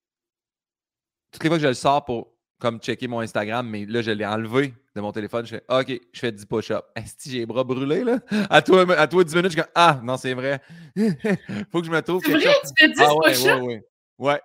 toutes les fois que je le sors pour comme checker mon Instagram, mais là, je l'ai enlevé de mon téléphone, je fais OK, je fais dix push-ups. Est-ce que j'ai les bras brûlés, là? À toi, à toi dix minutes, je suis comme Ah, non, c'est vrai. Faut que je me trouve C'est quelque vrai, chose. tu fais dix Ah ouais, ouais, push-ups? ouais. Ouais.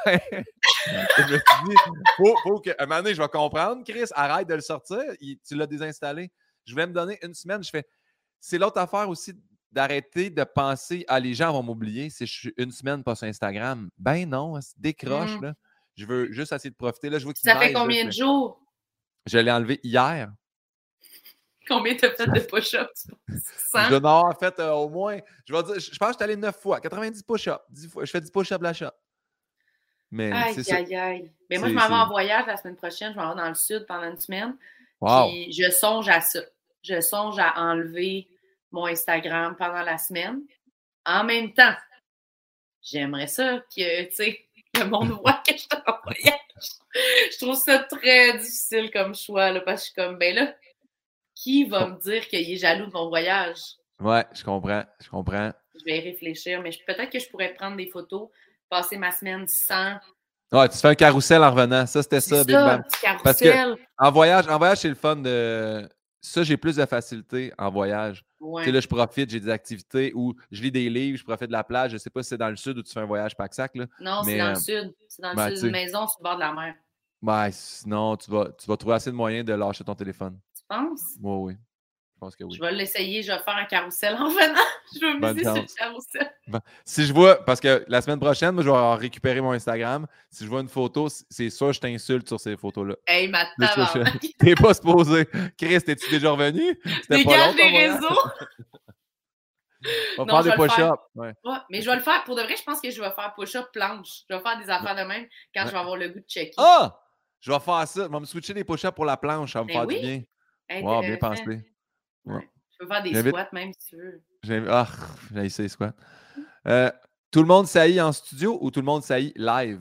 Je me suis dit, faut, faut que, à un moment donné, je vais comprendre, Chris, arrête de le sortir. Il- tu l'as désinstallé. Je voulais me donner une semaine. Je fais, c'est l'autre affaire aussi d'arrêter de penser, ah, les gens vont m'oublier si je suis une semaine pas sur Instagram. Ben non, c'est décroche, Hmm. là. Je veux juste essayer de profiter. Là, je vois qu'il Ça fait neige. Là, je, combien de fais- jours? je l'ai enlevé hier. Combien t'as fait de push-ups? Tu penses? Je cent? dois en avoir fait euh, au moins, je vais dire, je je pense que je suis allé neuf fois, quatre-vingt-dix push-ups. dix fois, je fais dix push-ups la shot. Mais Aïe, c'est ça. aïe, aïe. Mais moi, je C'est, m'en vais c'est... en voyage la semaine prochaine. Je m'en vais dans le sud pendant une semaine. Wow. Puis je songe à ça. Je songe à enlever mon Instagram pendant la semaine. En même temps, j'aimerais ça que, tu sais, le monde voit que je suis en voyage. Je trouve ça très difficile comme choix, là, parce que je suis comme, ben là, qui va me dire qu'il est jaloux de mon voyage? Ouais, je comprends. Je comprends. Je vais y réfléchir, mais je- peut-être que je pourrais prendre des photos, passer ma semaine sans. Ouais, tu fais un carrousel en revenant. Ça, c'était C'est ça, Big ça, un Bam. petit Parce que carrousel. en voyage, en voyage, c'est le fun de. Ça, j'ai plus de facilité en voyage. Tu sais, Ouais. là, je profite, j'ai des activités où je lis des livres, je profite de la plage. Je sais pas si c'est dans le sud ou tu fais un voyage pack-sac, là. Non, c'est Mais, dans le euh, sud. C'est dans le ben, sud, tu une sais, maison sur le bord de la mer. ben, sinon, tu vas, tu vas trouver assez de moyens de lâcher ton téléphone. Tu penses? Oui, oui. Je pense que Je oui. vais l'essayer, je vais faire un carrousel en venant. Je vais Bonne miser sur le chance. carrousel. Bon. Si je vois, parce que la semaine prochaine, moi, je vais avoir récupéré mon Instagram. Si je vois une photo, c- c'est sûr je t'insulte sur ces photos-là. Hey, ma C'est ça, je- tabarnak. T'es pas supposé. Chris, t'es-tu déjà revenu? C'était pas long Dégage ton les voyage? réseaux. On va Non, faire je des vais le faire. push-ups. Ouais. Ouais, mais je vais le faire. Pour de vrai, je pense que je vais faire push-up planche. Je vais faire des affaires de même quand Ouais. je vais avoir le goût de checker. Ah! Je vais faire ça. Je vais me switcher des push-ups pour la planche. Ça va me Ben faire du oui, bien. Wow, bien intéressant. pensé. Ouais. Ouais. Je peux faire des J'invite. squats même si tu veux. j'invite- Ah, j'ai essayé quoi. Euh, tout le monde saillit en studio ou tout le monde saillit live?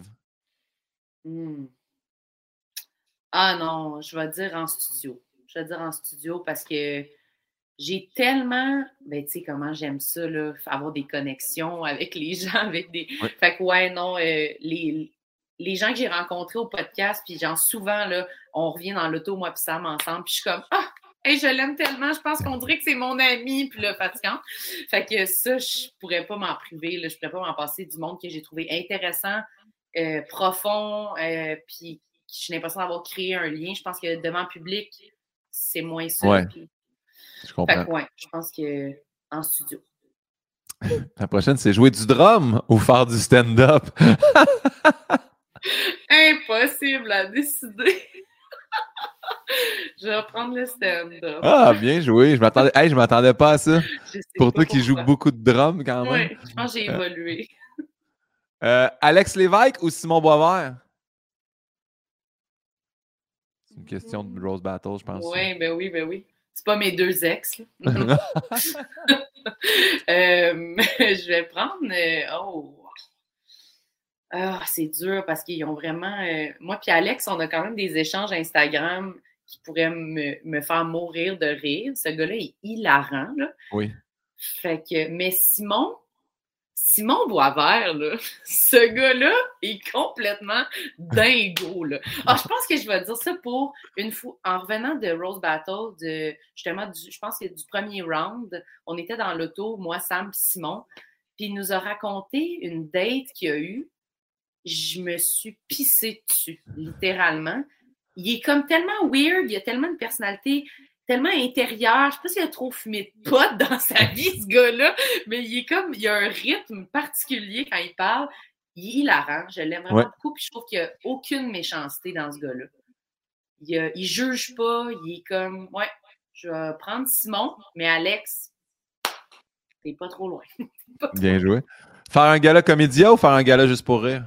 Hmm. Ah non, je vais dire en studio. Je vais dire en studio parce que j'ai tellement, ben tu sais comment j'aime ça, là, avoir des connexions avec les gens, avec des. Oui. Fait que ouais, non, euh, les, les gens que j'ai rencontrés au podcast, puis genre souvent, là, on revient dans l'auto, moi puis Sam, ensemble, puis je suis comme Ah! Hey, je l'aime tellement, je pense qu'on dirait que c'est mon ami, puis là, fatigant. Fait que ça, je pourrais pas m'en priver, là, je pourrais pas m'en passer du monde que j'ai trouvé intéressant, euh, profond, euh, puis j'ai l'impression d'avoir créé un lien. Je pense que devant le public, c'est moins ça. Ouais, Puis... je Fait comprends. que ouais, je pense que en studio. La prochaine, c'est jouer du drum ou faire du stand-up? Impossible à décider. Je vais prendre le stand-up. Ah, bien joué. Je m'attendais, hey, je m'attendais pas à ça. Je sais Pour pas toi qui joues pourquoi. beaucoup de drum quand même. Oui, je pense que j'ai évolué. Euh, Alex Lévesque ou Simon Boisvert? C'est une question de Rose Battle, je pense. Oui, ben oui, ben oui. C'est pas mes deux ex. Là. euh, je vais prendre. Euh, oh. Ah, c'est dur parce qu'ils ont vraiment. Euh, moi puis Alex, on a quand même des échanges Instagram qui pourraient me, me faire mourir de rire. Ce gars-là est hilarant. Là. Oui. Fait que, mais Simon, Simon Boisvert, là, ce gars-là est complètement dingo. Là. Ah, je pense que je vais dire ça pour une fois. En revenant de Rose Battle, de, justement, du, je pense que du premier round, on était dans l'auto, moi, Sam et Simon, puis il nous a raconté une date qu'il a eue. Je me suis pissée dessus, littéralement. il est comme tellement weird, il a tellement de personnalité, tellement intérieure. Je sais pas s'il a trop fumé de pot dans sa vie, ce gars-là, mais il est comme, il a un rythme particulier quand il parle. Il est hilarant, je l'aime vraiment Ouais. beaucoup, puis je trouve qu'il n'y a aucune méchanceté dans ce gars-là. Il, a, il juge pas, il est comme, ouais, je vais prendre Simon, mais Alex, t'es pas trop loin. pas trop Bien loin. joué. Faire un gala comédia ou faire un gala juste pour rire?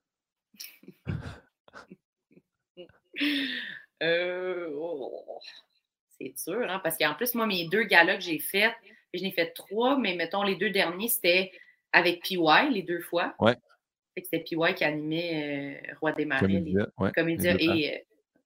euh, oh, c'est dur, hein, parce qu'en plus, moi, mes deux galas que j'ai faits, je n'ai fait trois, mais mettons, les deux derniers, c'était avec P Y, les deux fois. Ouais. C'était P Y qui animait euh, Roi des Marais, Comédia, les ouais, comédiens les deux et...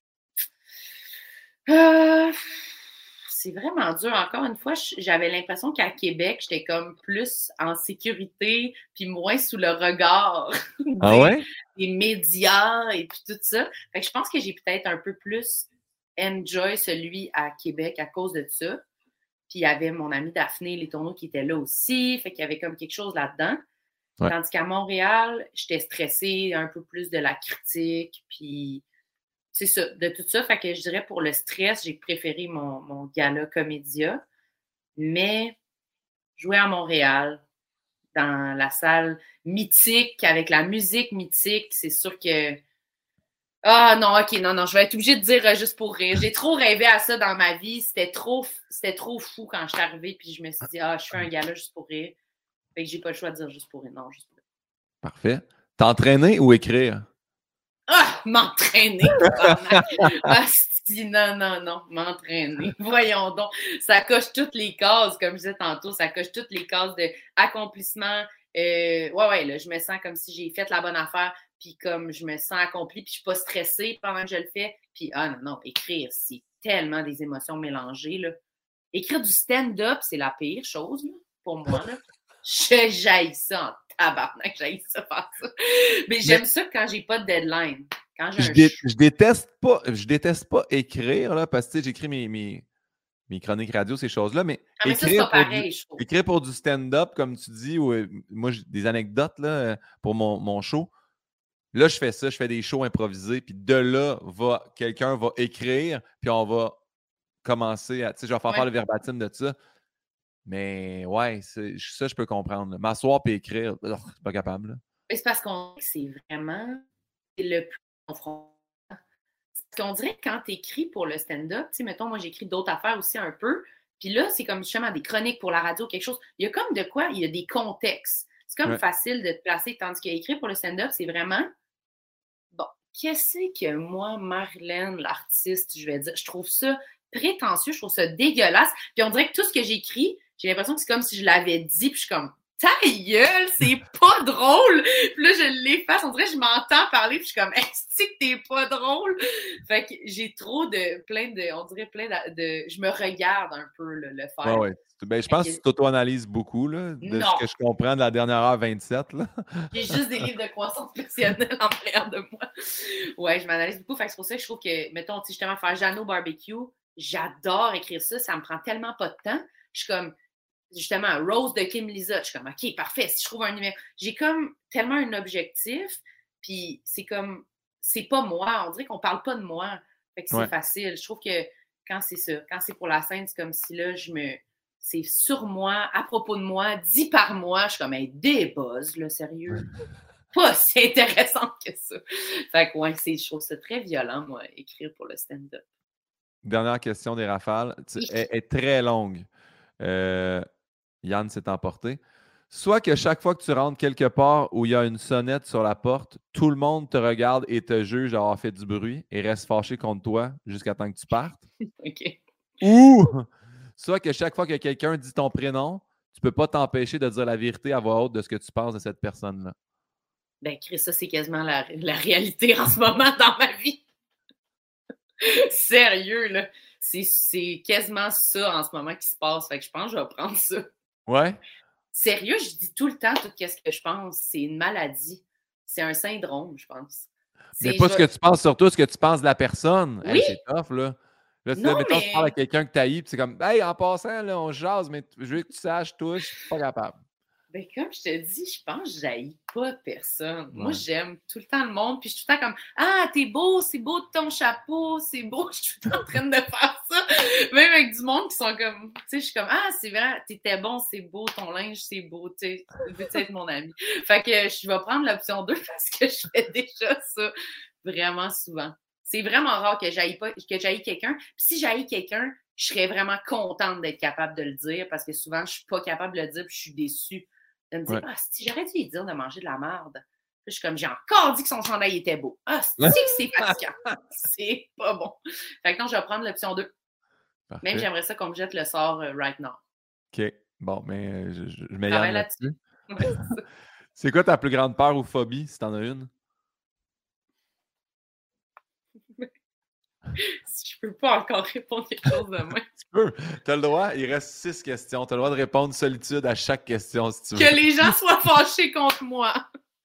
Euh, euh, c'est vraiment dur. Encore une fois, j'avais l'impression qu'à Québec, j'étais comme plus en sécurité, puis moins sous le regard des, ah ouais? des médias et puis tout ça. Fait que je pense que j'ai peut-être un peu plus enjoy celui à Québec à cause de ça. Puis il y avait mon amie Daphné Les Tourneaux qui était là aussi. Fait qu'il y avait comme quelque chose là-dedans. Ouais. Tandis qu'à Montréal, j'étais stressée un peu plus de la critique, puis c'est ça, de tout ça. Fait que je dirais pour le stress, j'ai préféré mon, mon gala comédia. Mais jouer à Montréal, dans la salle mythique, avec la musique mythique, c'est sûr que... Ah non, ok, non, non, je vais être obligée de dire euh, juste pour rire. J'ai trop rêvé à ça dans ma vie. C'était trop, c'était trop fou quand je suis arrivée, puis je me suis dit, ah, je fais un gala juste pour rire. Fait que j'ai pas le choix de dire juste pour rire. Non, juste pour rire. Parfait. T'entraîner ou écrire? Ah, m'entraîner! ah, non, non, non, m'entraîner. Voyons donc. Ça coche toutes les cases, comme je disais tantôt, ça coche toutes les cases d'accomplissement. Euh, ouais, ouais, là, je me sens comme si j'ai fait la bonne affaire, puis comme je me sens accomplie, puis je suis pas stressée pendant que je le fais. Puis, ah non, non, écrire, c'est tellement des émotions mélangées, là. Écrire du stand-up, c'est la pire chose, là, pour moi, là. Je j'haïs ça en tabarnak, j'haïs ça faire ça. Mais j'aime Mais... ça quand j'ai pas de deadline. Quand j'ai je, un dé- je déteste pas, je déteste pas écrire, là, parce que j'écris mes, mes, mes chroniques radio, ces choses-là, mais, ah, mais écrire, ça, c'est pas pour pareil, du, je trouve. écrire pour du stand-up, comme tu dis, ou euh, moi, j'ai des anecdotes là, pour mon, mon show. Là, je fais ça, je fais des shows improvisés, puis de là, va, quelqu'un va écrire, puis on va commencer à, tu sais, je vais faire Ouais. faire le verbatim de ça. Mais ouais, c'est, ça, je peux comprendre. M'asseoir et écrire, oh, je suis pas capable. Là. Mais c'est parce qu'on c'est vraiment le plus confrontant. Parce qu'on dirait que quand tu écris pour le stand-up, tu sais, mettons, moi, j'écris d'autres affaires aussi un peu. Puis là, c'est comme justement des chroniques pour la radio, quelque chose. Il y a comme de quoi, il y a des contextes. C'est comme ouais. facile de te placer. Tandis qu'écrire pour le stand-up, c'est vraiment bon, qu'est-ce que moi, Marlène, l'artiste, je vais dire, je trouve ça prétentieux, je trouve ça dégueulasse. Puis on dirait que tout ce que j'écris, j'ai l'impression que c'est comme si je l'avais dit, puis je suis comme, ta gueule, c'est pas drôle! Puis là, je l'efface, on dirait que je m'entends parler, puis je suis comme, est-ce que t'es pas drôle? Fait que j'ai trop de, plein de, on dirait plein de, de je me regarde un peu le, le faire. Ouais, ouais. Ben, je pense que, que tu t'auto-analyses beaucoup, là, de non. ce que je comprends de la dernière heure vingt-sept. Là. J'ai juste des livres de croissance personnelle en arrière de moi. Ouais, je m'analyse beaucoup. Fait que c'est pour ça que je trouve que, mettons, justement, faire Jeannot barbecue, j'adore écrire ça. Ça me prend tellement pas de temps. Je suis comme, justement, Rose de Kim Lizotte. Je suis comme, OK, parfait. Si je trouve un numéro. J'ai comme tellement un objectif. Puis c'est comme, c'est pas moi. On dirait qu'on parle pas de moi. Fait que c'est ouais. facile. Je trouve que quand c'est ça, quand c'est pour la scène, c'est comme si là, je me. C'est sur moi, à propos de moi, dit par moi. Je suis comme, hey, des buzz, là, sérieux. Pas si intéressant que ça. Fait que, ouais, c'est, je trouve ça très violent, moi, écrire pour le stand-up. Dernière question des rafales. Oui. Elle est très longue. Euh, Yann s'est emporté. Soit que chaque fois que tu rentres quelque part où il y a une sonnette sur la porte, tout le monde te regarde et te juge d'avoir fait du bruit et reste fâché contre toi jusqu'à temps que tu partes. OK. Ou soit que chaque fois que quelqu'un dit ton prénom, tu ne peux pas t'empêcher de dire la vérité à voix haute de ce que tu penses de cette personne-là. Ben, Chris, ça, c'est quasiment la, la réalité en ce moment dans ma vie. Sérieux, là. C'est, c'est quasiment ça en ce moment qui se passe. Fait que je pense que je vais prendre ça. Ouais? Sérieux, je dis tout le temps tout ce que je pense. C'est une maladie. C'est un syndrome, je pense. C'est, Mais pas ce vais... que tu penses surtout, ce que tu penses de la personne. Oui? Hey, c'est tough, là. Là, tu non, sais, mettons, mais... tu parles à quelqu'un que tu haïs, puis c'est comme, hey, en passant, là, on jase, mais je veux que tu saches, toi, je suis pas capable. Ben, comme je te dis, je pense que j'haïs pas personne. Moi, Ouais. j'aime tout le temps le monde, puis je suis tout le temps comme « Ah, t'es beau, c'est beau ton chapeau, c'est beau. » Je suis tout le temps en train de faire ça. Même avec du monde qui sont comme, tu sais, je suis comme « Ah, c'est vrai, t'étais bon, c'est beau, ton linge, c'est beau, tu sais, veux-tu être mon ami? » Fait que je vais prendre l'option deux parce que je fais déjà ça vraiment souvent. C'est vraiment rare que j'haïs pas, que j'haïs quelqu'un. Puis si j'haïs quelqu'un, je serais vraiment contente d'être capable de le dire parce que souvent, je suis pas capable de le dire puis je suis déçue. De me dire, Ouais. ah, si j'aurais dû lui dire de manger de la merde. Puis je suis comme, j'ai encore dit que son chandail était beau. Ah, c'est que c'est fatigant. C'est pas bon. Fait que non, je vais prendre l'option deux. Parfait. Même j'aimerais ça qu'on me jette le sort uh, right now. OK. Bon, mais euh, je, je, je mets Travaille Yann là-dessus. là-dessus. Ouais, c'est ça. C'est quoi ta plus grande peur ou phobie, si t'en as une? Si je peux pas encore répondre quelque chose de même. Tu peux. T'as le droit. Il reste six questions. T'as le droit de répondre solitude à chaque question, si tu veux. Que les gens soient fâchés contre moi.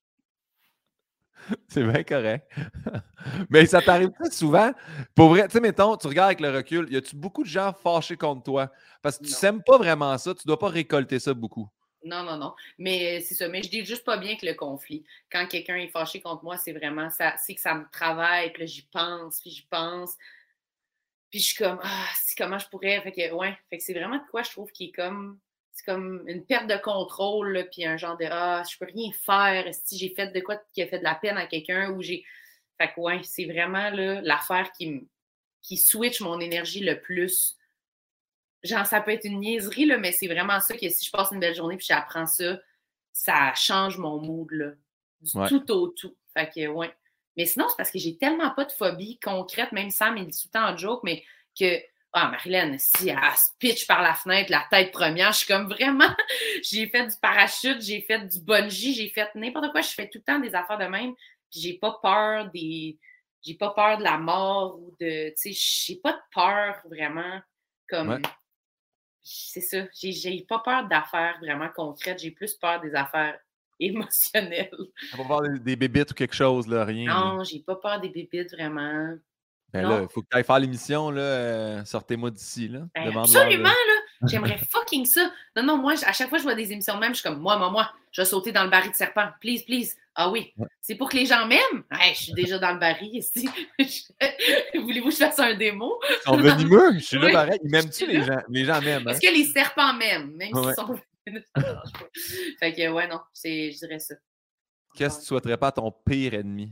C'est bien correct. Mais ça t'arrive très souvent. Pour vrai, tu sais, mettons, tu regardes avec le recul, y a-tu beaucoup de gens fâchés contre toi? Parce que tu Non. s'aimes pas vraiment ça, tu dois pas récolter ça beaucoup. Non, non, non. Mais c'est ça. Mais je dis juste pas bien que le conflit. Quand quelqu'un est fâché contre moi, c'est vraiment ça. C'est que ça me travaille. Puis là, j'y pense. Puis j'y pense. Puis je suis comme, ah, si, comment je pourrais. Fait que, ouais. Fait que c'est vraiment de quoi je trouve qui est comme. C'est comme une perte de contrôle. Là, puis un genre de, ah, je peux rien faire. Si j'ai fait de quoi qui a fait de la peine à quelqu'un ou j'ai. Fait que, ouais, c'est vraiment là, l'affaire qui me. qui switch mon énergie le plus. Genre, ça peut être une niaiserie, là, mais c'est vraiment ça que si je passe une belle journée puis j'apprends ça, ça change mon mood, là. Du Ouais. tout au tout. Fait que, ouais. Mais sinon, c'est parce que j'ai tellement pas de phobie concrète, même Sam, il dit tout le temps en joke, mais que, ah, Marilyn, si elle se pitch par la fenêtre, la tête première, je suis comme vraiment, j'ai fait du parachute, j'ai fait du bungee, j'ai fait n'importe quoi, je fais tout le temps des affaires de même, puis j'ai pas peur des, j'ai pas peur de la mort ou de, tu sais, j'ai pas de peur vraiment, comme, Ouais. c'est ça, j'ai, j'ai pas peur d'affaires vraiment concrètes, j'ai plus peur des affaires émotionnelles. On va voir des, des bébites ou quelque chose, là, rien. Là. Non, j'ai pas peur des bébites vraiment. Ben Non. là, il faut que tu ailles faire l'émission, là. euh, sortez-moi d'ici, là. Ben, Demande-leur, absolument, là. là. J'aimerais fucking ça. Non, non, moi, à chaque fois que je vois des émissions de même, je suis comme, moi, moi, moi, je vais sauter dans le baril de serpent. Please, please. Ah oui. Ouais. C'est pour que les gens m'aiment? Hey, je suis déjà dans le baril ici. Voulez-vous que je fasse un démo? Ils sont venimeux. Je suis Oui, là pareil. Ils je m'aiment-tu, suis les là. gens? Les gens m'aiment, hein? Est-ce que les serpents m'aiment? Même Ouais. s'ils sont venimeux, ça me dérange pas. Fait que, ouais, non, c'est, je dirais ça. Qu'est-ce que tu souhaiterais pas à ton pire ennemi?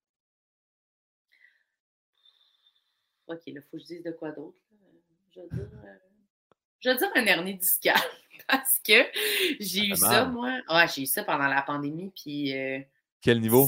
OK, là, faut que je dise de quoi d'autre. Je vais dire, euh, je vais dire un hernie discale parce que j'ai eu Ça ça, mal. moi. Ah, j'ai eu ça pendant la pandémie, puis euh, Quel niveau?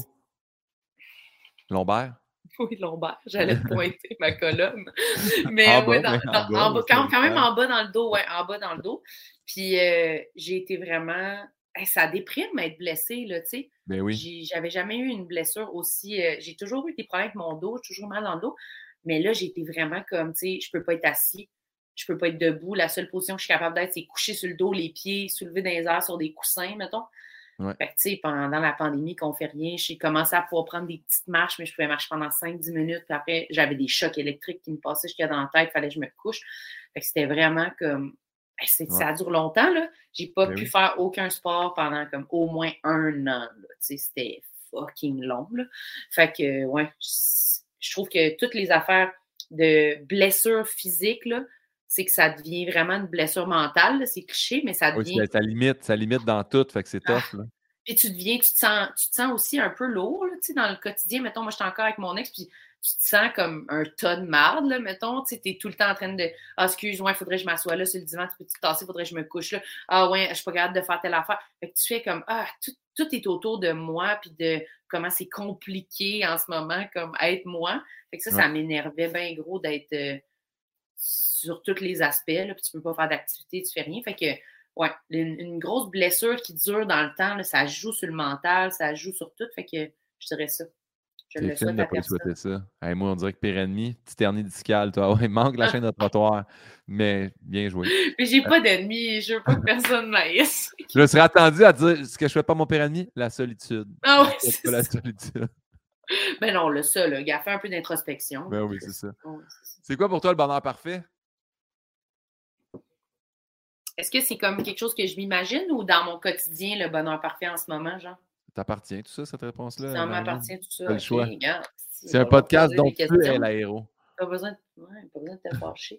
Lombaire? oui, lombaire, j'allais te pointer ma colonne. Mais En ouais, bas, dans, mais en dans- bas, en bas, c'est quand, quand même lombaire. en bas dans le dos, ouais, en bas dans le dos. Puis euh, j'ai été vraiment. Hey, ça déprime être blessée, là, tu sais. Ben oui. J'ai- J'avais jamais eu une blessure aussi. euh, j'ai toujours eu des problèmes avec mon dos, j'ai toujours mal dans le dos. Mais là, j'ai été vraiment comme, tu sais, je peux pas être assis, je peux pas être debout. La seule position que je suis capable d'être, c'est coucher sur le dos, les pieds soulevés dans les airs sur des coussins, mettons. Ouais. Fait que, tu sais, pendant la pandémie, qu'on fait rien, j'ai commencé à pouvoir prendre des petites marches, mais je pouvais marcher pendant cinq dix minutes. Puis après, j'avais des chocs électriques qui me passaient jusqu'à dans la tête. Il fallait que je me couche. Fait que c'était vraiment comme... Ben, c'est, Ouais. ça dure longtemps, là. J'ai pas Ben pu oui. faire aucun sport pendant comme au moins un an, là. Tu sais, c'était fucking long, là. Fait que, ouais, je, je trouve que toutes les affaires de blessures physiques, là, c'est que ça devient vraiment une blessure mentale, là. C'est cliché, mais ça Oui, devient... ça, ça limite, ça limite dans tout, fait que c'est Ah, tough, là. puis tu deviens, tu te sens, tu te sens aussi un peu lourd, là, tu sais, dans le quotidien. Mettons, moi, je suis encore avec mon ex, puis tu te sens comme un tas de marde, là, mettons. Tu sais, t'es tout le temps en train de, ah, excuse-moi, il faudrait que je m'assoie là sur le divan, tu peux te tasser, il faudrait que je me couche là. Ah, ouais, je suis pas capable de faire telle affaire. Fait que tu fais comme, ah, tout, tout est autour de moi, puis de comment c'est compliqué en ce moment, comme être moi. Fait que ça, Ouais. ça m'énervait bien gros d'être euh, sur tous les aspects, là, puis tu peux pas faire d'activité, tu fais rien. Fait que, ouais, une, une grosse blessure qui dure dans le temps, là, ça joue sur le mental, ça joue sur tout. Fait que je dirais ça. Je C'est le fine souhaite de à pas y personne. souhaiter ça. Hey, moi, on dirait que pire ennemi, petit hernie discale, toi. Ouais, il manque la chaîne de trottoir, mais bien joué. Mais j'ai pas d'ennemis, je veux pas que personne m'haïsse. Je me serais attendu à dire ce que je fais pas mon pire ennemi, la solitude. Ah ouais, Je fais c'est pas la ça. solitude. Ben non, là, ça, là, gars, fais un peu d'introspection. Ben là, oui, Chris. c'est ça. Ouais, c'est ça. C'est quoi pour toi le bonheur parfait? Est-ce que c'est comme quelque chose que je m'imagine ou dans mon quotidien, le bonheur parfait en ce moment, genre? Ça t'appartient, tout ça, cette réponse-là, Ça Marie-Lou? m'appartient tout Tu as ça. le OK, choix. regarde. Si, C'est va un falloir podcast poser dont des tu es questions. l'aéro. Pas besoin, de... ouais, pas besoin de te fâcher.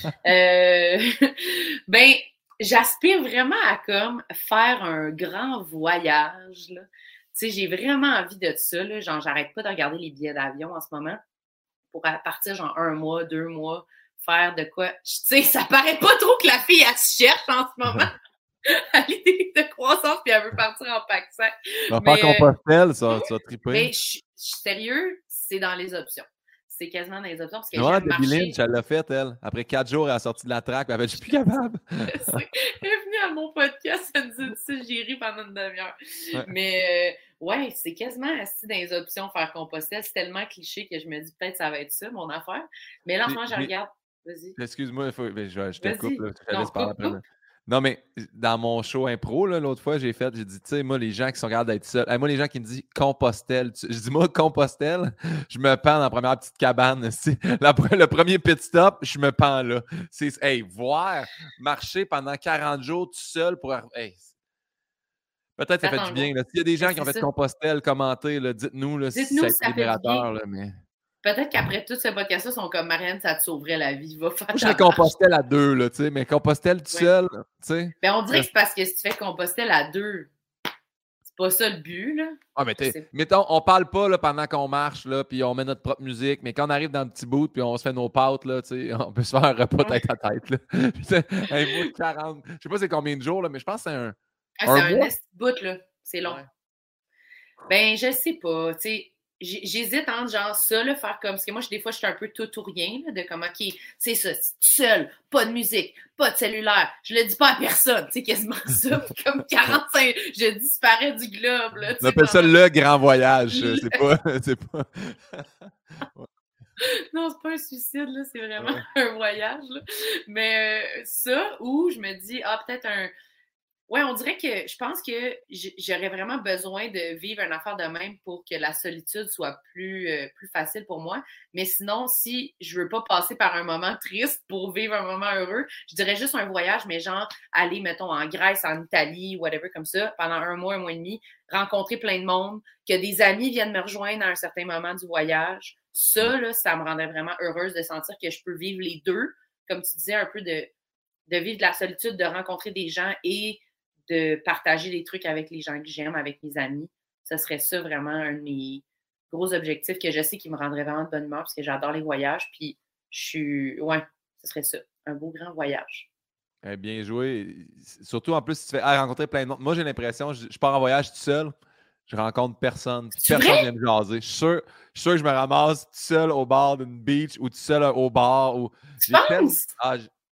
euh... ben, j'aspire vraiment à comme faire un grand voyage, là. Tu sais, j'ai vraiment envie de ça, là. Genre, j'arrête pas de regarder les billets d'avion en ce moment pour partir, genre, un mois, deux mois, faire de quoi. Tu sais, ça paraît pas trop que la fille, elle se cherche en ce moment. à l'idée de croissance, puis elle veut partir en pack-sac. On va faire Compostelle, ça, tu vas triper. Mais je suis sérieux, c'est dans les options. C'est quasiment dans les options. Parce que non, j'aime marcher. Lynch, elle l'a fait, elle. Après quatre jours, elle a sorti de la traque, elle avait dit « Je suis plus capable. » Elle est venue à mon podcast, elle me dit ça, j'ai ri pendant une demi-heure. Ouais. Mais euh, ouais, c'est quasiment assis dans les options faire Compostelle. C'est tellement cliché que je me dis peut-être ça va être ça, mon affaire. Mais là, en ce moment, je regarde. Vas-y. Excuse-moi, faut... je, je te coupe. Là, je te non, laisse parler coupe, après. Coupe. Non, mais dans mon show impro, l'autre fois, j'ai fait, j'ai dit, tu sais, moi, les gens qui sont capables d'être seuls, moi, les gens qui me disent Compostelle, tu... je dis, moi, Compostelle, je me pends dans la première petite cabane. La, le premier pit stop, je me pends là. C'est, hey, voir marcher pendant quarante jours tout seul pour. Hey, peut-être ça fait du bien. Là. S'il y a des gens qui ont fait ça. Compostelle, commentez, là, dites-nous là, dites-nous si ça a été libérateur. Là, mais... Peut-être qu'après tout ce podcast-là, sont comme Marianne, ça te sauverait la vie. Va faire Moi, je serais Compostelle à deux, là, tu sais, mais Compostelle tout ouais. seul, tu sais. Ben, on dirait que c'est parce que si tu fais Compostelle à deux, c'est pas ça le but, là. Ah, mais t'es, mettons, on parle pas là, pendant qu'on marche, là, puis on met notre propre musique, mais quand on arrive dans le petit bout, puis on se fait nos pâtes, là, tu sais, on peut se faire un repas tête à tête, là. un bout de quarante. Je sais pas c'est combien de jours, là, mais je pense que c'est un. Ah, un c'est mois. un petit bout, là. C'est long. Ouais. Ben, je sais pas, tu sais. J'hésite entre genre ça, là, faire comme. Parce que moi, des fois, je suis un peu tout ou rien, là, de comme, OK, c'est ça, c'est seul, pas de musique, pas de cellulaire. Je le dis pas à personne, tu sais, quasiment ça. Comme quarante-cinq, je disparais du globe, là. On appelle ça le grand voyage. C'est pas. C'est pas... non, c'est pas un suicide, là, c'est vraiment ouais. un voyage, là. Mais euh, ça, où je me dis, ah, peut-être un. Ouais, on dirait que je pense que j'aurais vraiment besoin de vivre une affaire de même pour que la solitude soit plus, euh, plus facile pour moi. Mais sinon, si je veux pas passer par un moment triste pour vivre un moment heureux, je dirais juste un voyage, mais genre aller, mettons, en Grèce, en Italie, whatever, comme ça, pendant un mois, un mois et demi, rencontrer plein de monde, que des amis viennent me rejoindre à un certain moment du voyage. Ça, là, ça me rendrait vraiment heureuse de sentir que je peux vivre les deux, comme tu disais, un peu de, de vivre de la solitude, de rencontrer des gens et de partager des trucs avec les gens que j'aime, avec mes amis. Ce serait ça vraiment un de mes gros objectifs que je sais qui me rendrait vraiment de bonne humeur parce que j'adore les voyages. Puis je suis. Ouais, ce serait ça. Un beau grand voyage. Eh bien joué. Surtout en plus, si tu fais ah, rencontrer plein de monde. Moi, j'ai l'impression, je, je pars en voyage tout seul, je rencontre personne. Personne vient me jaser. Je suis sûr, je suis sûr que je me ramasse tout seul au bord d'une beach ou tout seul au bar. Ou... Tu penses? Ah,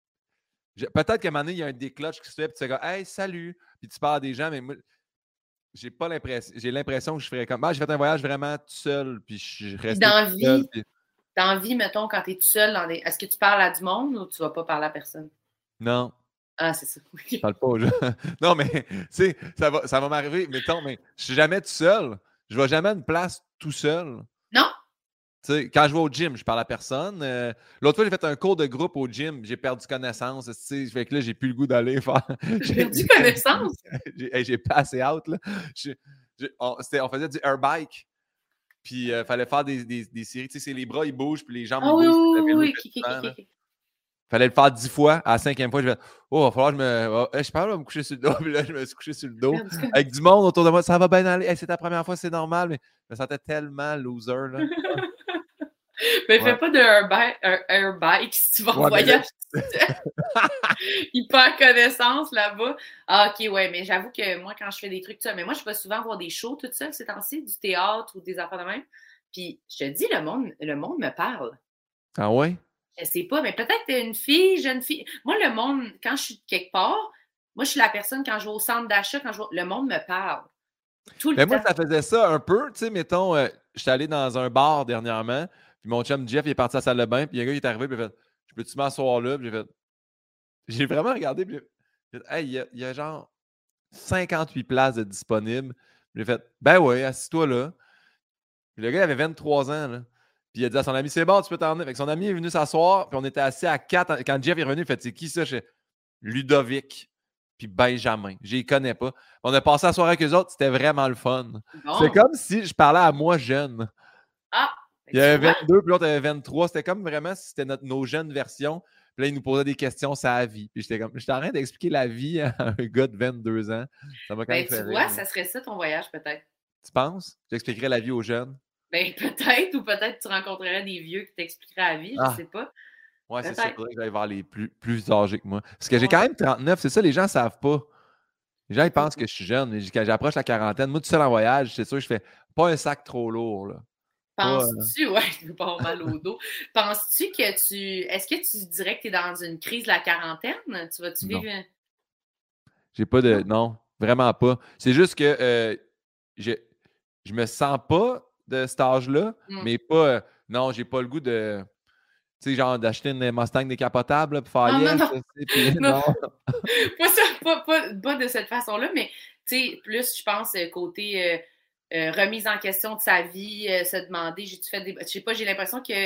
Je, peut-être qu'à un moment donné, il y a un déclenche qui se fait, puis tu fais comme hey, salut, puis tu parles à des gens, mais moi, j'ai pas l'impression, j'ai l'impression que je ferais comme ah, j'ai fait un voyage vraiment tout seul, puis je reste dans tout vie, seul. Puis... Dans vie, mettons, quand tu es tout seul, dans des... est-ce que tu parles à du monde ou tu vas pas parler à personne? Non. Ah, c'est ça. Je parle pas aux gens. Non, mais tu sais, ça va, ça va m'arriver, mettons, mais je suis jamais tout seul. Je vais jamais à une place tout seul. Non? T'sais, quand je vais au gym, je parle à personne. Euh, l'autre fois, j'ai fait un cours de groupe au gym. J'ai perdu connaissance. Fait que là, j'ai plus le goût d'aller faire. J'ai perdu connaissance? j'ai, hey, j'ai passé out. Là. J'ai, j'ai, on, on faisait du air bike. Puis il euh, fallait faire des, des, des séries. Tu sais, les bras, ils bougent. Puis les jambes, oh, ils bougent. Oui, oui, oui, oui. Il fallait le faire dix fois. À la cinquième fois, je vais oh, il va falloir que je me. Oh, je parle de me coucher sur le dos. Puis là, je me suis couché sur le dos. Avec du monde autour de moi. Ça va bien aller. Hey, c'est ta première fois, c'est normal. Mais je me sentais tellement loser. Là. Mais ouais. Fais pas de air bike, un air bike si tu vas en ouais, voyage. Mais... Il perd connaissance là-bas. Ah, ok, ouais, mais j'avoue que moi, quand je fais des trucs tout ça, mais moi, je vais souvent voir des shows tout seul ces temps-ci, du théâtre ou des affaires de même. Puis, je te dis, le monde, le monde me parle. Ah ouais? Je sais pas, mais peut-être une fille, jeune fille. Moi, le monde, quand je suis quelque part, moi, je suis la personne, quand je vais au centre d'achat, quand je vais... le monde me parle. Tout le mais temps. Moi, ça faisait ça un peu. Tu sais, mettons, euh, j'étais allé dans un bar dernièrement. Puis mon chum Jeff, il est parti à la salle de bain, puis il y a un gars qui est arrivé, puis il a fait « Je peux-tu m'asseoir là? » Puis j'ai fait... J'ai vraiment regardé, puis j'ai fait « Hey, il y, a, il y a genre cinquante-huit places de disponibles. » J'ai fait « Ben ouais, assis-toi là. » Puis le gars, il avait vingt-trois ans, là. Puis il a dit à son ami « C'est bon, tu peux t'en venir. » Fait que son ami est venu s'asseoir, puis on était assis à quatre. Quand Jeff est revenu, il fait « C'est qui ça? » J'ai Ludovic puis Benjamin. Je les connais pas. On a passé la soirée avec eux autres, c'était vraiment le fun. Bon. C'est comme si je parlais à moi jeune. Ah! Il y avait vingt-deux, puis l'autre avait vingt-trois. C'était comme vraiment si c'était notre, nos jeunes versions. Puis là, ils nous posaient des questions sur la vie. Puis j'étais comme, j'étais en train d'expliquer la vie à un gars de vingt-deux ans. Ça m'a quand Ben, même fait tu rire, vois, mais- ça serait ça ton voyage, peut-être. Tu penses? J'expliquerais la vie aux jeunes. Ben, peut-être, ou peut-être tu rencontrerais des vieux qui t'expliqueraient la vie, je Ah. sais pas. Ouais, c'est Peut-être. ça. Il faudrait que j'aille voir les plus, plus âgés que moi. Parce que j'ai Ouais. quand même trente-neuf. C'est ça, les gens ne savent pas. Les gens, ils pensent Mhm. que je suis jeune. Mais quand j'approche la quarantaine, moi, tout seul en voyage, c'est sûr, je fais pas un sac trop lourd. Là. Pas, euh, Penses-tu, ouais, je veux pas avoir mal au dos. Penses-tu que tu. Est-ce que tu dirais que tu es dans une crise de la quarantaine? Tu vas-tu Non. vivre. un- J'ai pas de. Non? Non, vraiment pas. C'est juste que euh, je, je me sens pas de cet âge-là, Mm. mais pas. euh, non, j'ai pas le goût de. Tu sais, genre d'acheter une Mustang décapotable là, pour faire Non, non, yes, non. tu sais, puis Non. non. Pas, ça, pas, pas, pas de cette façon-là, mais tu sais, plus, je pense, euh, côté euh, euh, remise en question de sa vie, euh, se demander, j'ai-tu fait des. Je sais pas, j'ai l'impression que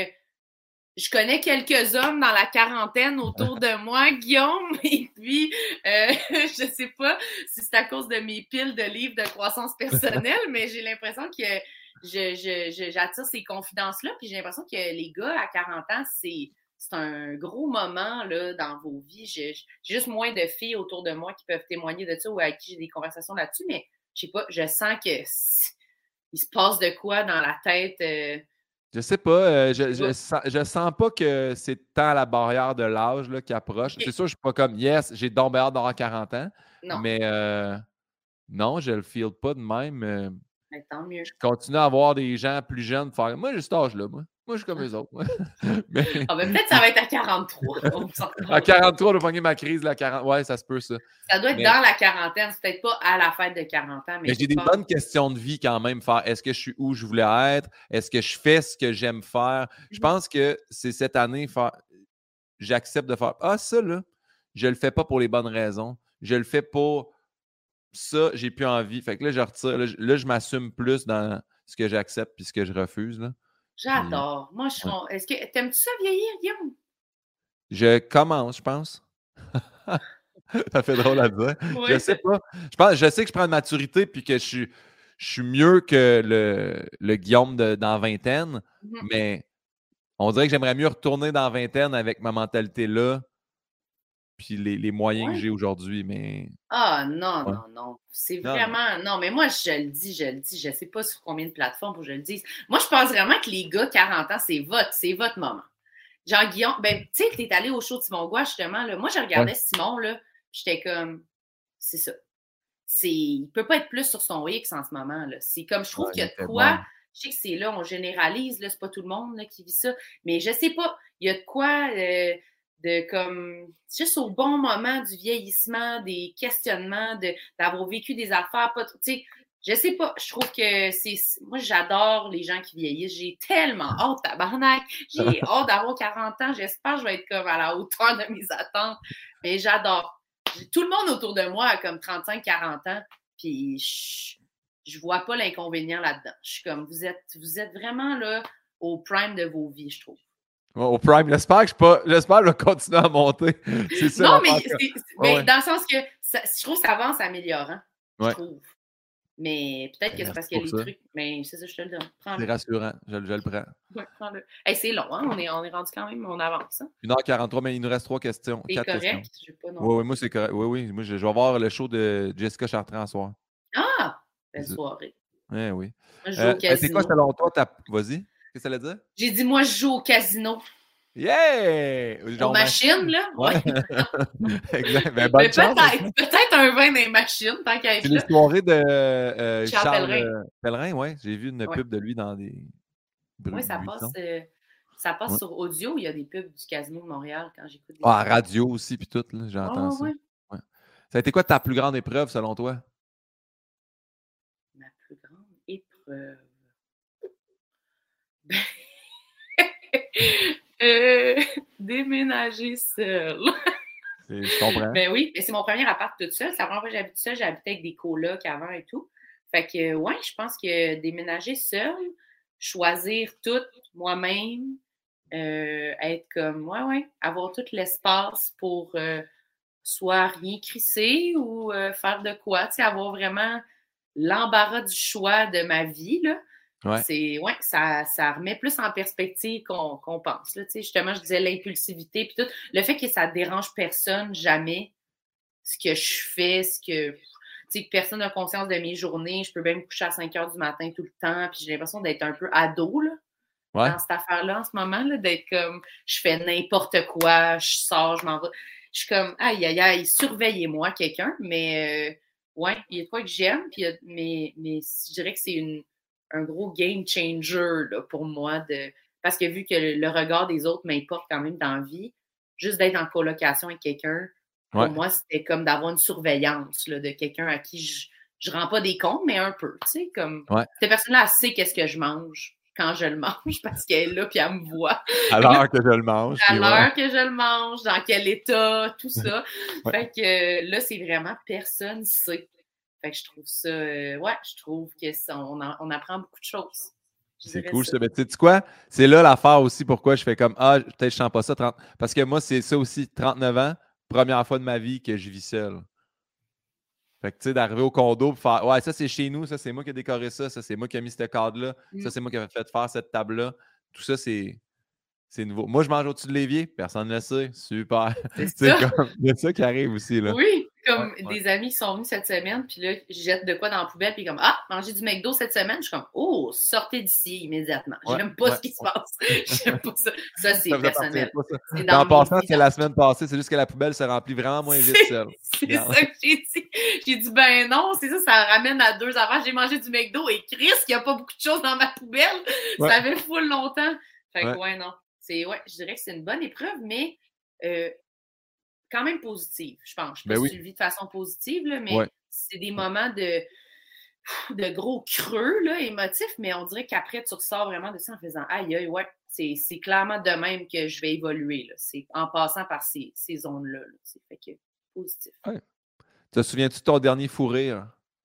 je connais quelques hommes dans la quarantaine autour de moi, Guillaume, et puis euh, je sais pas si c'est à cause de mes piles de livres de croissance personnelle, mais j'ai l'impression que je, je, je, j'attire ces confidences-là, puis j'ai l'impression que les gars à quarante ans, c'est, c'est un gros moment là, dans vos vies. J'ai, j'ai juste moins de filles autour de moi qui peuvent témoigner de ça ou avec qui j'ai des conversations là-dessus, mais je sais pas, je sens que il se passe de quoi dans la tête. Euh, Je sais pas. euh, je, je sais je, pas. sens, je sens pas que c'est tant la barrière de l'âge là, qui approche. Ok. C'est sûr, je suis pas comme yes, j'ai donc bien hâte d'avoir quarante ans. Non, Mais euh, non, je le feel pas de même. euh, mais tant mieux. Je continue à avoir des gens plus jeunes faire. Moi, j'ai cet âge-là, moi. Moi, je suis comme eux autres. moi. Mais Ah ben peut-être que ça va être à quarante-trois. On s'en à parle. quarante-trois, je vais pogner ma crise. La quarante... Ouais, ça se peut, ça. Ça doit être Mais, dans la quarantaine. C'est peut-être pas à la fête de quarante ans, mais, mais j'ai des pas- bonnes questions de vie quand même. Faire est-ce que je suis où je voulais être? Est-ce que je fais ce que j'aime faire? Je pense que c'est cette année, faire... j'accepte de faire ah, ça, là, je le fais pas pour les bonnes raisons. Je le fais pour ça, j'ai plus envie. Fait que là, je retire. Là, je, là, je m'assume plus dans ce que j'accepte puis ce que je refuse. Là. J'adore. Moi, je Ouais. suis. Est-ce que t'aimes-tu ça vieillir, Guillaume? Je commence, je pense. Ça fait drôle à dire. Oui, Je sais pas. Je, pense, je sais que je prends de maturité puis que je suis, je suis mieux que le, le Guillaume de, dans la vingtaine, Mhm. mais on dirait que j'aimerais mieux retourner dans la vingtaine avec ma mentalité-là puis les, les moyens Ouais. que j'ai aujourd'hui. Mais Ah non, ouais. non, non. C'est Non, vraiment. Non. mais moi, je le dis, je le dis. Je sais pas sur combien de plateformes pour que je le dise. Moi, je pense vraiment que les gars, quarante ans, c'est votre, c'est votre moment. Jean Guillaume, ben, tu sais, t'es allé au show de Simon Gouache, justement, là. Moi, je regardais Ouais. Simon, là, puis j'étais comme, c'est ça. C'est, il peut pas être plus sur son X en ce moment, là. C'est comme, je trouve Ouais, qu'il y a il de était quoi, bon. je sais que c'est là, on généralise, là, c'est pas tout le monde, là, qui vit ça, mais je sais pas, il y a de quoi, euh, de comme, juste au bon moment du vieillissement, des questionnements, de, d'avoir vécu des affaires, pas trop, tu sais, je sais pas, je trouve que c'est, moi, j'adore les gens qui vieillissent, j'ai tellement hâte, tabarnak, j'ai hâte d'avoir quarante ans, j'espère que je vais être comme à la hauteur de mes attentes, mais j'adore. Tout le monde autour de moi a comme trente-cinq quarante ans, puis je, je vois pas l'inconvénient là-dedans. Je suis comme, vous êtes, vous êtes vraiment là au prime de vos vies, je trouve. Ouais, au Prime, j'espère que je pas. J'espère que je vais continuer à monter. C'est ça. Non, mais, l'affaire que- c'est, c'est- Ouais, mais ouais. dans le sens que ça, je trouve que ça avance améliorant, je Ouais. trouve. Mais peut-être que c'est Merci parce qu'il y a pour les ça. trucs. Mais c'est ça, je te le donne. C'est Prends-le. rassurant. Je, je le prends. Ouais, prends-le. Hey, c'est long, hein? On est, on est rendu quand même, on avance. Hein? une heure quarante-trois, mais il nous reste trois questions. C'est Quatre questions. correct. Je pas non Oui, oui, plus. moi, c'est correct. Oui, oui. Moi, je, je vais voir le show de Jessica Chartrand ce soir. Ah! Belle C'est ça. soirée. Oui, oui. Moi, je joue Euh, au ça a été quoi, casino. selon toi? ta- Vas-y. Qu'est-ce que ça allait dire? J'ai dit, moi, je joue au casino. Yeah! Aux Genre machines, là? Ouais. Exact. Ben, Mais bonne chance. peut-être, peut-être un vin dans les machines, tant qu'à être C'est les là. soirées de euh, Charles Charles Pellerin. euh, Pellerin, oui. J'ai vu une Ouais. pub de lui dans des bru- Oui, ça buissons. passe, euh, ça passe Ouais. sur audio. Il y a des pubs du Casino de Montréal quand j'écoute des Ah, radio aussi, puis tout, là, j'entends Ah, ça. ouais. Ouais. Ça a été quoi ta plus grande épreuve, selon toi? Ma plus grande épreuve. euh, déménager seule. C'est- Je comprends. Ben oui, mais c'est mon premier appart toute seule. C'est la première fois que j'habite seule. J'habitais avec des colocs avant et tout. Fait que, ouais, je pense que déménager seule, choisir tout moi-même, euh, être comme, ouais, ouais, avoir tout l'espace pour euh, soit rien crisser ou euh, faire de quoi, tu sais, avoir vraiment l'embarras du choix de ma vie, là. Ouais. C'est, ouais, ça, ça remet plus en perspective qu'on, qu'on pense, là, tu sais. Justement, je disais l'impulsivité, puis tout. Le fait que ça dérange personne, jamais, ce que je fais, ce que... Tu sais, que personne n'a conscience de mes journées. Je peux même me coucher à cinq heures du matin tout le temps, puis j'ai l'impression d'être un peu ado, là, Ouais. dans cette affaire-là en ce moment, là, d'être comme, je fais n'importe quoi, je sors, je m'en vais. Je suis comme, aïe, aïe, aïe, surveillez-moi quelqu'un, mais euh, ouais, il y a de quoi que j'aime, puis, mais, mais je dirais que c'est une, un gros game changer là, pour moi, de, parce que vu que le, le regard des autres m'importe quand même dans la vie, juste d'être en colocation avec quelqu'un, pour Ouais. moi, c'était comme d'avoir une surveillance là, de quelqu'un à qui je, je rends pas des comptes, mais un peu, tu sais, comme, Ouais. cette personne-là, elle sait qu'est-ce que je mange quand je le mange parce qu'elle est là puis elle me voit. À l'heure que je le mange. À puis l'heure ouais. que je le mange, dans quel état, tout ça. Ouais. Fait que euh, là, c'est vraiment personne sait. Fait que je trouve ça, euh, ouais, je trouve que ça, on, en- on apprend beaucoup de choses. Je C'est dirais cool, ça. ça. Mais tu sais quoi? C'est là l'affaire aussi pourquoi je fais comme Ah, peut-être je sens pas ça. trente Parce que moi, c'est ça aussi, trente-neuf ans, première fois de ma vie que je vis seul. Fait que tu sais, d'arriver au condo et faire Ouais, ça c'est chez nous, ça c'est moi qui ai décoré ça, ça c'est moi qui ai mis ce cadre-là, Mm. ça c'est moi qui ai fait faire cette table-là. Tout ça, c'est. C'est nouveau. Moi, je mange au-dessus de l'évier, personne ne le sait. Super. C'est C'est ça. comme. Il y a ça qui arrive aussi, là. Oui, comme Ouais, ouais. des amis qui sont venus cette semaine, puis là, je jette de quoi dans la poubelle, puis comme Ah, manger du McDo cette semaine. Je suis comme Oh, sortez d'ici immédiatement. Ouais, J'aime pas ouais, ce qui se ouais. passe. J'aime pas ça. Ça, c'est Ça vous appartient personnel. pas, ça. C'est Puis dans en mes passant, vies. c'est la semaine passée, c'est juste que la poubelle se remplit vraiment moins vite C'est, seule. c'est Regarde. ça que j'ai dit. J'ai dit, ben non, c'est ça, ça ramène à deux affaires. J'ai mangé du McDo et Chris, qu'il n'y a pas beaucoup de choses dans ma poubelle. Ouais. Ça fait full longtemps. Fait que, Ouais. ouais, non. C'est, ouais, je dirais que c'est une bonne épreuve, mais euh, quand même positive, je pense. Je sais pas Ben si oui. tu le vis de façon positive, là, mais Ouais. c'est des moments de, de gros creux là, émotifs, mais on dirait qu'après, tu ressors vraiment de ça en faisant aïe, aïe, ouais, c'est, c'est clairement de même que je vais évoluer. Là. C'est en passant par ces, ces zones-là. Là. C'est fait que positif. Ouais. Te souviens-tu de ton dernier fou rire?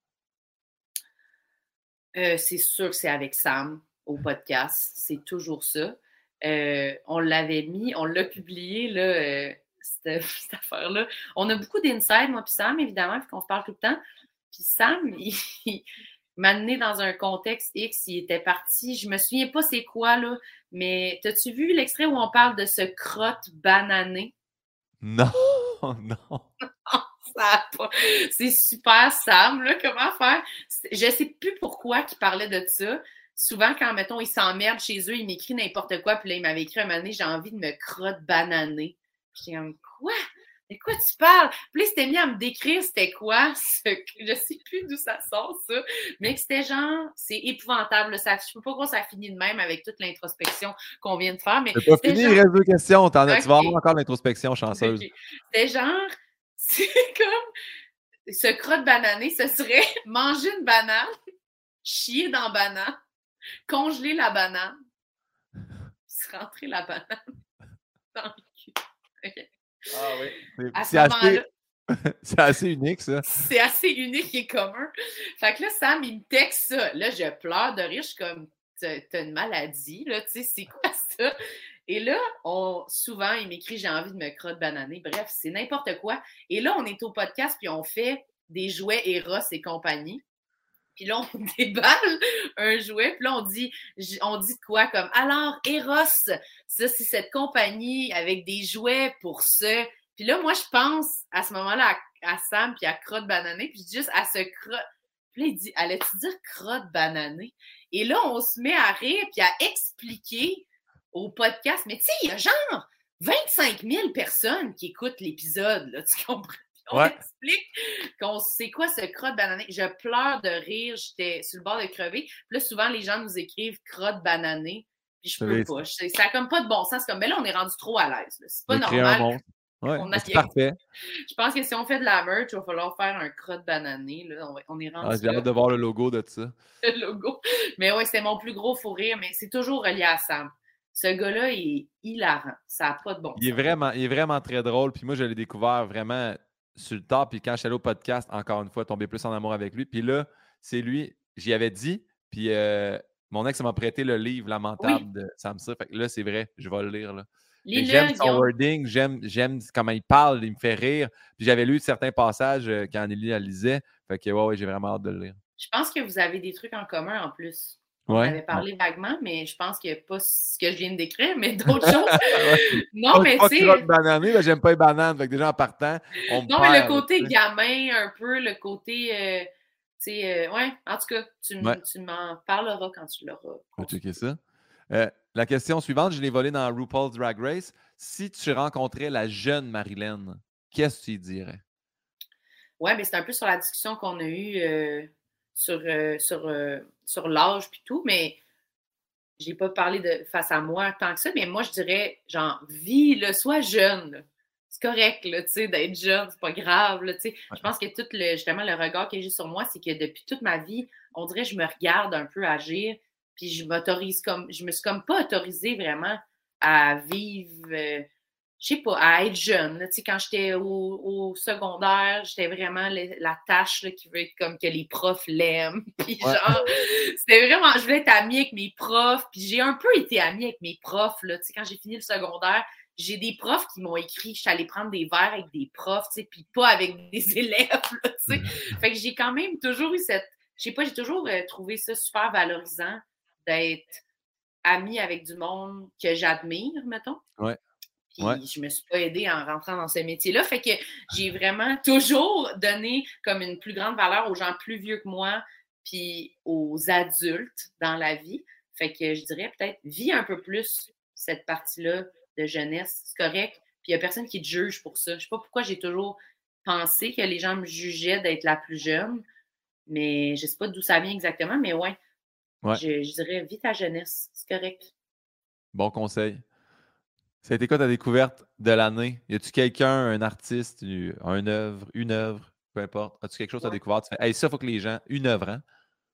Euh, c'est sûr que c'est avec Sam au podcast. C'est toujours ça. Euh, on l'avait mis, on l'a publié, là, euh, cette, cette affaire-là. On a beaucoup d'inside, moi puis Sam, évidemment, puis qu'on se parle tout le temps. Puis Sam, il, il m'a amené dans un contexte X, il était parti. Je me souviens pas c'est quoi, là, mais t'as-tu vu l'extrait où on parle de ce crotte banané? Non, non. Ça a pas... C'est super Sam, là, comment faire? Je sais plus pourquoi il parlait de ça. Souvent, quand, mettons, ils s'emmerdent chez eux, il m'écrit n'importe quoi, puis là, il m'avait écrit un moment donné, j'ai envie de me crotte bananer. Puis j'étais comme, quoi? De quoi tu parles? Puis là, il s'était mis à me décrire c'était quoi, ce... je sais plus d'où ça sort, ça, mais que c'était genre, c'est épouvantable, ça, je sais pas pourquoi ça finit de même avec toute l'introspection qu'on vient de faire, mais C'est pas c'était fini, genre... il reste deux questions. T'en as... Okay. Tu vas avoir encore l'introspection chanceuse. Okay. C'était genre, c'est comme, ce crotte banané, ce serait manger une banane, chier dans la banane, congeler la banane, puis se rentrer la banane dans le cul. Okay. Ah oui. C'est, à ce c'est assez... moment-là, c'est assez unique, ça. c'est assez unique et commun. Fait que là, Sam, il me texte ça. Là, je pleure de rire. Je suis comme, t'as, t'as une maladie, là, tu sais, c'est quoi ça? Et là, on, souvent, il m'écrit, j'ai envie de me crotte bananer. Bref, c'est n'importe quoi. Et là, on est au podcast, puis on fait des jouets Eros et compagnie. Puis là, on déballe un jouet, puis là, on dit, on dit quoi comme, alors, Eros, ça, c'est cette compagnie avec des jouets pour ce. Puis là, moi, je pense à ce moment-là à, à Sam, puis à crotte bananée, puis je dis juste à ce crotte. Puis là, il dit, allais-tu dire crotte bananée? Et là, on se met à rire, puis à expliquer au podcast. Mais tu sais, il y a genre vingt-cinq mille personnes qui écoutent l'épisode, là, tu comprends? On ouais. explique qu'on sait quoi ce crotte banané. Je pleure de rire, j'étais sur le bord de crever. Puis là, souvent, les gens nous écrivent crotte banané. Puis je peux pas. Je, ça n'a comme pas de bon sens. Comme, mais là, on est rendu trop à l'aise. Là. C'est pas normal. Ouais, on a... c'est parfait. Je pense que si on fait de la merch, il va falloir faire un crotte banané. Là. On, on est rendu ah, j'ai hâte de voir le logo de ça. Le logo. Mais ouais, c'était mon plus gros fou rire, mais c'est toujours relié à Sam. Ce gars-là est hilarant. Ça n'a pas de bon il est sens. Vraiment, il est vraiment très drôle. Puis moi, je l'ai découvert vraiment sur le tard. Puis quand je suis allé au podcast, encore une fois, tombé plus en amour avec lui. Puis là, c'est lui, j'y avais dit. Puis euh, mon ex m'a prêté le livre Lamentable oui. de Samsa. Fait que là, c'est vrai, je vais le lire. Là. Lis-le, J'aime son Guillaume. wording, j'aime, j'aime comment il parle, il me fait rire. Puis j'avais lu certains passages euh, quand Anneli la lisait. Fait que, ouais, ouais, j'ai vraiment hâte de le lire. Je pense que vous avez des trucs en commun en plus. On Ouais. avait parlé vaguement, mais je pense que pas ce que je viens de décrire, mais d'autres choses. Ouais. Non, mais Pas tu crotte sais. bananée, là, j'aime pas les bananes. Fait que déjà en partant, on me Non, mais le perd. côté là, gamin, un peu, le côté. Euh, tu sais, euh, ouais, en tout cas, tu, ouais, tu m'en parleras quand tu l'auras. je vais checker ça. Euh, la question suivante, je l'ai volée dans RuPaul's Drag Race. Si tu rencontrais la jeune Marilyn, qu'est-ce que tu lui dirais? Ouais, mais c'est un peu sur la discussion qu'on a eue euh, sur, euh, sur, euh, sur l'âge puis tout, mais j'ai pas parlé de face à moi tant que ça, mais moi je dirais genre vis le sois jeune. Là. C'est correct là, tu sais, d'être jeune, c'est pas grave là, tu sais. Ouais. Je pense que tout le justement le regard que j'ai sur moi, c'est que depuis toute ma vie, on dirait que je me regarde un peu agir, puis je m'autorise comme je me suis comme pas autorisée vraiment à vivre euh, je sais pas, à être jeune. Là, quand j'étais au, au secondaire, j'étais vraiment le, la tâche là, qui veut être comme que les profs l'aiment. Puis Ouais. genre, c'était vraiment, je voulais être amie avec mes profs. Puis j'ai un peu été amie avec mes profs. Là, quand j'ai fini le secondaire, j'ai des profs qui m'ont écrit, je suis allée prendre des verres avec des profs, puis pas avec des élèves. Là, t'sais. Fait que j'ai quand même toujours eu cette, je sais pas, j'ai toujours euh, trouvé ça super valorisant d'être amie avec du monde que j'admire, mettons. Ouais. Puis ouais. je me suis pas aidée en rentrant dans ce métier-là. Fait que j'ai vraiment toujours donné comme une plus grande valeur aux gens plus vieux que moi, puis aux adultes dans la vie. Fait que je dirais peut-être, vis un peu plus cette partie-là de jeunesse. C'est correct. Puis il y a personne qui te juge pour ça. Je sais pas pourquoi j'ai toujours pensé que les gens me jugeaient d'être la plus jeune, mais je sais pas d'où ça vient exactement, mais ouais, ouais. Je, je dirais, vis ta jeunesse. C'est correct. Bon conseil. Ça a été quoi ta découverte de l'année? Y a-tu quelqu'un, un artiste, une œuvre, une œuvre, peu importe? As-tu quelque chose que tu as découvert? Tu fais, hey, ça, il faut que les gens. Une œuvre, hein?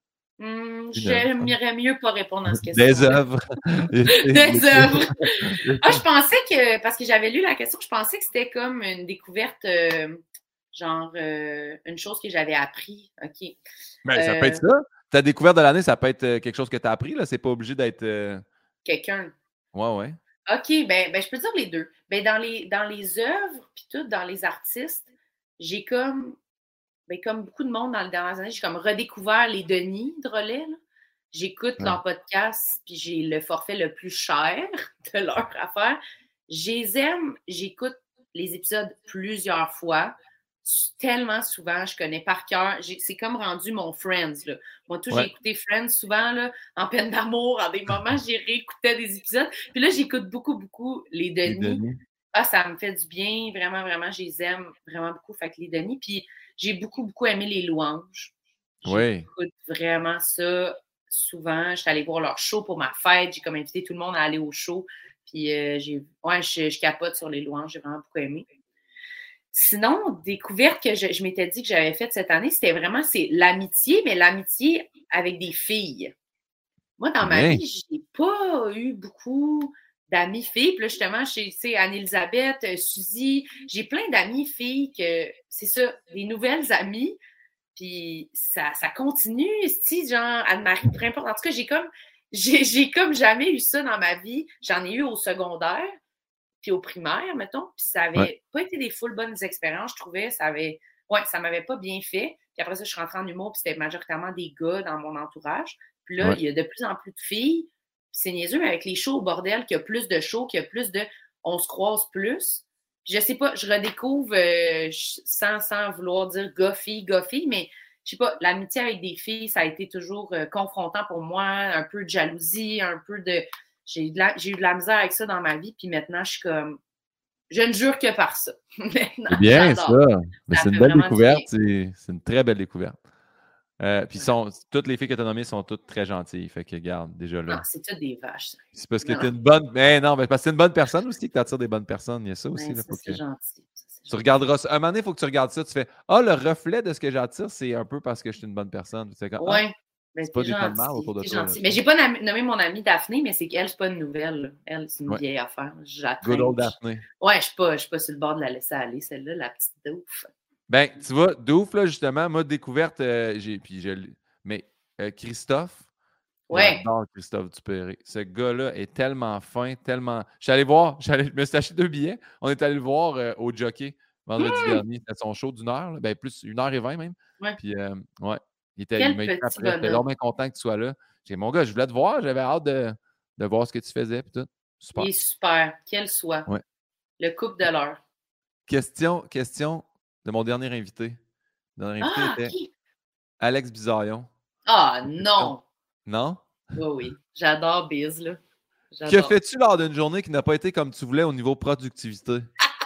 Hum, Une œuvre. J'aimerais mieux pas répondre à cette Des question-là. œuvres. Des œuvres. Ah, je pensais que, parce que j'avais lu la question, je pensais que c'était comme une découverte, euh, genre euh, une chose que j'avais appris. OK. Ben, ça Euh, peut être ça. Ta découverte de l'année, ça peut être euh, quelque chose que tu as appris. Là. C'est pas obligé d'être. euh, Quelqu'un. Ouais, ouais. OK, ben, ben je peux dire les deux. Ben, dans les, dans les œuvres, puis tout, dans les artistes, j'ai comme, ben, comme beaucoup de monde dans les dernières années, j'ai comme redécouvert les Denis Drolet. Là. J'écoute Ouais. leur podcast, puis j'ai le forfait le plus cher de leur affaire. Je les aime, j'écoute les épisodes plusieurs fois, tellement souvent, je connais par cœur. J'ai- C'est comme rendu mon Friends. Là. Moi, tout, Ouais. j'ai écouté Friends souvent, là, en peine d'amour, en des moments, j'ai réécouté des épisodes. Puis là, j'écoute beaucoup, beaucoup les Les Denis. Denis. Ah, ça me fait du bien, vraiment, vraiment, je les aime vraiment beaucoup. Fait que les Denis. Puis j'ai beaucoup, beaucoup aimé les louanges. Oui. J'écoute vraiment ça souvent. J'étais allée voir leur show pour ma fête. J'ai comme invité tout le monde à aller au show. Puis euh, j'ai, ouais, je, je capote sur les louanges. J'ai vraiment beaucoup aimé. Sinon, découverte que je, je m'étais dit que j'avais faite cette année, c'était vraiment c'est l'amitié, mais l'amitié avec des filles. Moi, dans ma Bien. vie, j'ai pas eu beaucoup d'amis filles. Puis là, justement, chez Anne-Elisabeth, euh, Suzy, j'ai plein d'amis filles que, c'est ça, des nouvelles amies. Puis ça, ça continue, si genre Anne-Marie, peu importe. En tout cas, j'ai comme, j'ai, j'ai comme jamais eu ça dans ma vie. J'en ai eu au secondaire, puis au primaire, mettons. Puis ça avait Ouais. pas été des full bonnes expériences, je trouvais. Ça avait, ouais, ça m'avait pas bien fait. Puis après ça, je suis rentrée en humour, puis c'était majoritairement des gars dans mon entourage. Puis là, Ouais. il y a de plus en plus de filles. Puis c'est niaiseux, mais avec les shows au bordel, qu'il y a plus de shows, qu'il y a plus de, on se croise plus. Puis je sais pas, je redécouvre euh, sans, sans vouloir dire gars-fille, gars-fille, mais je sais pas, l'amitié avec des filles, ça a été toujours euh, confrontant pour moi, un peu de jalousie, un peu de... J'ai, eu de la, j'ai eu de la misère avec ça dans ma vie, puis maintenant, je suis comme... Je ne jure que par ça. Maintenant, C'est bien, j'adore. ça. Mais Ça c'est une fait belle vraiment du découverte. bien. C'est, c'est une très belle découverte. Euh, puis Ouais. sont, toutes les filles que tu as nommées sont toutes très gentilles. Fait que, regarde, déjà Non, là. c'est toutes des vaches. ça. C'est parce que Non, tu es non. une bonne. Mais non, mais parce que c'est une bonne personne aussi que tu attires des bonnes personnes. Il y a ça aussi. Ouais, Là, ça, faut c'est que... gentil. Ça, c'est Tu gentil. regarderas ça. À un moment donné, il faut que tu regardes ça. Tu fais Ah, le reflet de ce que j'attire, c'est un peu parce que je suis une bonne personne. Tu fais comme, ah, Ouais. Ben, c'est pas t'es des tas de mal gentil. autour de T'es toi. Là, gentil. tu Mais sais. j'ai pas nam- nommé mon amie Daphné, mais c'est qu'elle, c'est pas une nouvelle. Là. Elle, c'est une Ouais. vieille affaire. Je la Good traîne. old Daphné. Ouais, je suis pas, je suis pas sur le bord de la laisser aller, celle-là, la petite douf. Ben, tu vois, d'ouf, là, justement, moi, découverte, euh, j'ai, puis je, l'ai- mais euh, Christophe, Ouais. J'adore Christophe Dupéré. Ce gars-là est tellement fin, tellement. Je suis allé voir, j'allais- je me suis acheté deux billets. On est allé le voir euh, au Jockey vendredi Hum! dernier. C'était son show d'une heure, là. Ben plus une heure et vingt même. Ouais. Puis, euh, ouais, il, était, il Quel m'a écrit petit après. J'étais bonhomme. vraiment content que tu sois là. J'ai dit, mon gars, je voulais te voir. J'avais hâte de, de voir ce que tu faisais. Puis tout. Il Super. est super. Quel soit. Ouais. Le couple de l'heure. Question, question de mon dernier invité. Le dernier invité Ah, était qui? Alex Bizarion. Ah, Une question. non. Non? Oui, oui. J'adore Biz, là. Que J'adore. fais-tu lors d'une journée qui n'a pas été comme tu voulais au niveau productivité?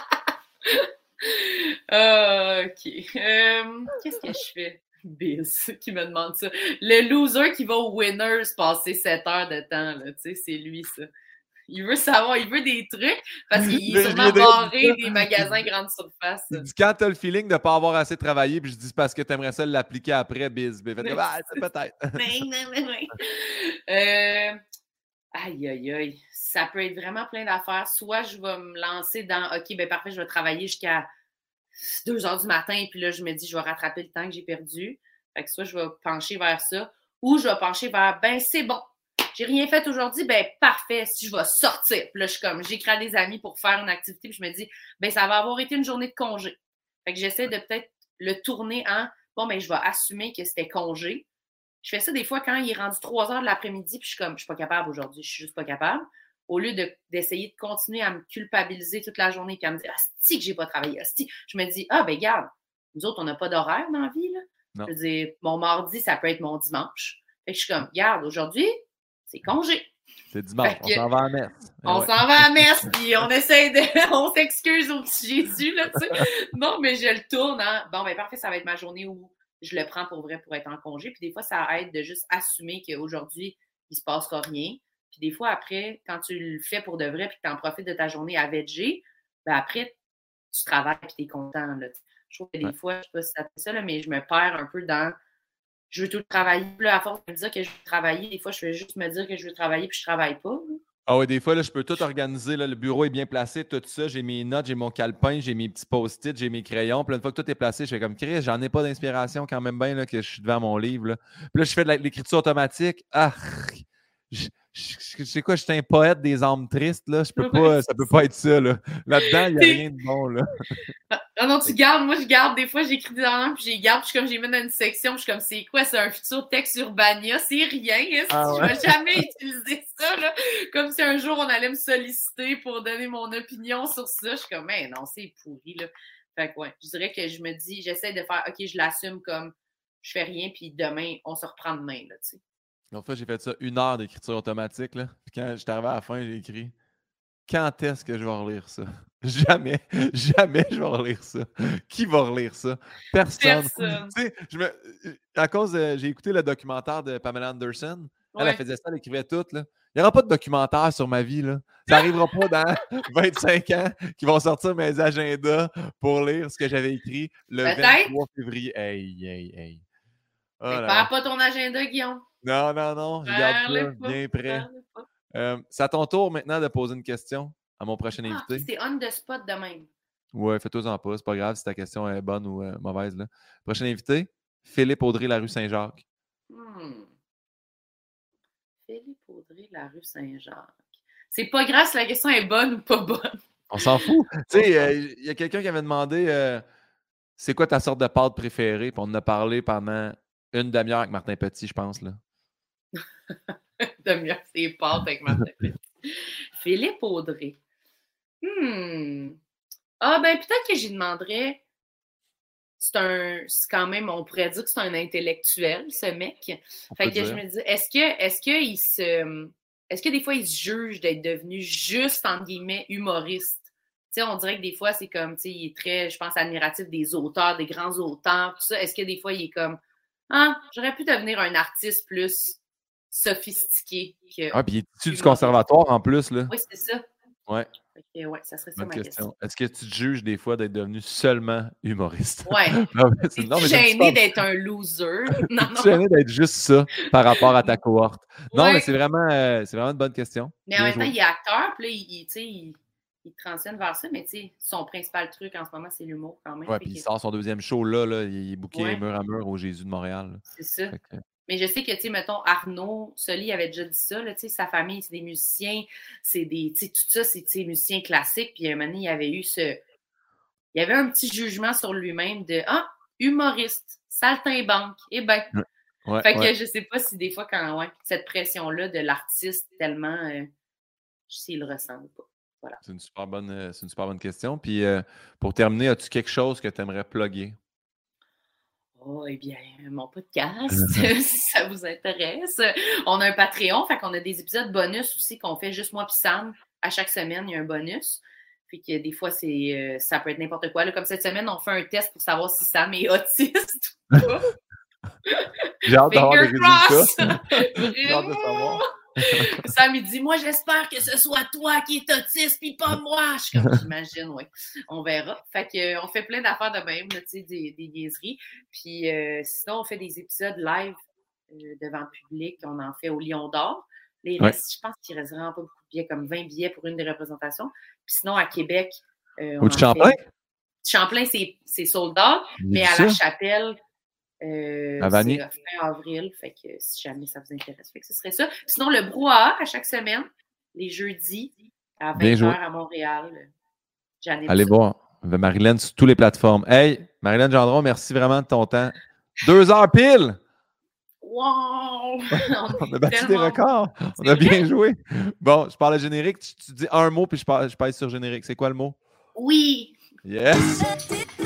Euh, OK. Euh, qu'est-ce que je fais? Biz, qui me demande ça. Le loser qui va au Winners passer sept heures de temps, là. Tu sais, c'est lui, ça. Il veut savoir, il veut des trucs parce qu'il Je est viendrais sûrement de dire barré des ça. magasins grande surface. Il dit quand t'as le feeling de ne pas avoir assez travaillé, puis je dis c'est parce que t'aimerais ça l'appliquer après, biz. Puis il fait comme, ah, c'est peut-être. euh, aïe, aïe, aïe. Ça peut être vraiment plein d'affaires. Soit je vais me lancer dans OK, ben parfait, je vais travailler jusqu'à deux heures du matin, puis là, je me dis, je vais rattraper le temps que j'ai perdu. Fait que soit je vais pencher vers ça, ou je vais pencher vers, ben c'est bon, j'ai rien fait aujourd'hui, ben parfait, si je vais sortir. Puis là, je suis comme, j'écris à des amis pour faire une activité, puis je me dis, ben ça va avoir été une journée de congé. Fait que j'essaie de peut-être le tourner en, bon, ben je vais assumer que c'était congé. Je fais ça des fois quand il est rendu trois heures de l'après-midi, puis je suis comme, je suis pas capable aujourd'hui, je suis juste pas capable. Au lieu de, d'essayer de continuer à me culpabiliser toute la journée puis à me dire, asti que j'ai pas travaillé, asti, je me dis, ah, ben, garde, nous autres, on n'a pas d'horaire dans la vie, là. Non. Je veux dire, mon mardi, ça peut être mon dimanche. Fait que je suis comme, garde, aujourd'hui, c'est congé. C'est dimanche, que, on s'en va à la messe. On ouais. s'en va à la messe, puis on essaie de. On s'excuse au petit Jésus, là, tu sais. Non, mais je le tourne, hein. Bon, ben, parfait, ça va être ma journée où je le prends pour vrai pour être en congé. Puis des fois, ça aide de juste assumer qu'aujourd'hui, il se passera rien. Puis des fois, après, quand tu le fais pour de vrai puis que tu en profites de ta journée à veger, ben après, tu travailles puis tu es content. Là. Je trouve que des Ouais. fois, je sais pas si ça fait ça, là, mais je me perds un peu dans je veux tout travailler. Puis là, à force de me dire que je veux travailler, des fois, je veux juste me dire que je veux travailler puis je travaille pas. Là. Ah oui, des fois, là, je peux tout organiser. Là, le bureau est bien placé, tout ça. J'ai mes notes, j'ai mon calepin, j'ai mes petits post-it, j'ai mes crayons. Puis là, une fois que tout est placé, je fais comme Chris, j'en ai pas d'inspiration quand même bien là, que je suis devant mon livre. Là. Puis là, je fais de l'écriture automatique. Ah! Je, je, je sais quoi, je suis un poète des âmes tristes. Là. Je peux pas, ça peut pas être ça. Là. Là-dedans, il n'y a rien de bon. Là. Ah non, tu gardes. Moi, je garde. Des fois, j'écris des enfants, puis je les garde. Puis je suis comme, j'ai mis dans une section. Puis je suis comme, c'est quoi? C'est un futur texte Urbania. C'est rien. Est-ce Ah que ouais. je vais jamais utiliser ça, là? Comme si un jour, on allait me solliciter pour donner mon opinion sur ça. Je suis comme, mais non, c'est pourri, là. Fait que, ouais, je dirais que je me dis, j'essaie de faire, OK, je l'assume comme, je fais rien, puis demain, on se reprend demain, là, tu sais. L'autre fois, j'ai fait ça une heure d'écriture automatique. Là. Puis quand j'étais arrivé à la fin, j'ai écrit quand est-ce que je vais relire ça? Jamais, jamais je vais relire ça. Qui va relire ça? Personne. Personne. Tu sais, je me, à cause, de, j'ai écouté le documentaire de Pamela Anderson. Elle, Ouais. elle faisait ça, elle écrivait tout. Là. Il n'y aura pas de documentaire sur ma vie. Là. Ça n'arrivera pas dans vingt-cinq ans qu'ils vont sortir mes agendas pour lire ce que j'avais écrit le Peut-être. vingt-trois février. Hey, hey, hey. Oh Mais là perds là. pas ton agenda, Guillaume. Non, non, non, je garde ça Perds-le pas. bien prêt. Perds-le pas. Euh, c'est à ton tour maintenant de poser une question à mon prochain Ah, invité. OK, c'est on the spot de même. Ouais, fais-toi-en pas. C'est pas grave si ta question est bonne ou euh, mauvaise. Là. Prochain invité, Philippe Audrey, la rue Saint-Jacques. Hmm. Philippe Audrey, la rue Saint-Jacques. C'est pas grave si la question est bonne ou pas bonne. On s'en fout. Tu sais, il euh, y a quelqu'un qui avait demandé euh, c'est quoi ta sorte de pâte préférée? Puis on en a parlé pendant une demi-heure avec Martin Petit, je pense. Là. Demi-heure, c'est pâtes avec Martin Petit. Philippe Audrey. Hmm. Ah, ben peut-être que j'y demanderais. C'est un. C'est quand même, on pourrait dire que c'est un intellectuel, ce mec. On Fait peut que dire. je me dis, est-ce que est-ce qu'il se. Est-ce que des fois, il se juge d'être devenu juste, entre guillemets, humoriste? Tu sais, on dirait que des fois, c'est comme, tu sais, il est très, je pense, admiratif des auteurs, des grands auteurs, tout ça. Est-ce que des fois, il est comme, ah, j'aurais pu devenir un artiste plus sophistiqué que. Ah, puis il est issu du conservatoire en plus. Là. Oui, c'est ça. Ouais. Okay, ouais, ça serait ça Bonne ma question. question. Est-ce que tu te juges des fois d'être devenu seulement humoriste? Ouais. non, mais c'est, non, mais es gêné d'être un loser? Non, non. gêné d'être juste ça par rapport à ta cohorte? Non, ouais. mais c'est vraiment, euh, c'est vraiment une bonne question. Mais en même temps, il est acteur, puis là, il, il, il, il transcède vers ça, mais tu sais, son principal truc en ce moment, c'est l'humour quand même. Ouais, puis que... il sort son deuxième show là, là il est booké ouais. mur à mur au Jésus de Montréal. C'est ça. Que... Mais je sais que, tu sais, mettons, Arnaud Soli avait déjà dit ça, là, tu sais, sa famille, c'est des musiciens, c'est des, tu sais, tout ça, c'est, des musiciens classiques. Puis, à un moment donné, il y avait eu ce... Il y avait un petit jugement sur lui-même de « Ah, humoriste, saltimbanque, eh ben... » Ouais, Fait que ouais. je sais pas si des fois, quand, ouais, cette pression-là de l'artiste, tellement, euh, s'il le ressent ou pas. Voilà. C'est une super bonne, euh, c'est une super bonne question. Puis, euh, pour terminer, as-tu quelque chose que tu aimerais plugger? Oh, eh bien, mon podcast, si ça vous intéresse. On a un Patreon, fait qu'on a des épisodes bonus aussi qu'on fait juste moi puis Sam. À chaque semaine, il y a un bonus. Puis que des fois, c'est, euh, ça peut être n'importe quoi. Là, comme cette semaine, on fait un test pour savoir si Sam est autiste ou pas. J'ai hâte d'avoir des résultats. J'ai hâte de savoir. Sam, il dit, moi, j'espère que ce soit toi qui es autiste, puis pas moi. Je suis comme, j'imagine, oui. On verra. Fait que, euh, on fait plein d'affaires de même, tu sais, des, des niaiseries. Puis, euh, sinon, on fait des épisodes live euh, devant le public. On en fait au Lion d'Or. Les Ouais. restes, je pense qu'il reste vraiment pas beaucoup de billets, comme vingt billets pour une des représentations. Puis sinon, à Québec, euh, on Ou en de Champlain? fait... Champlain, c'est, c'est sold out, mais à ça? la Chapelle, euh, à c'est fin avril, fait que si jamais ça vous intéresse, fait que ce serait ça. Sinon, le brouhaha à chaque semaine, les jeudis à vingt heures à Montréal. J'anime Allez ça. voir Marilyn sur toutes les plateformes. Hey, Marilyn Gendron, merci vraiment de ton temps. Deux heures pile! Wow! On a battu des records. On a bien joué. Bon, je parle à générique. Tu, tu dis un mot, puis je, parle, je passe sur générique. C'est quoi le mot? Oui! Yes!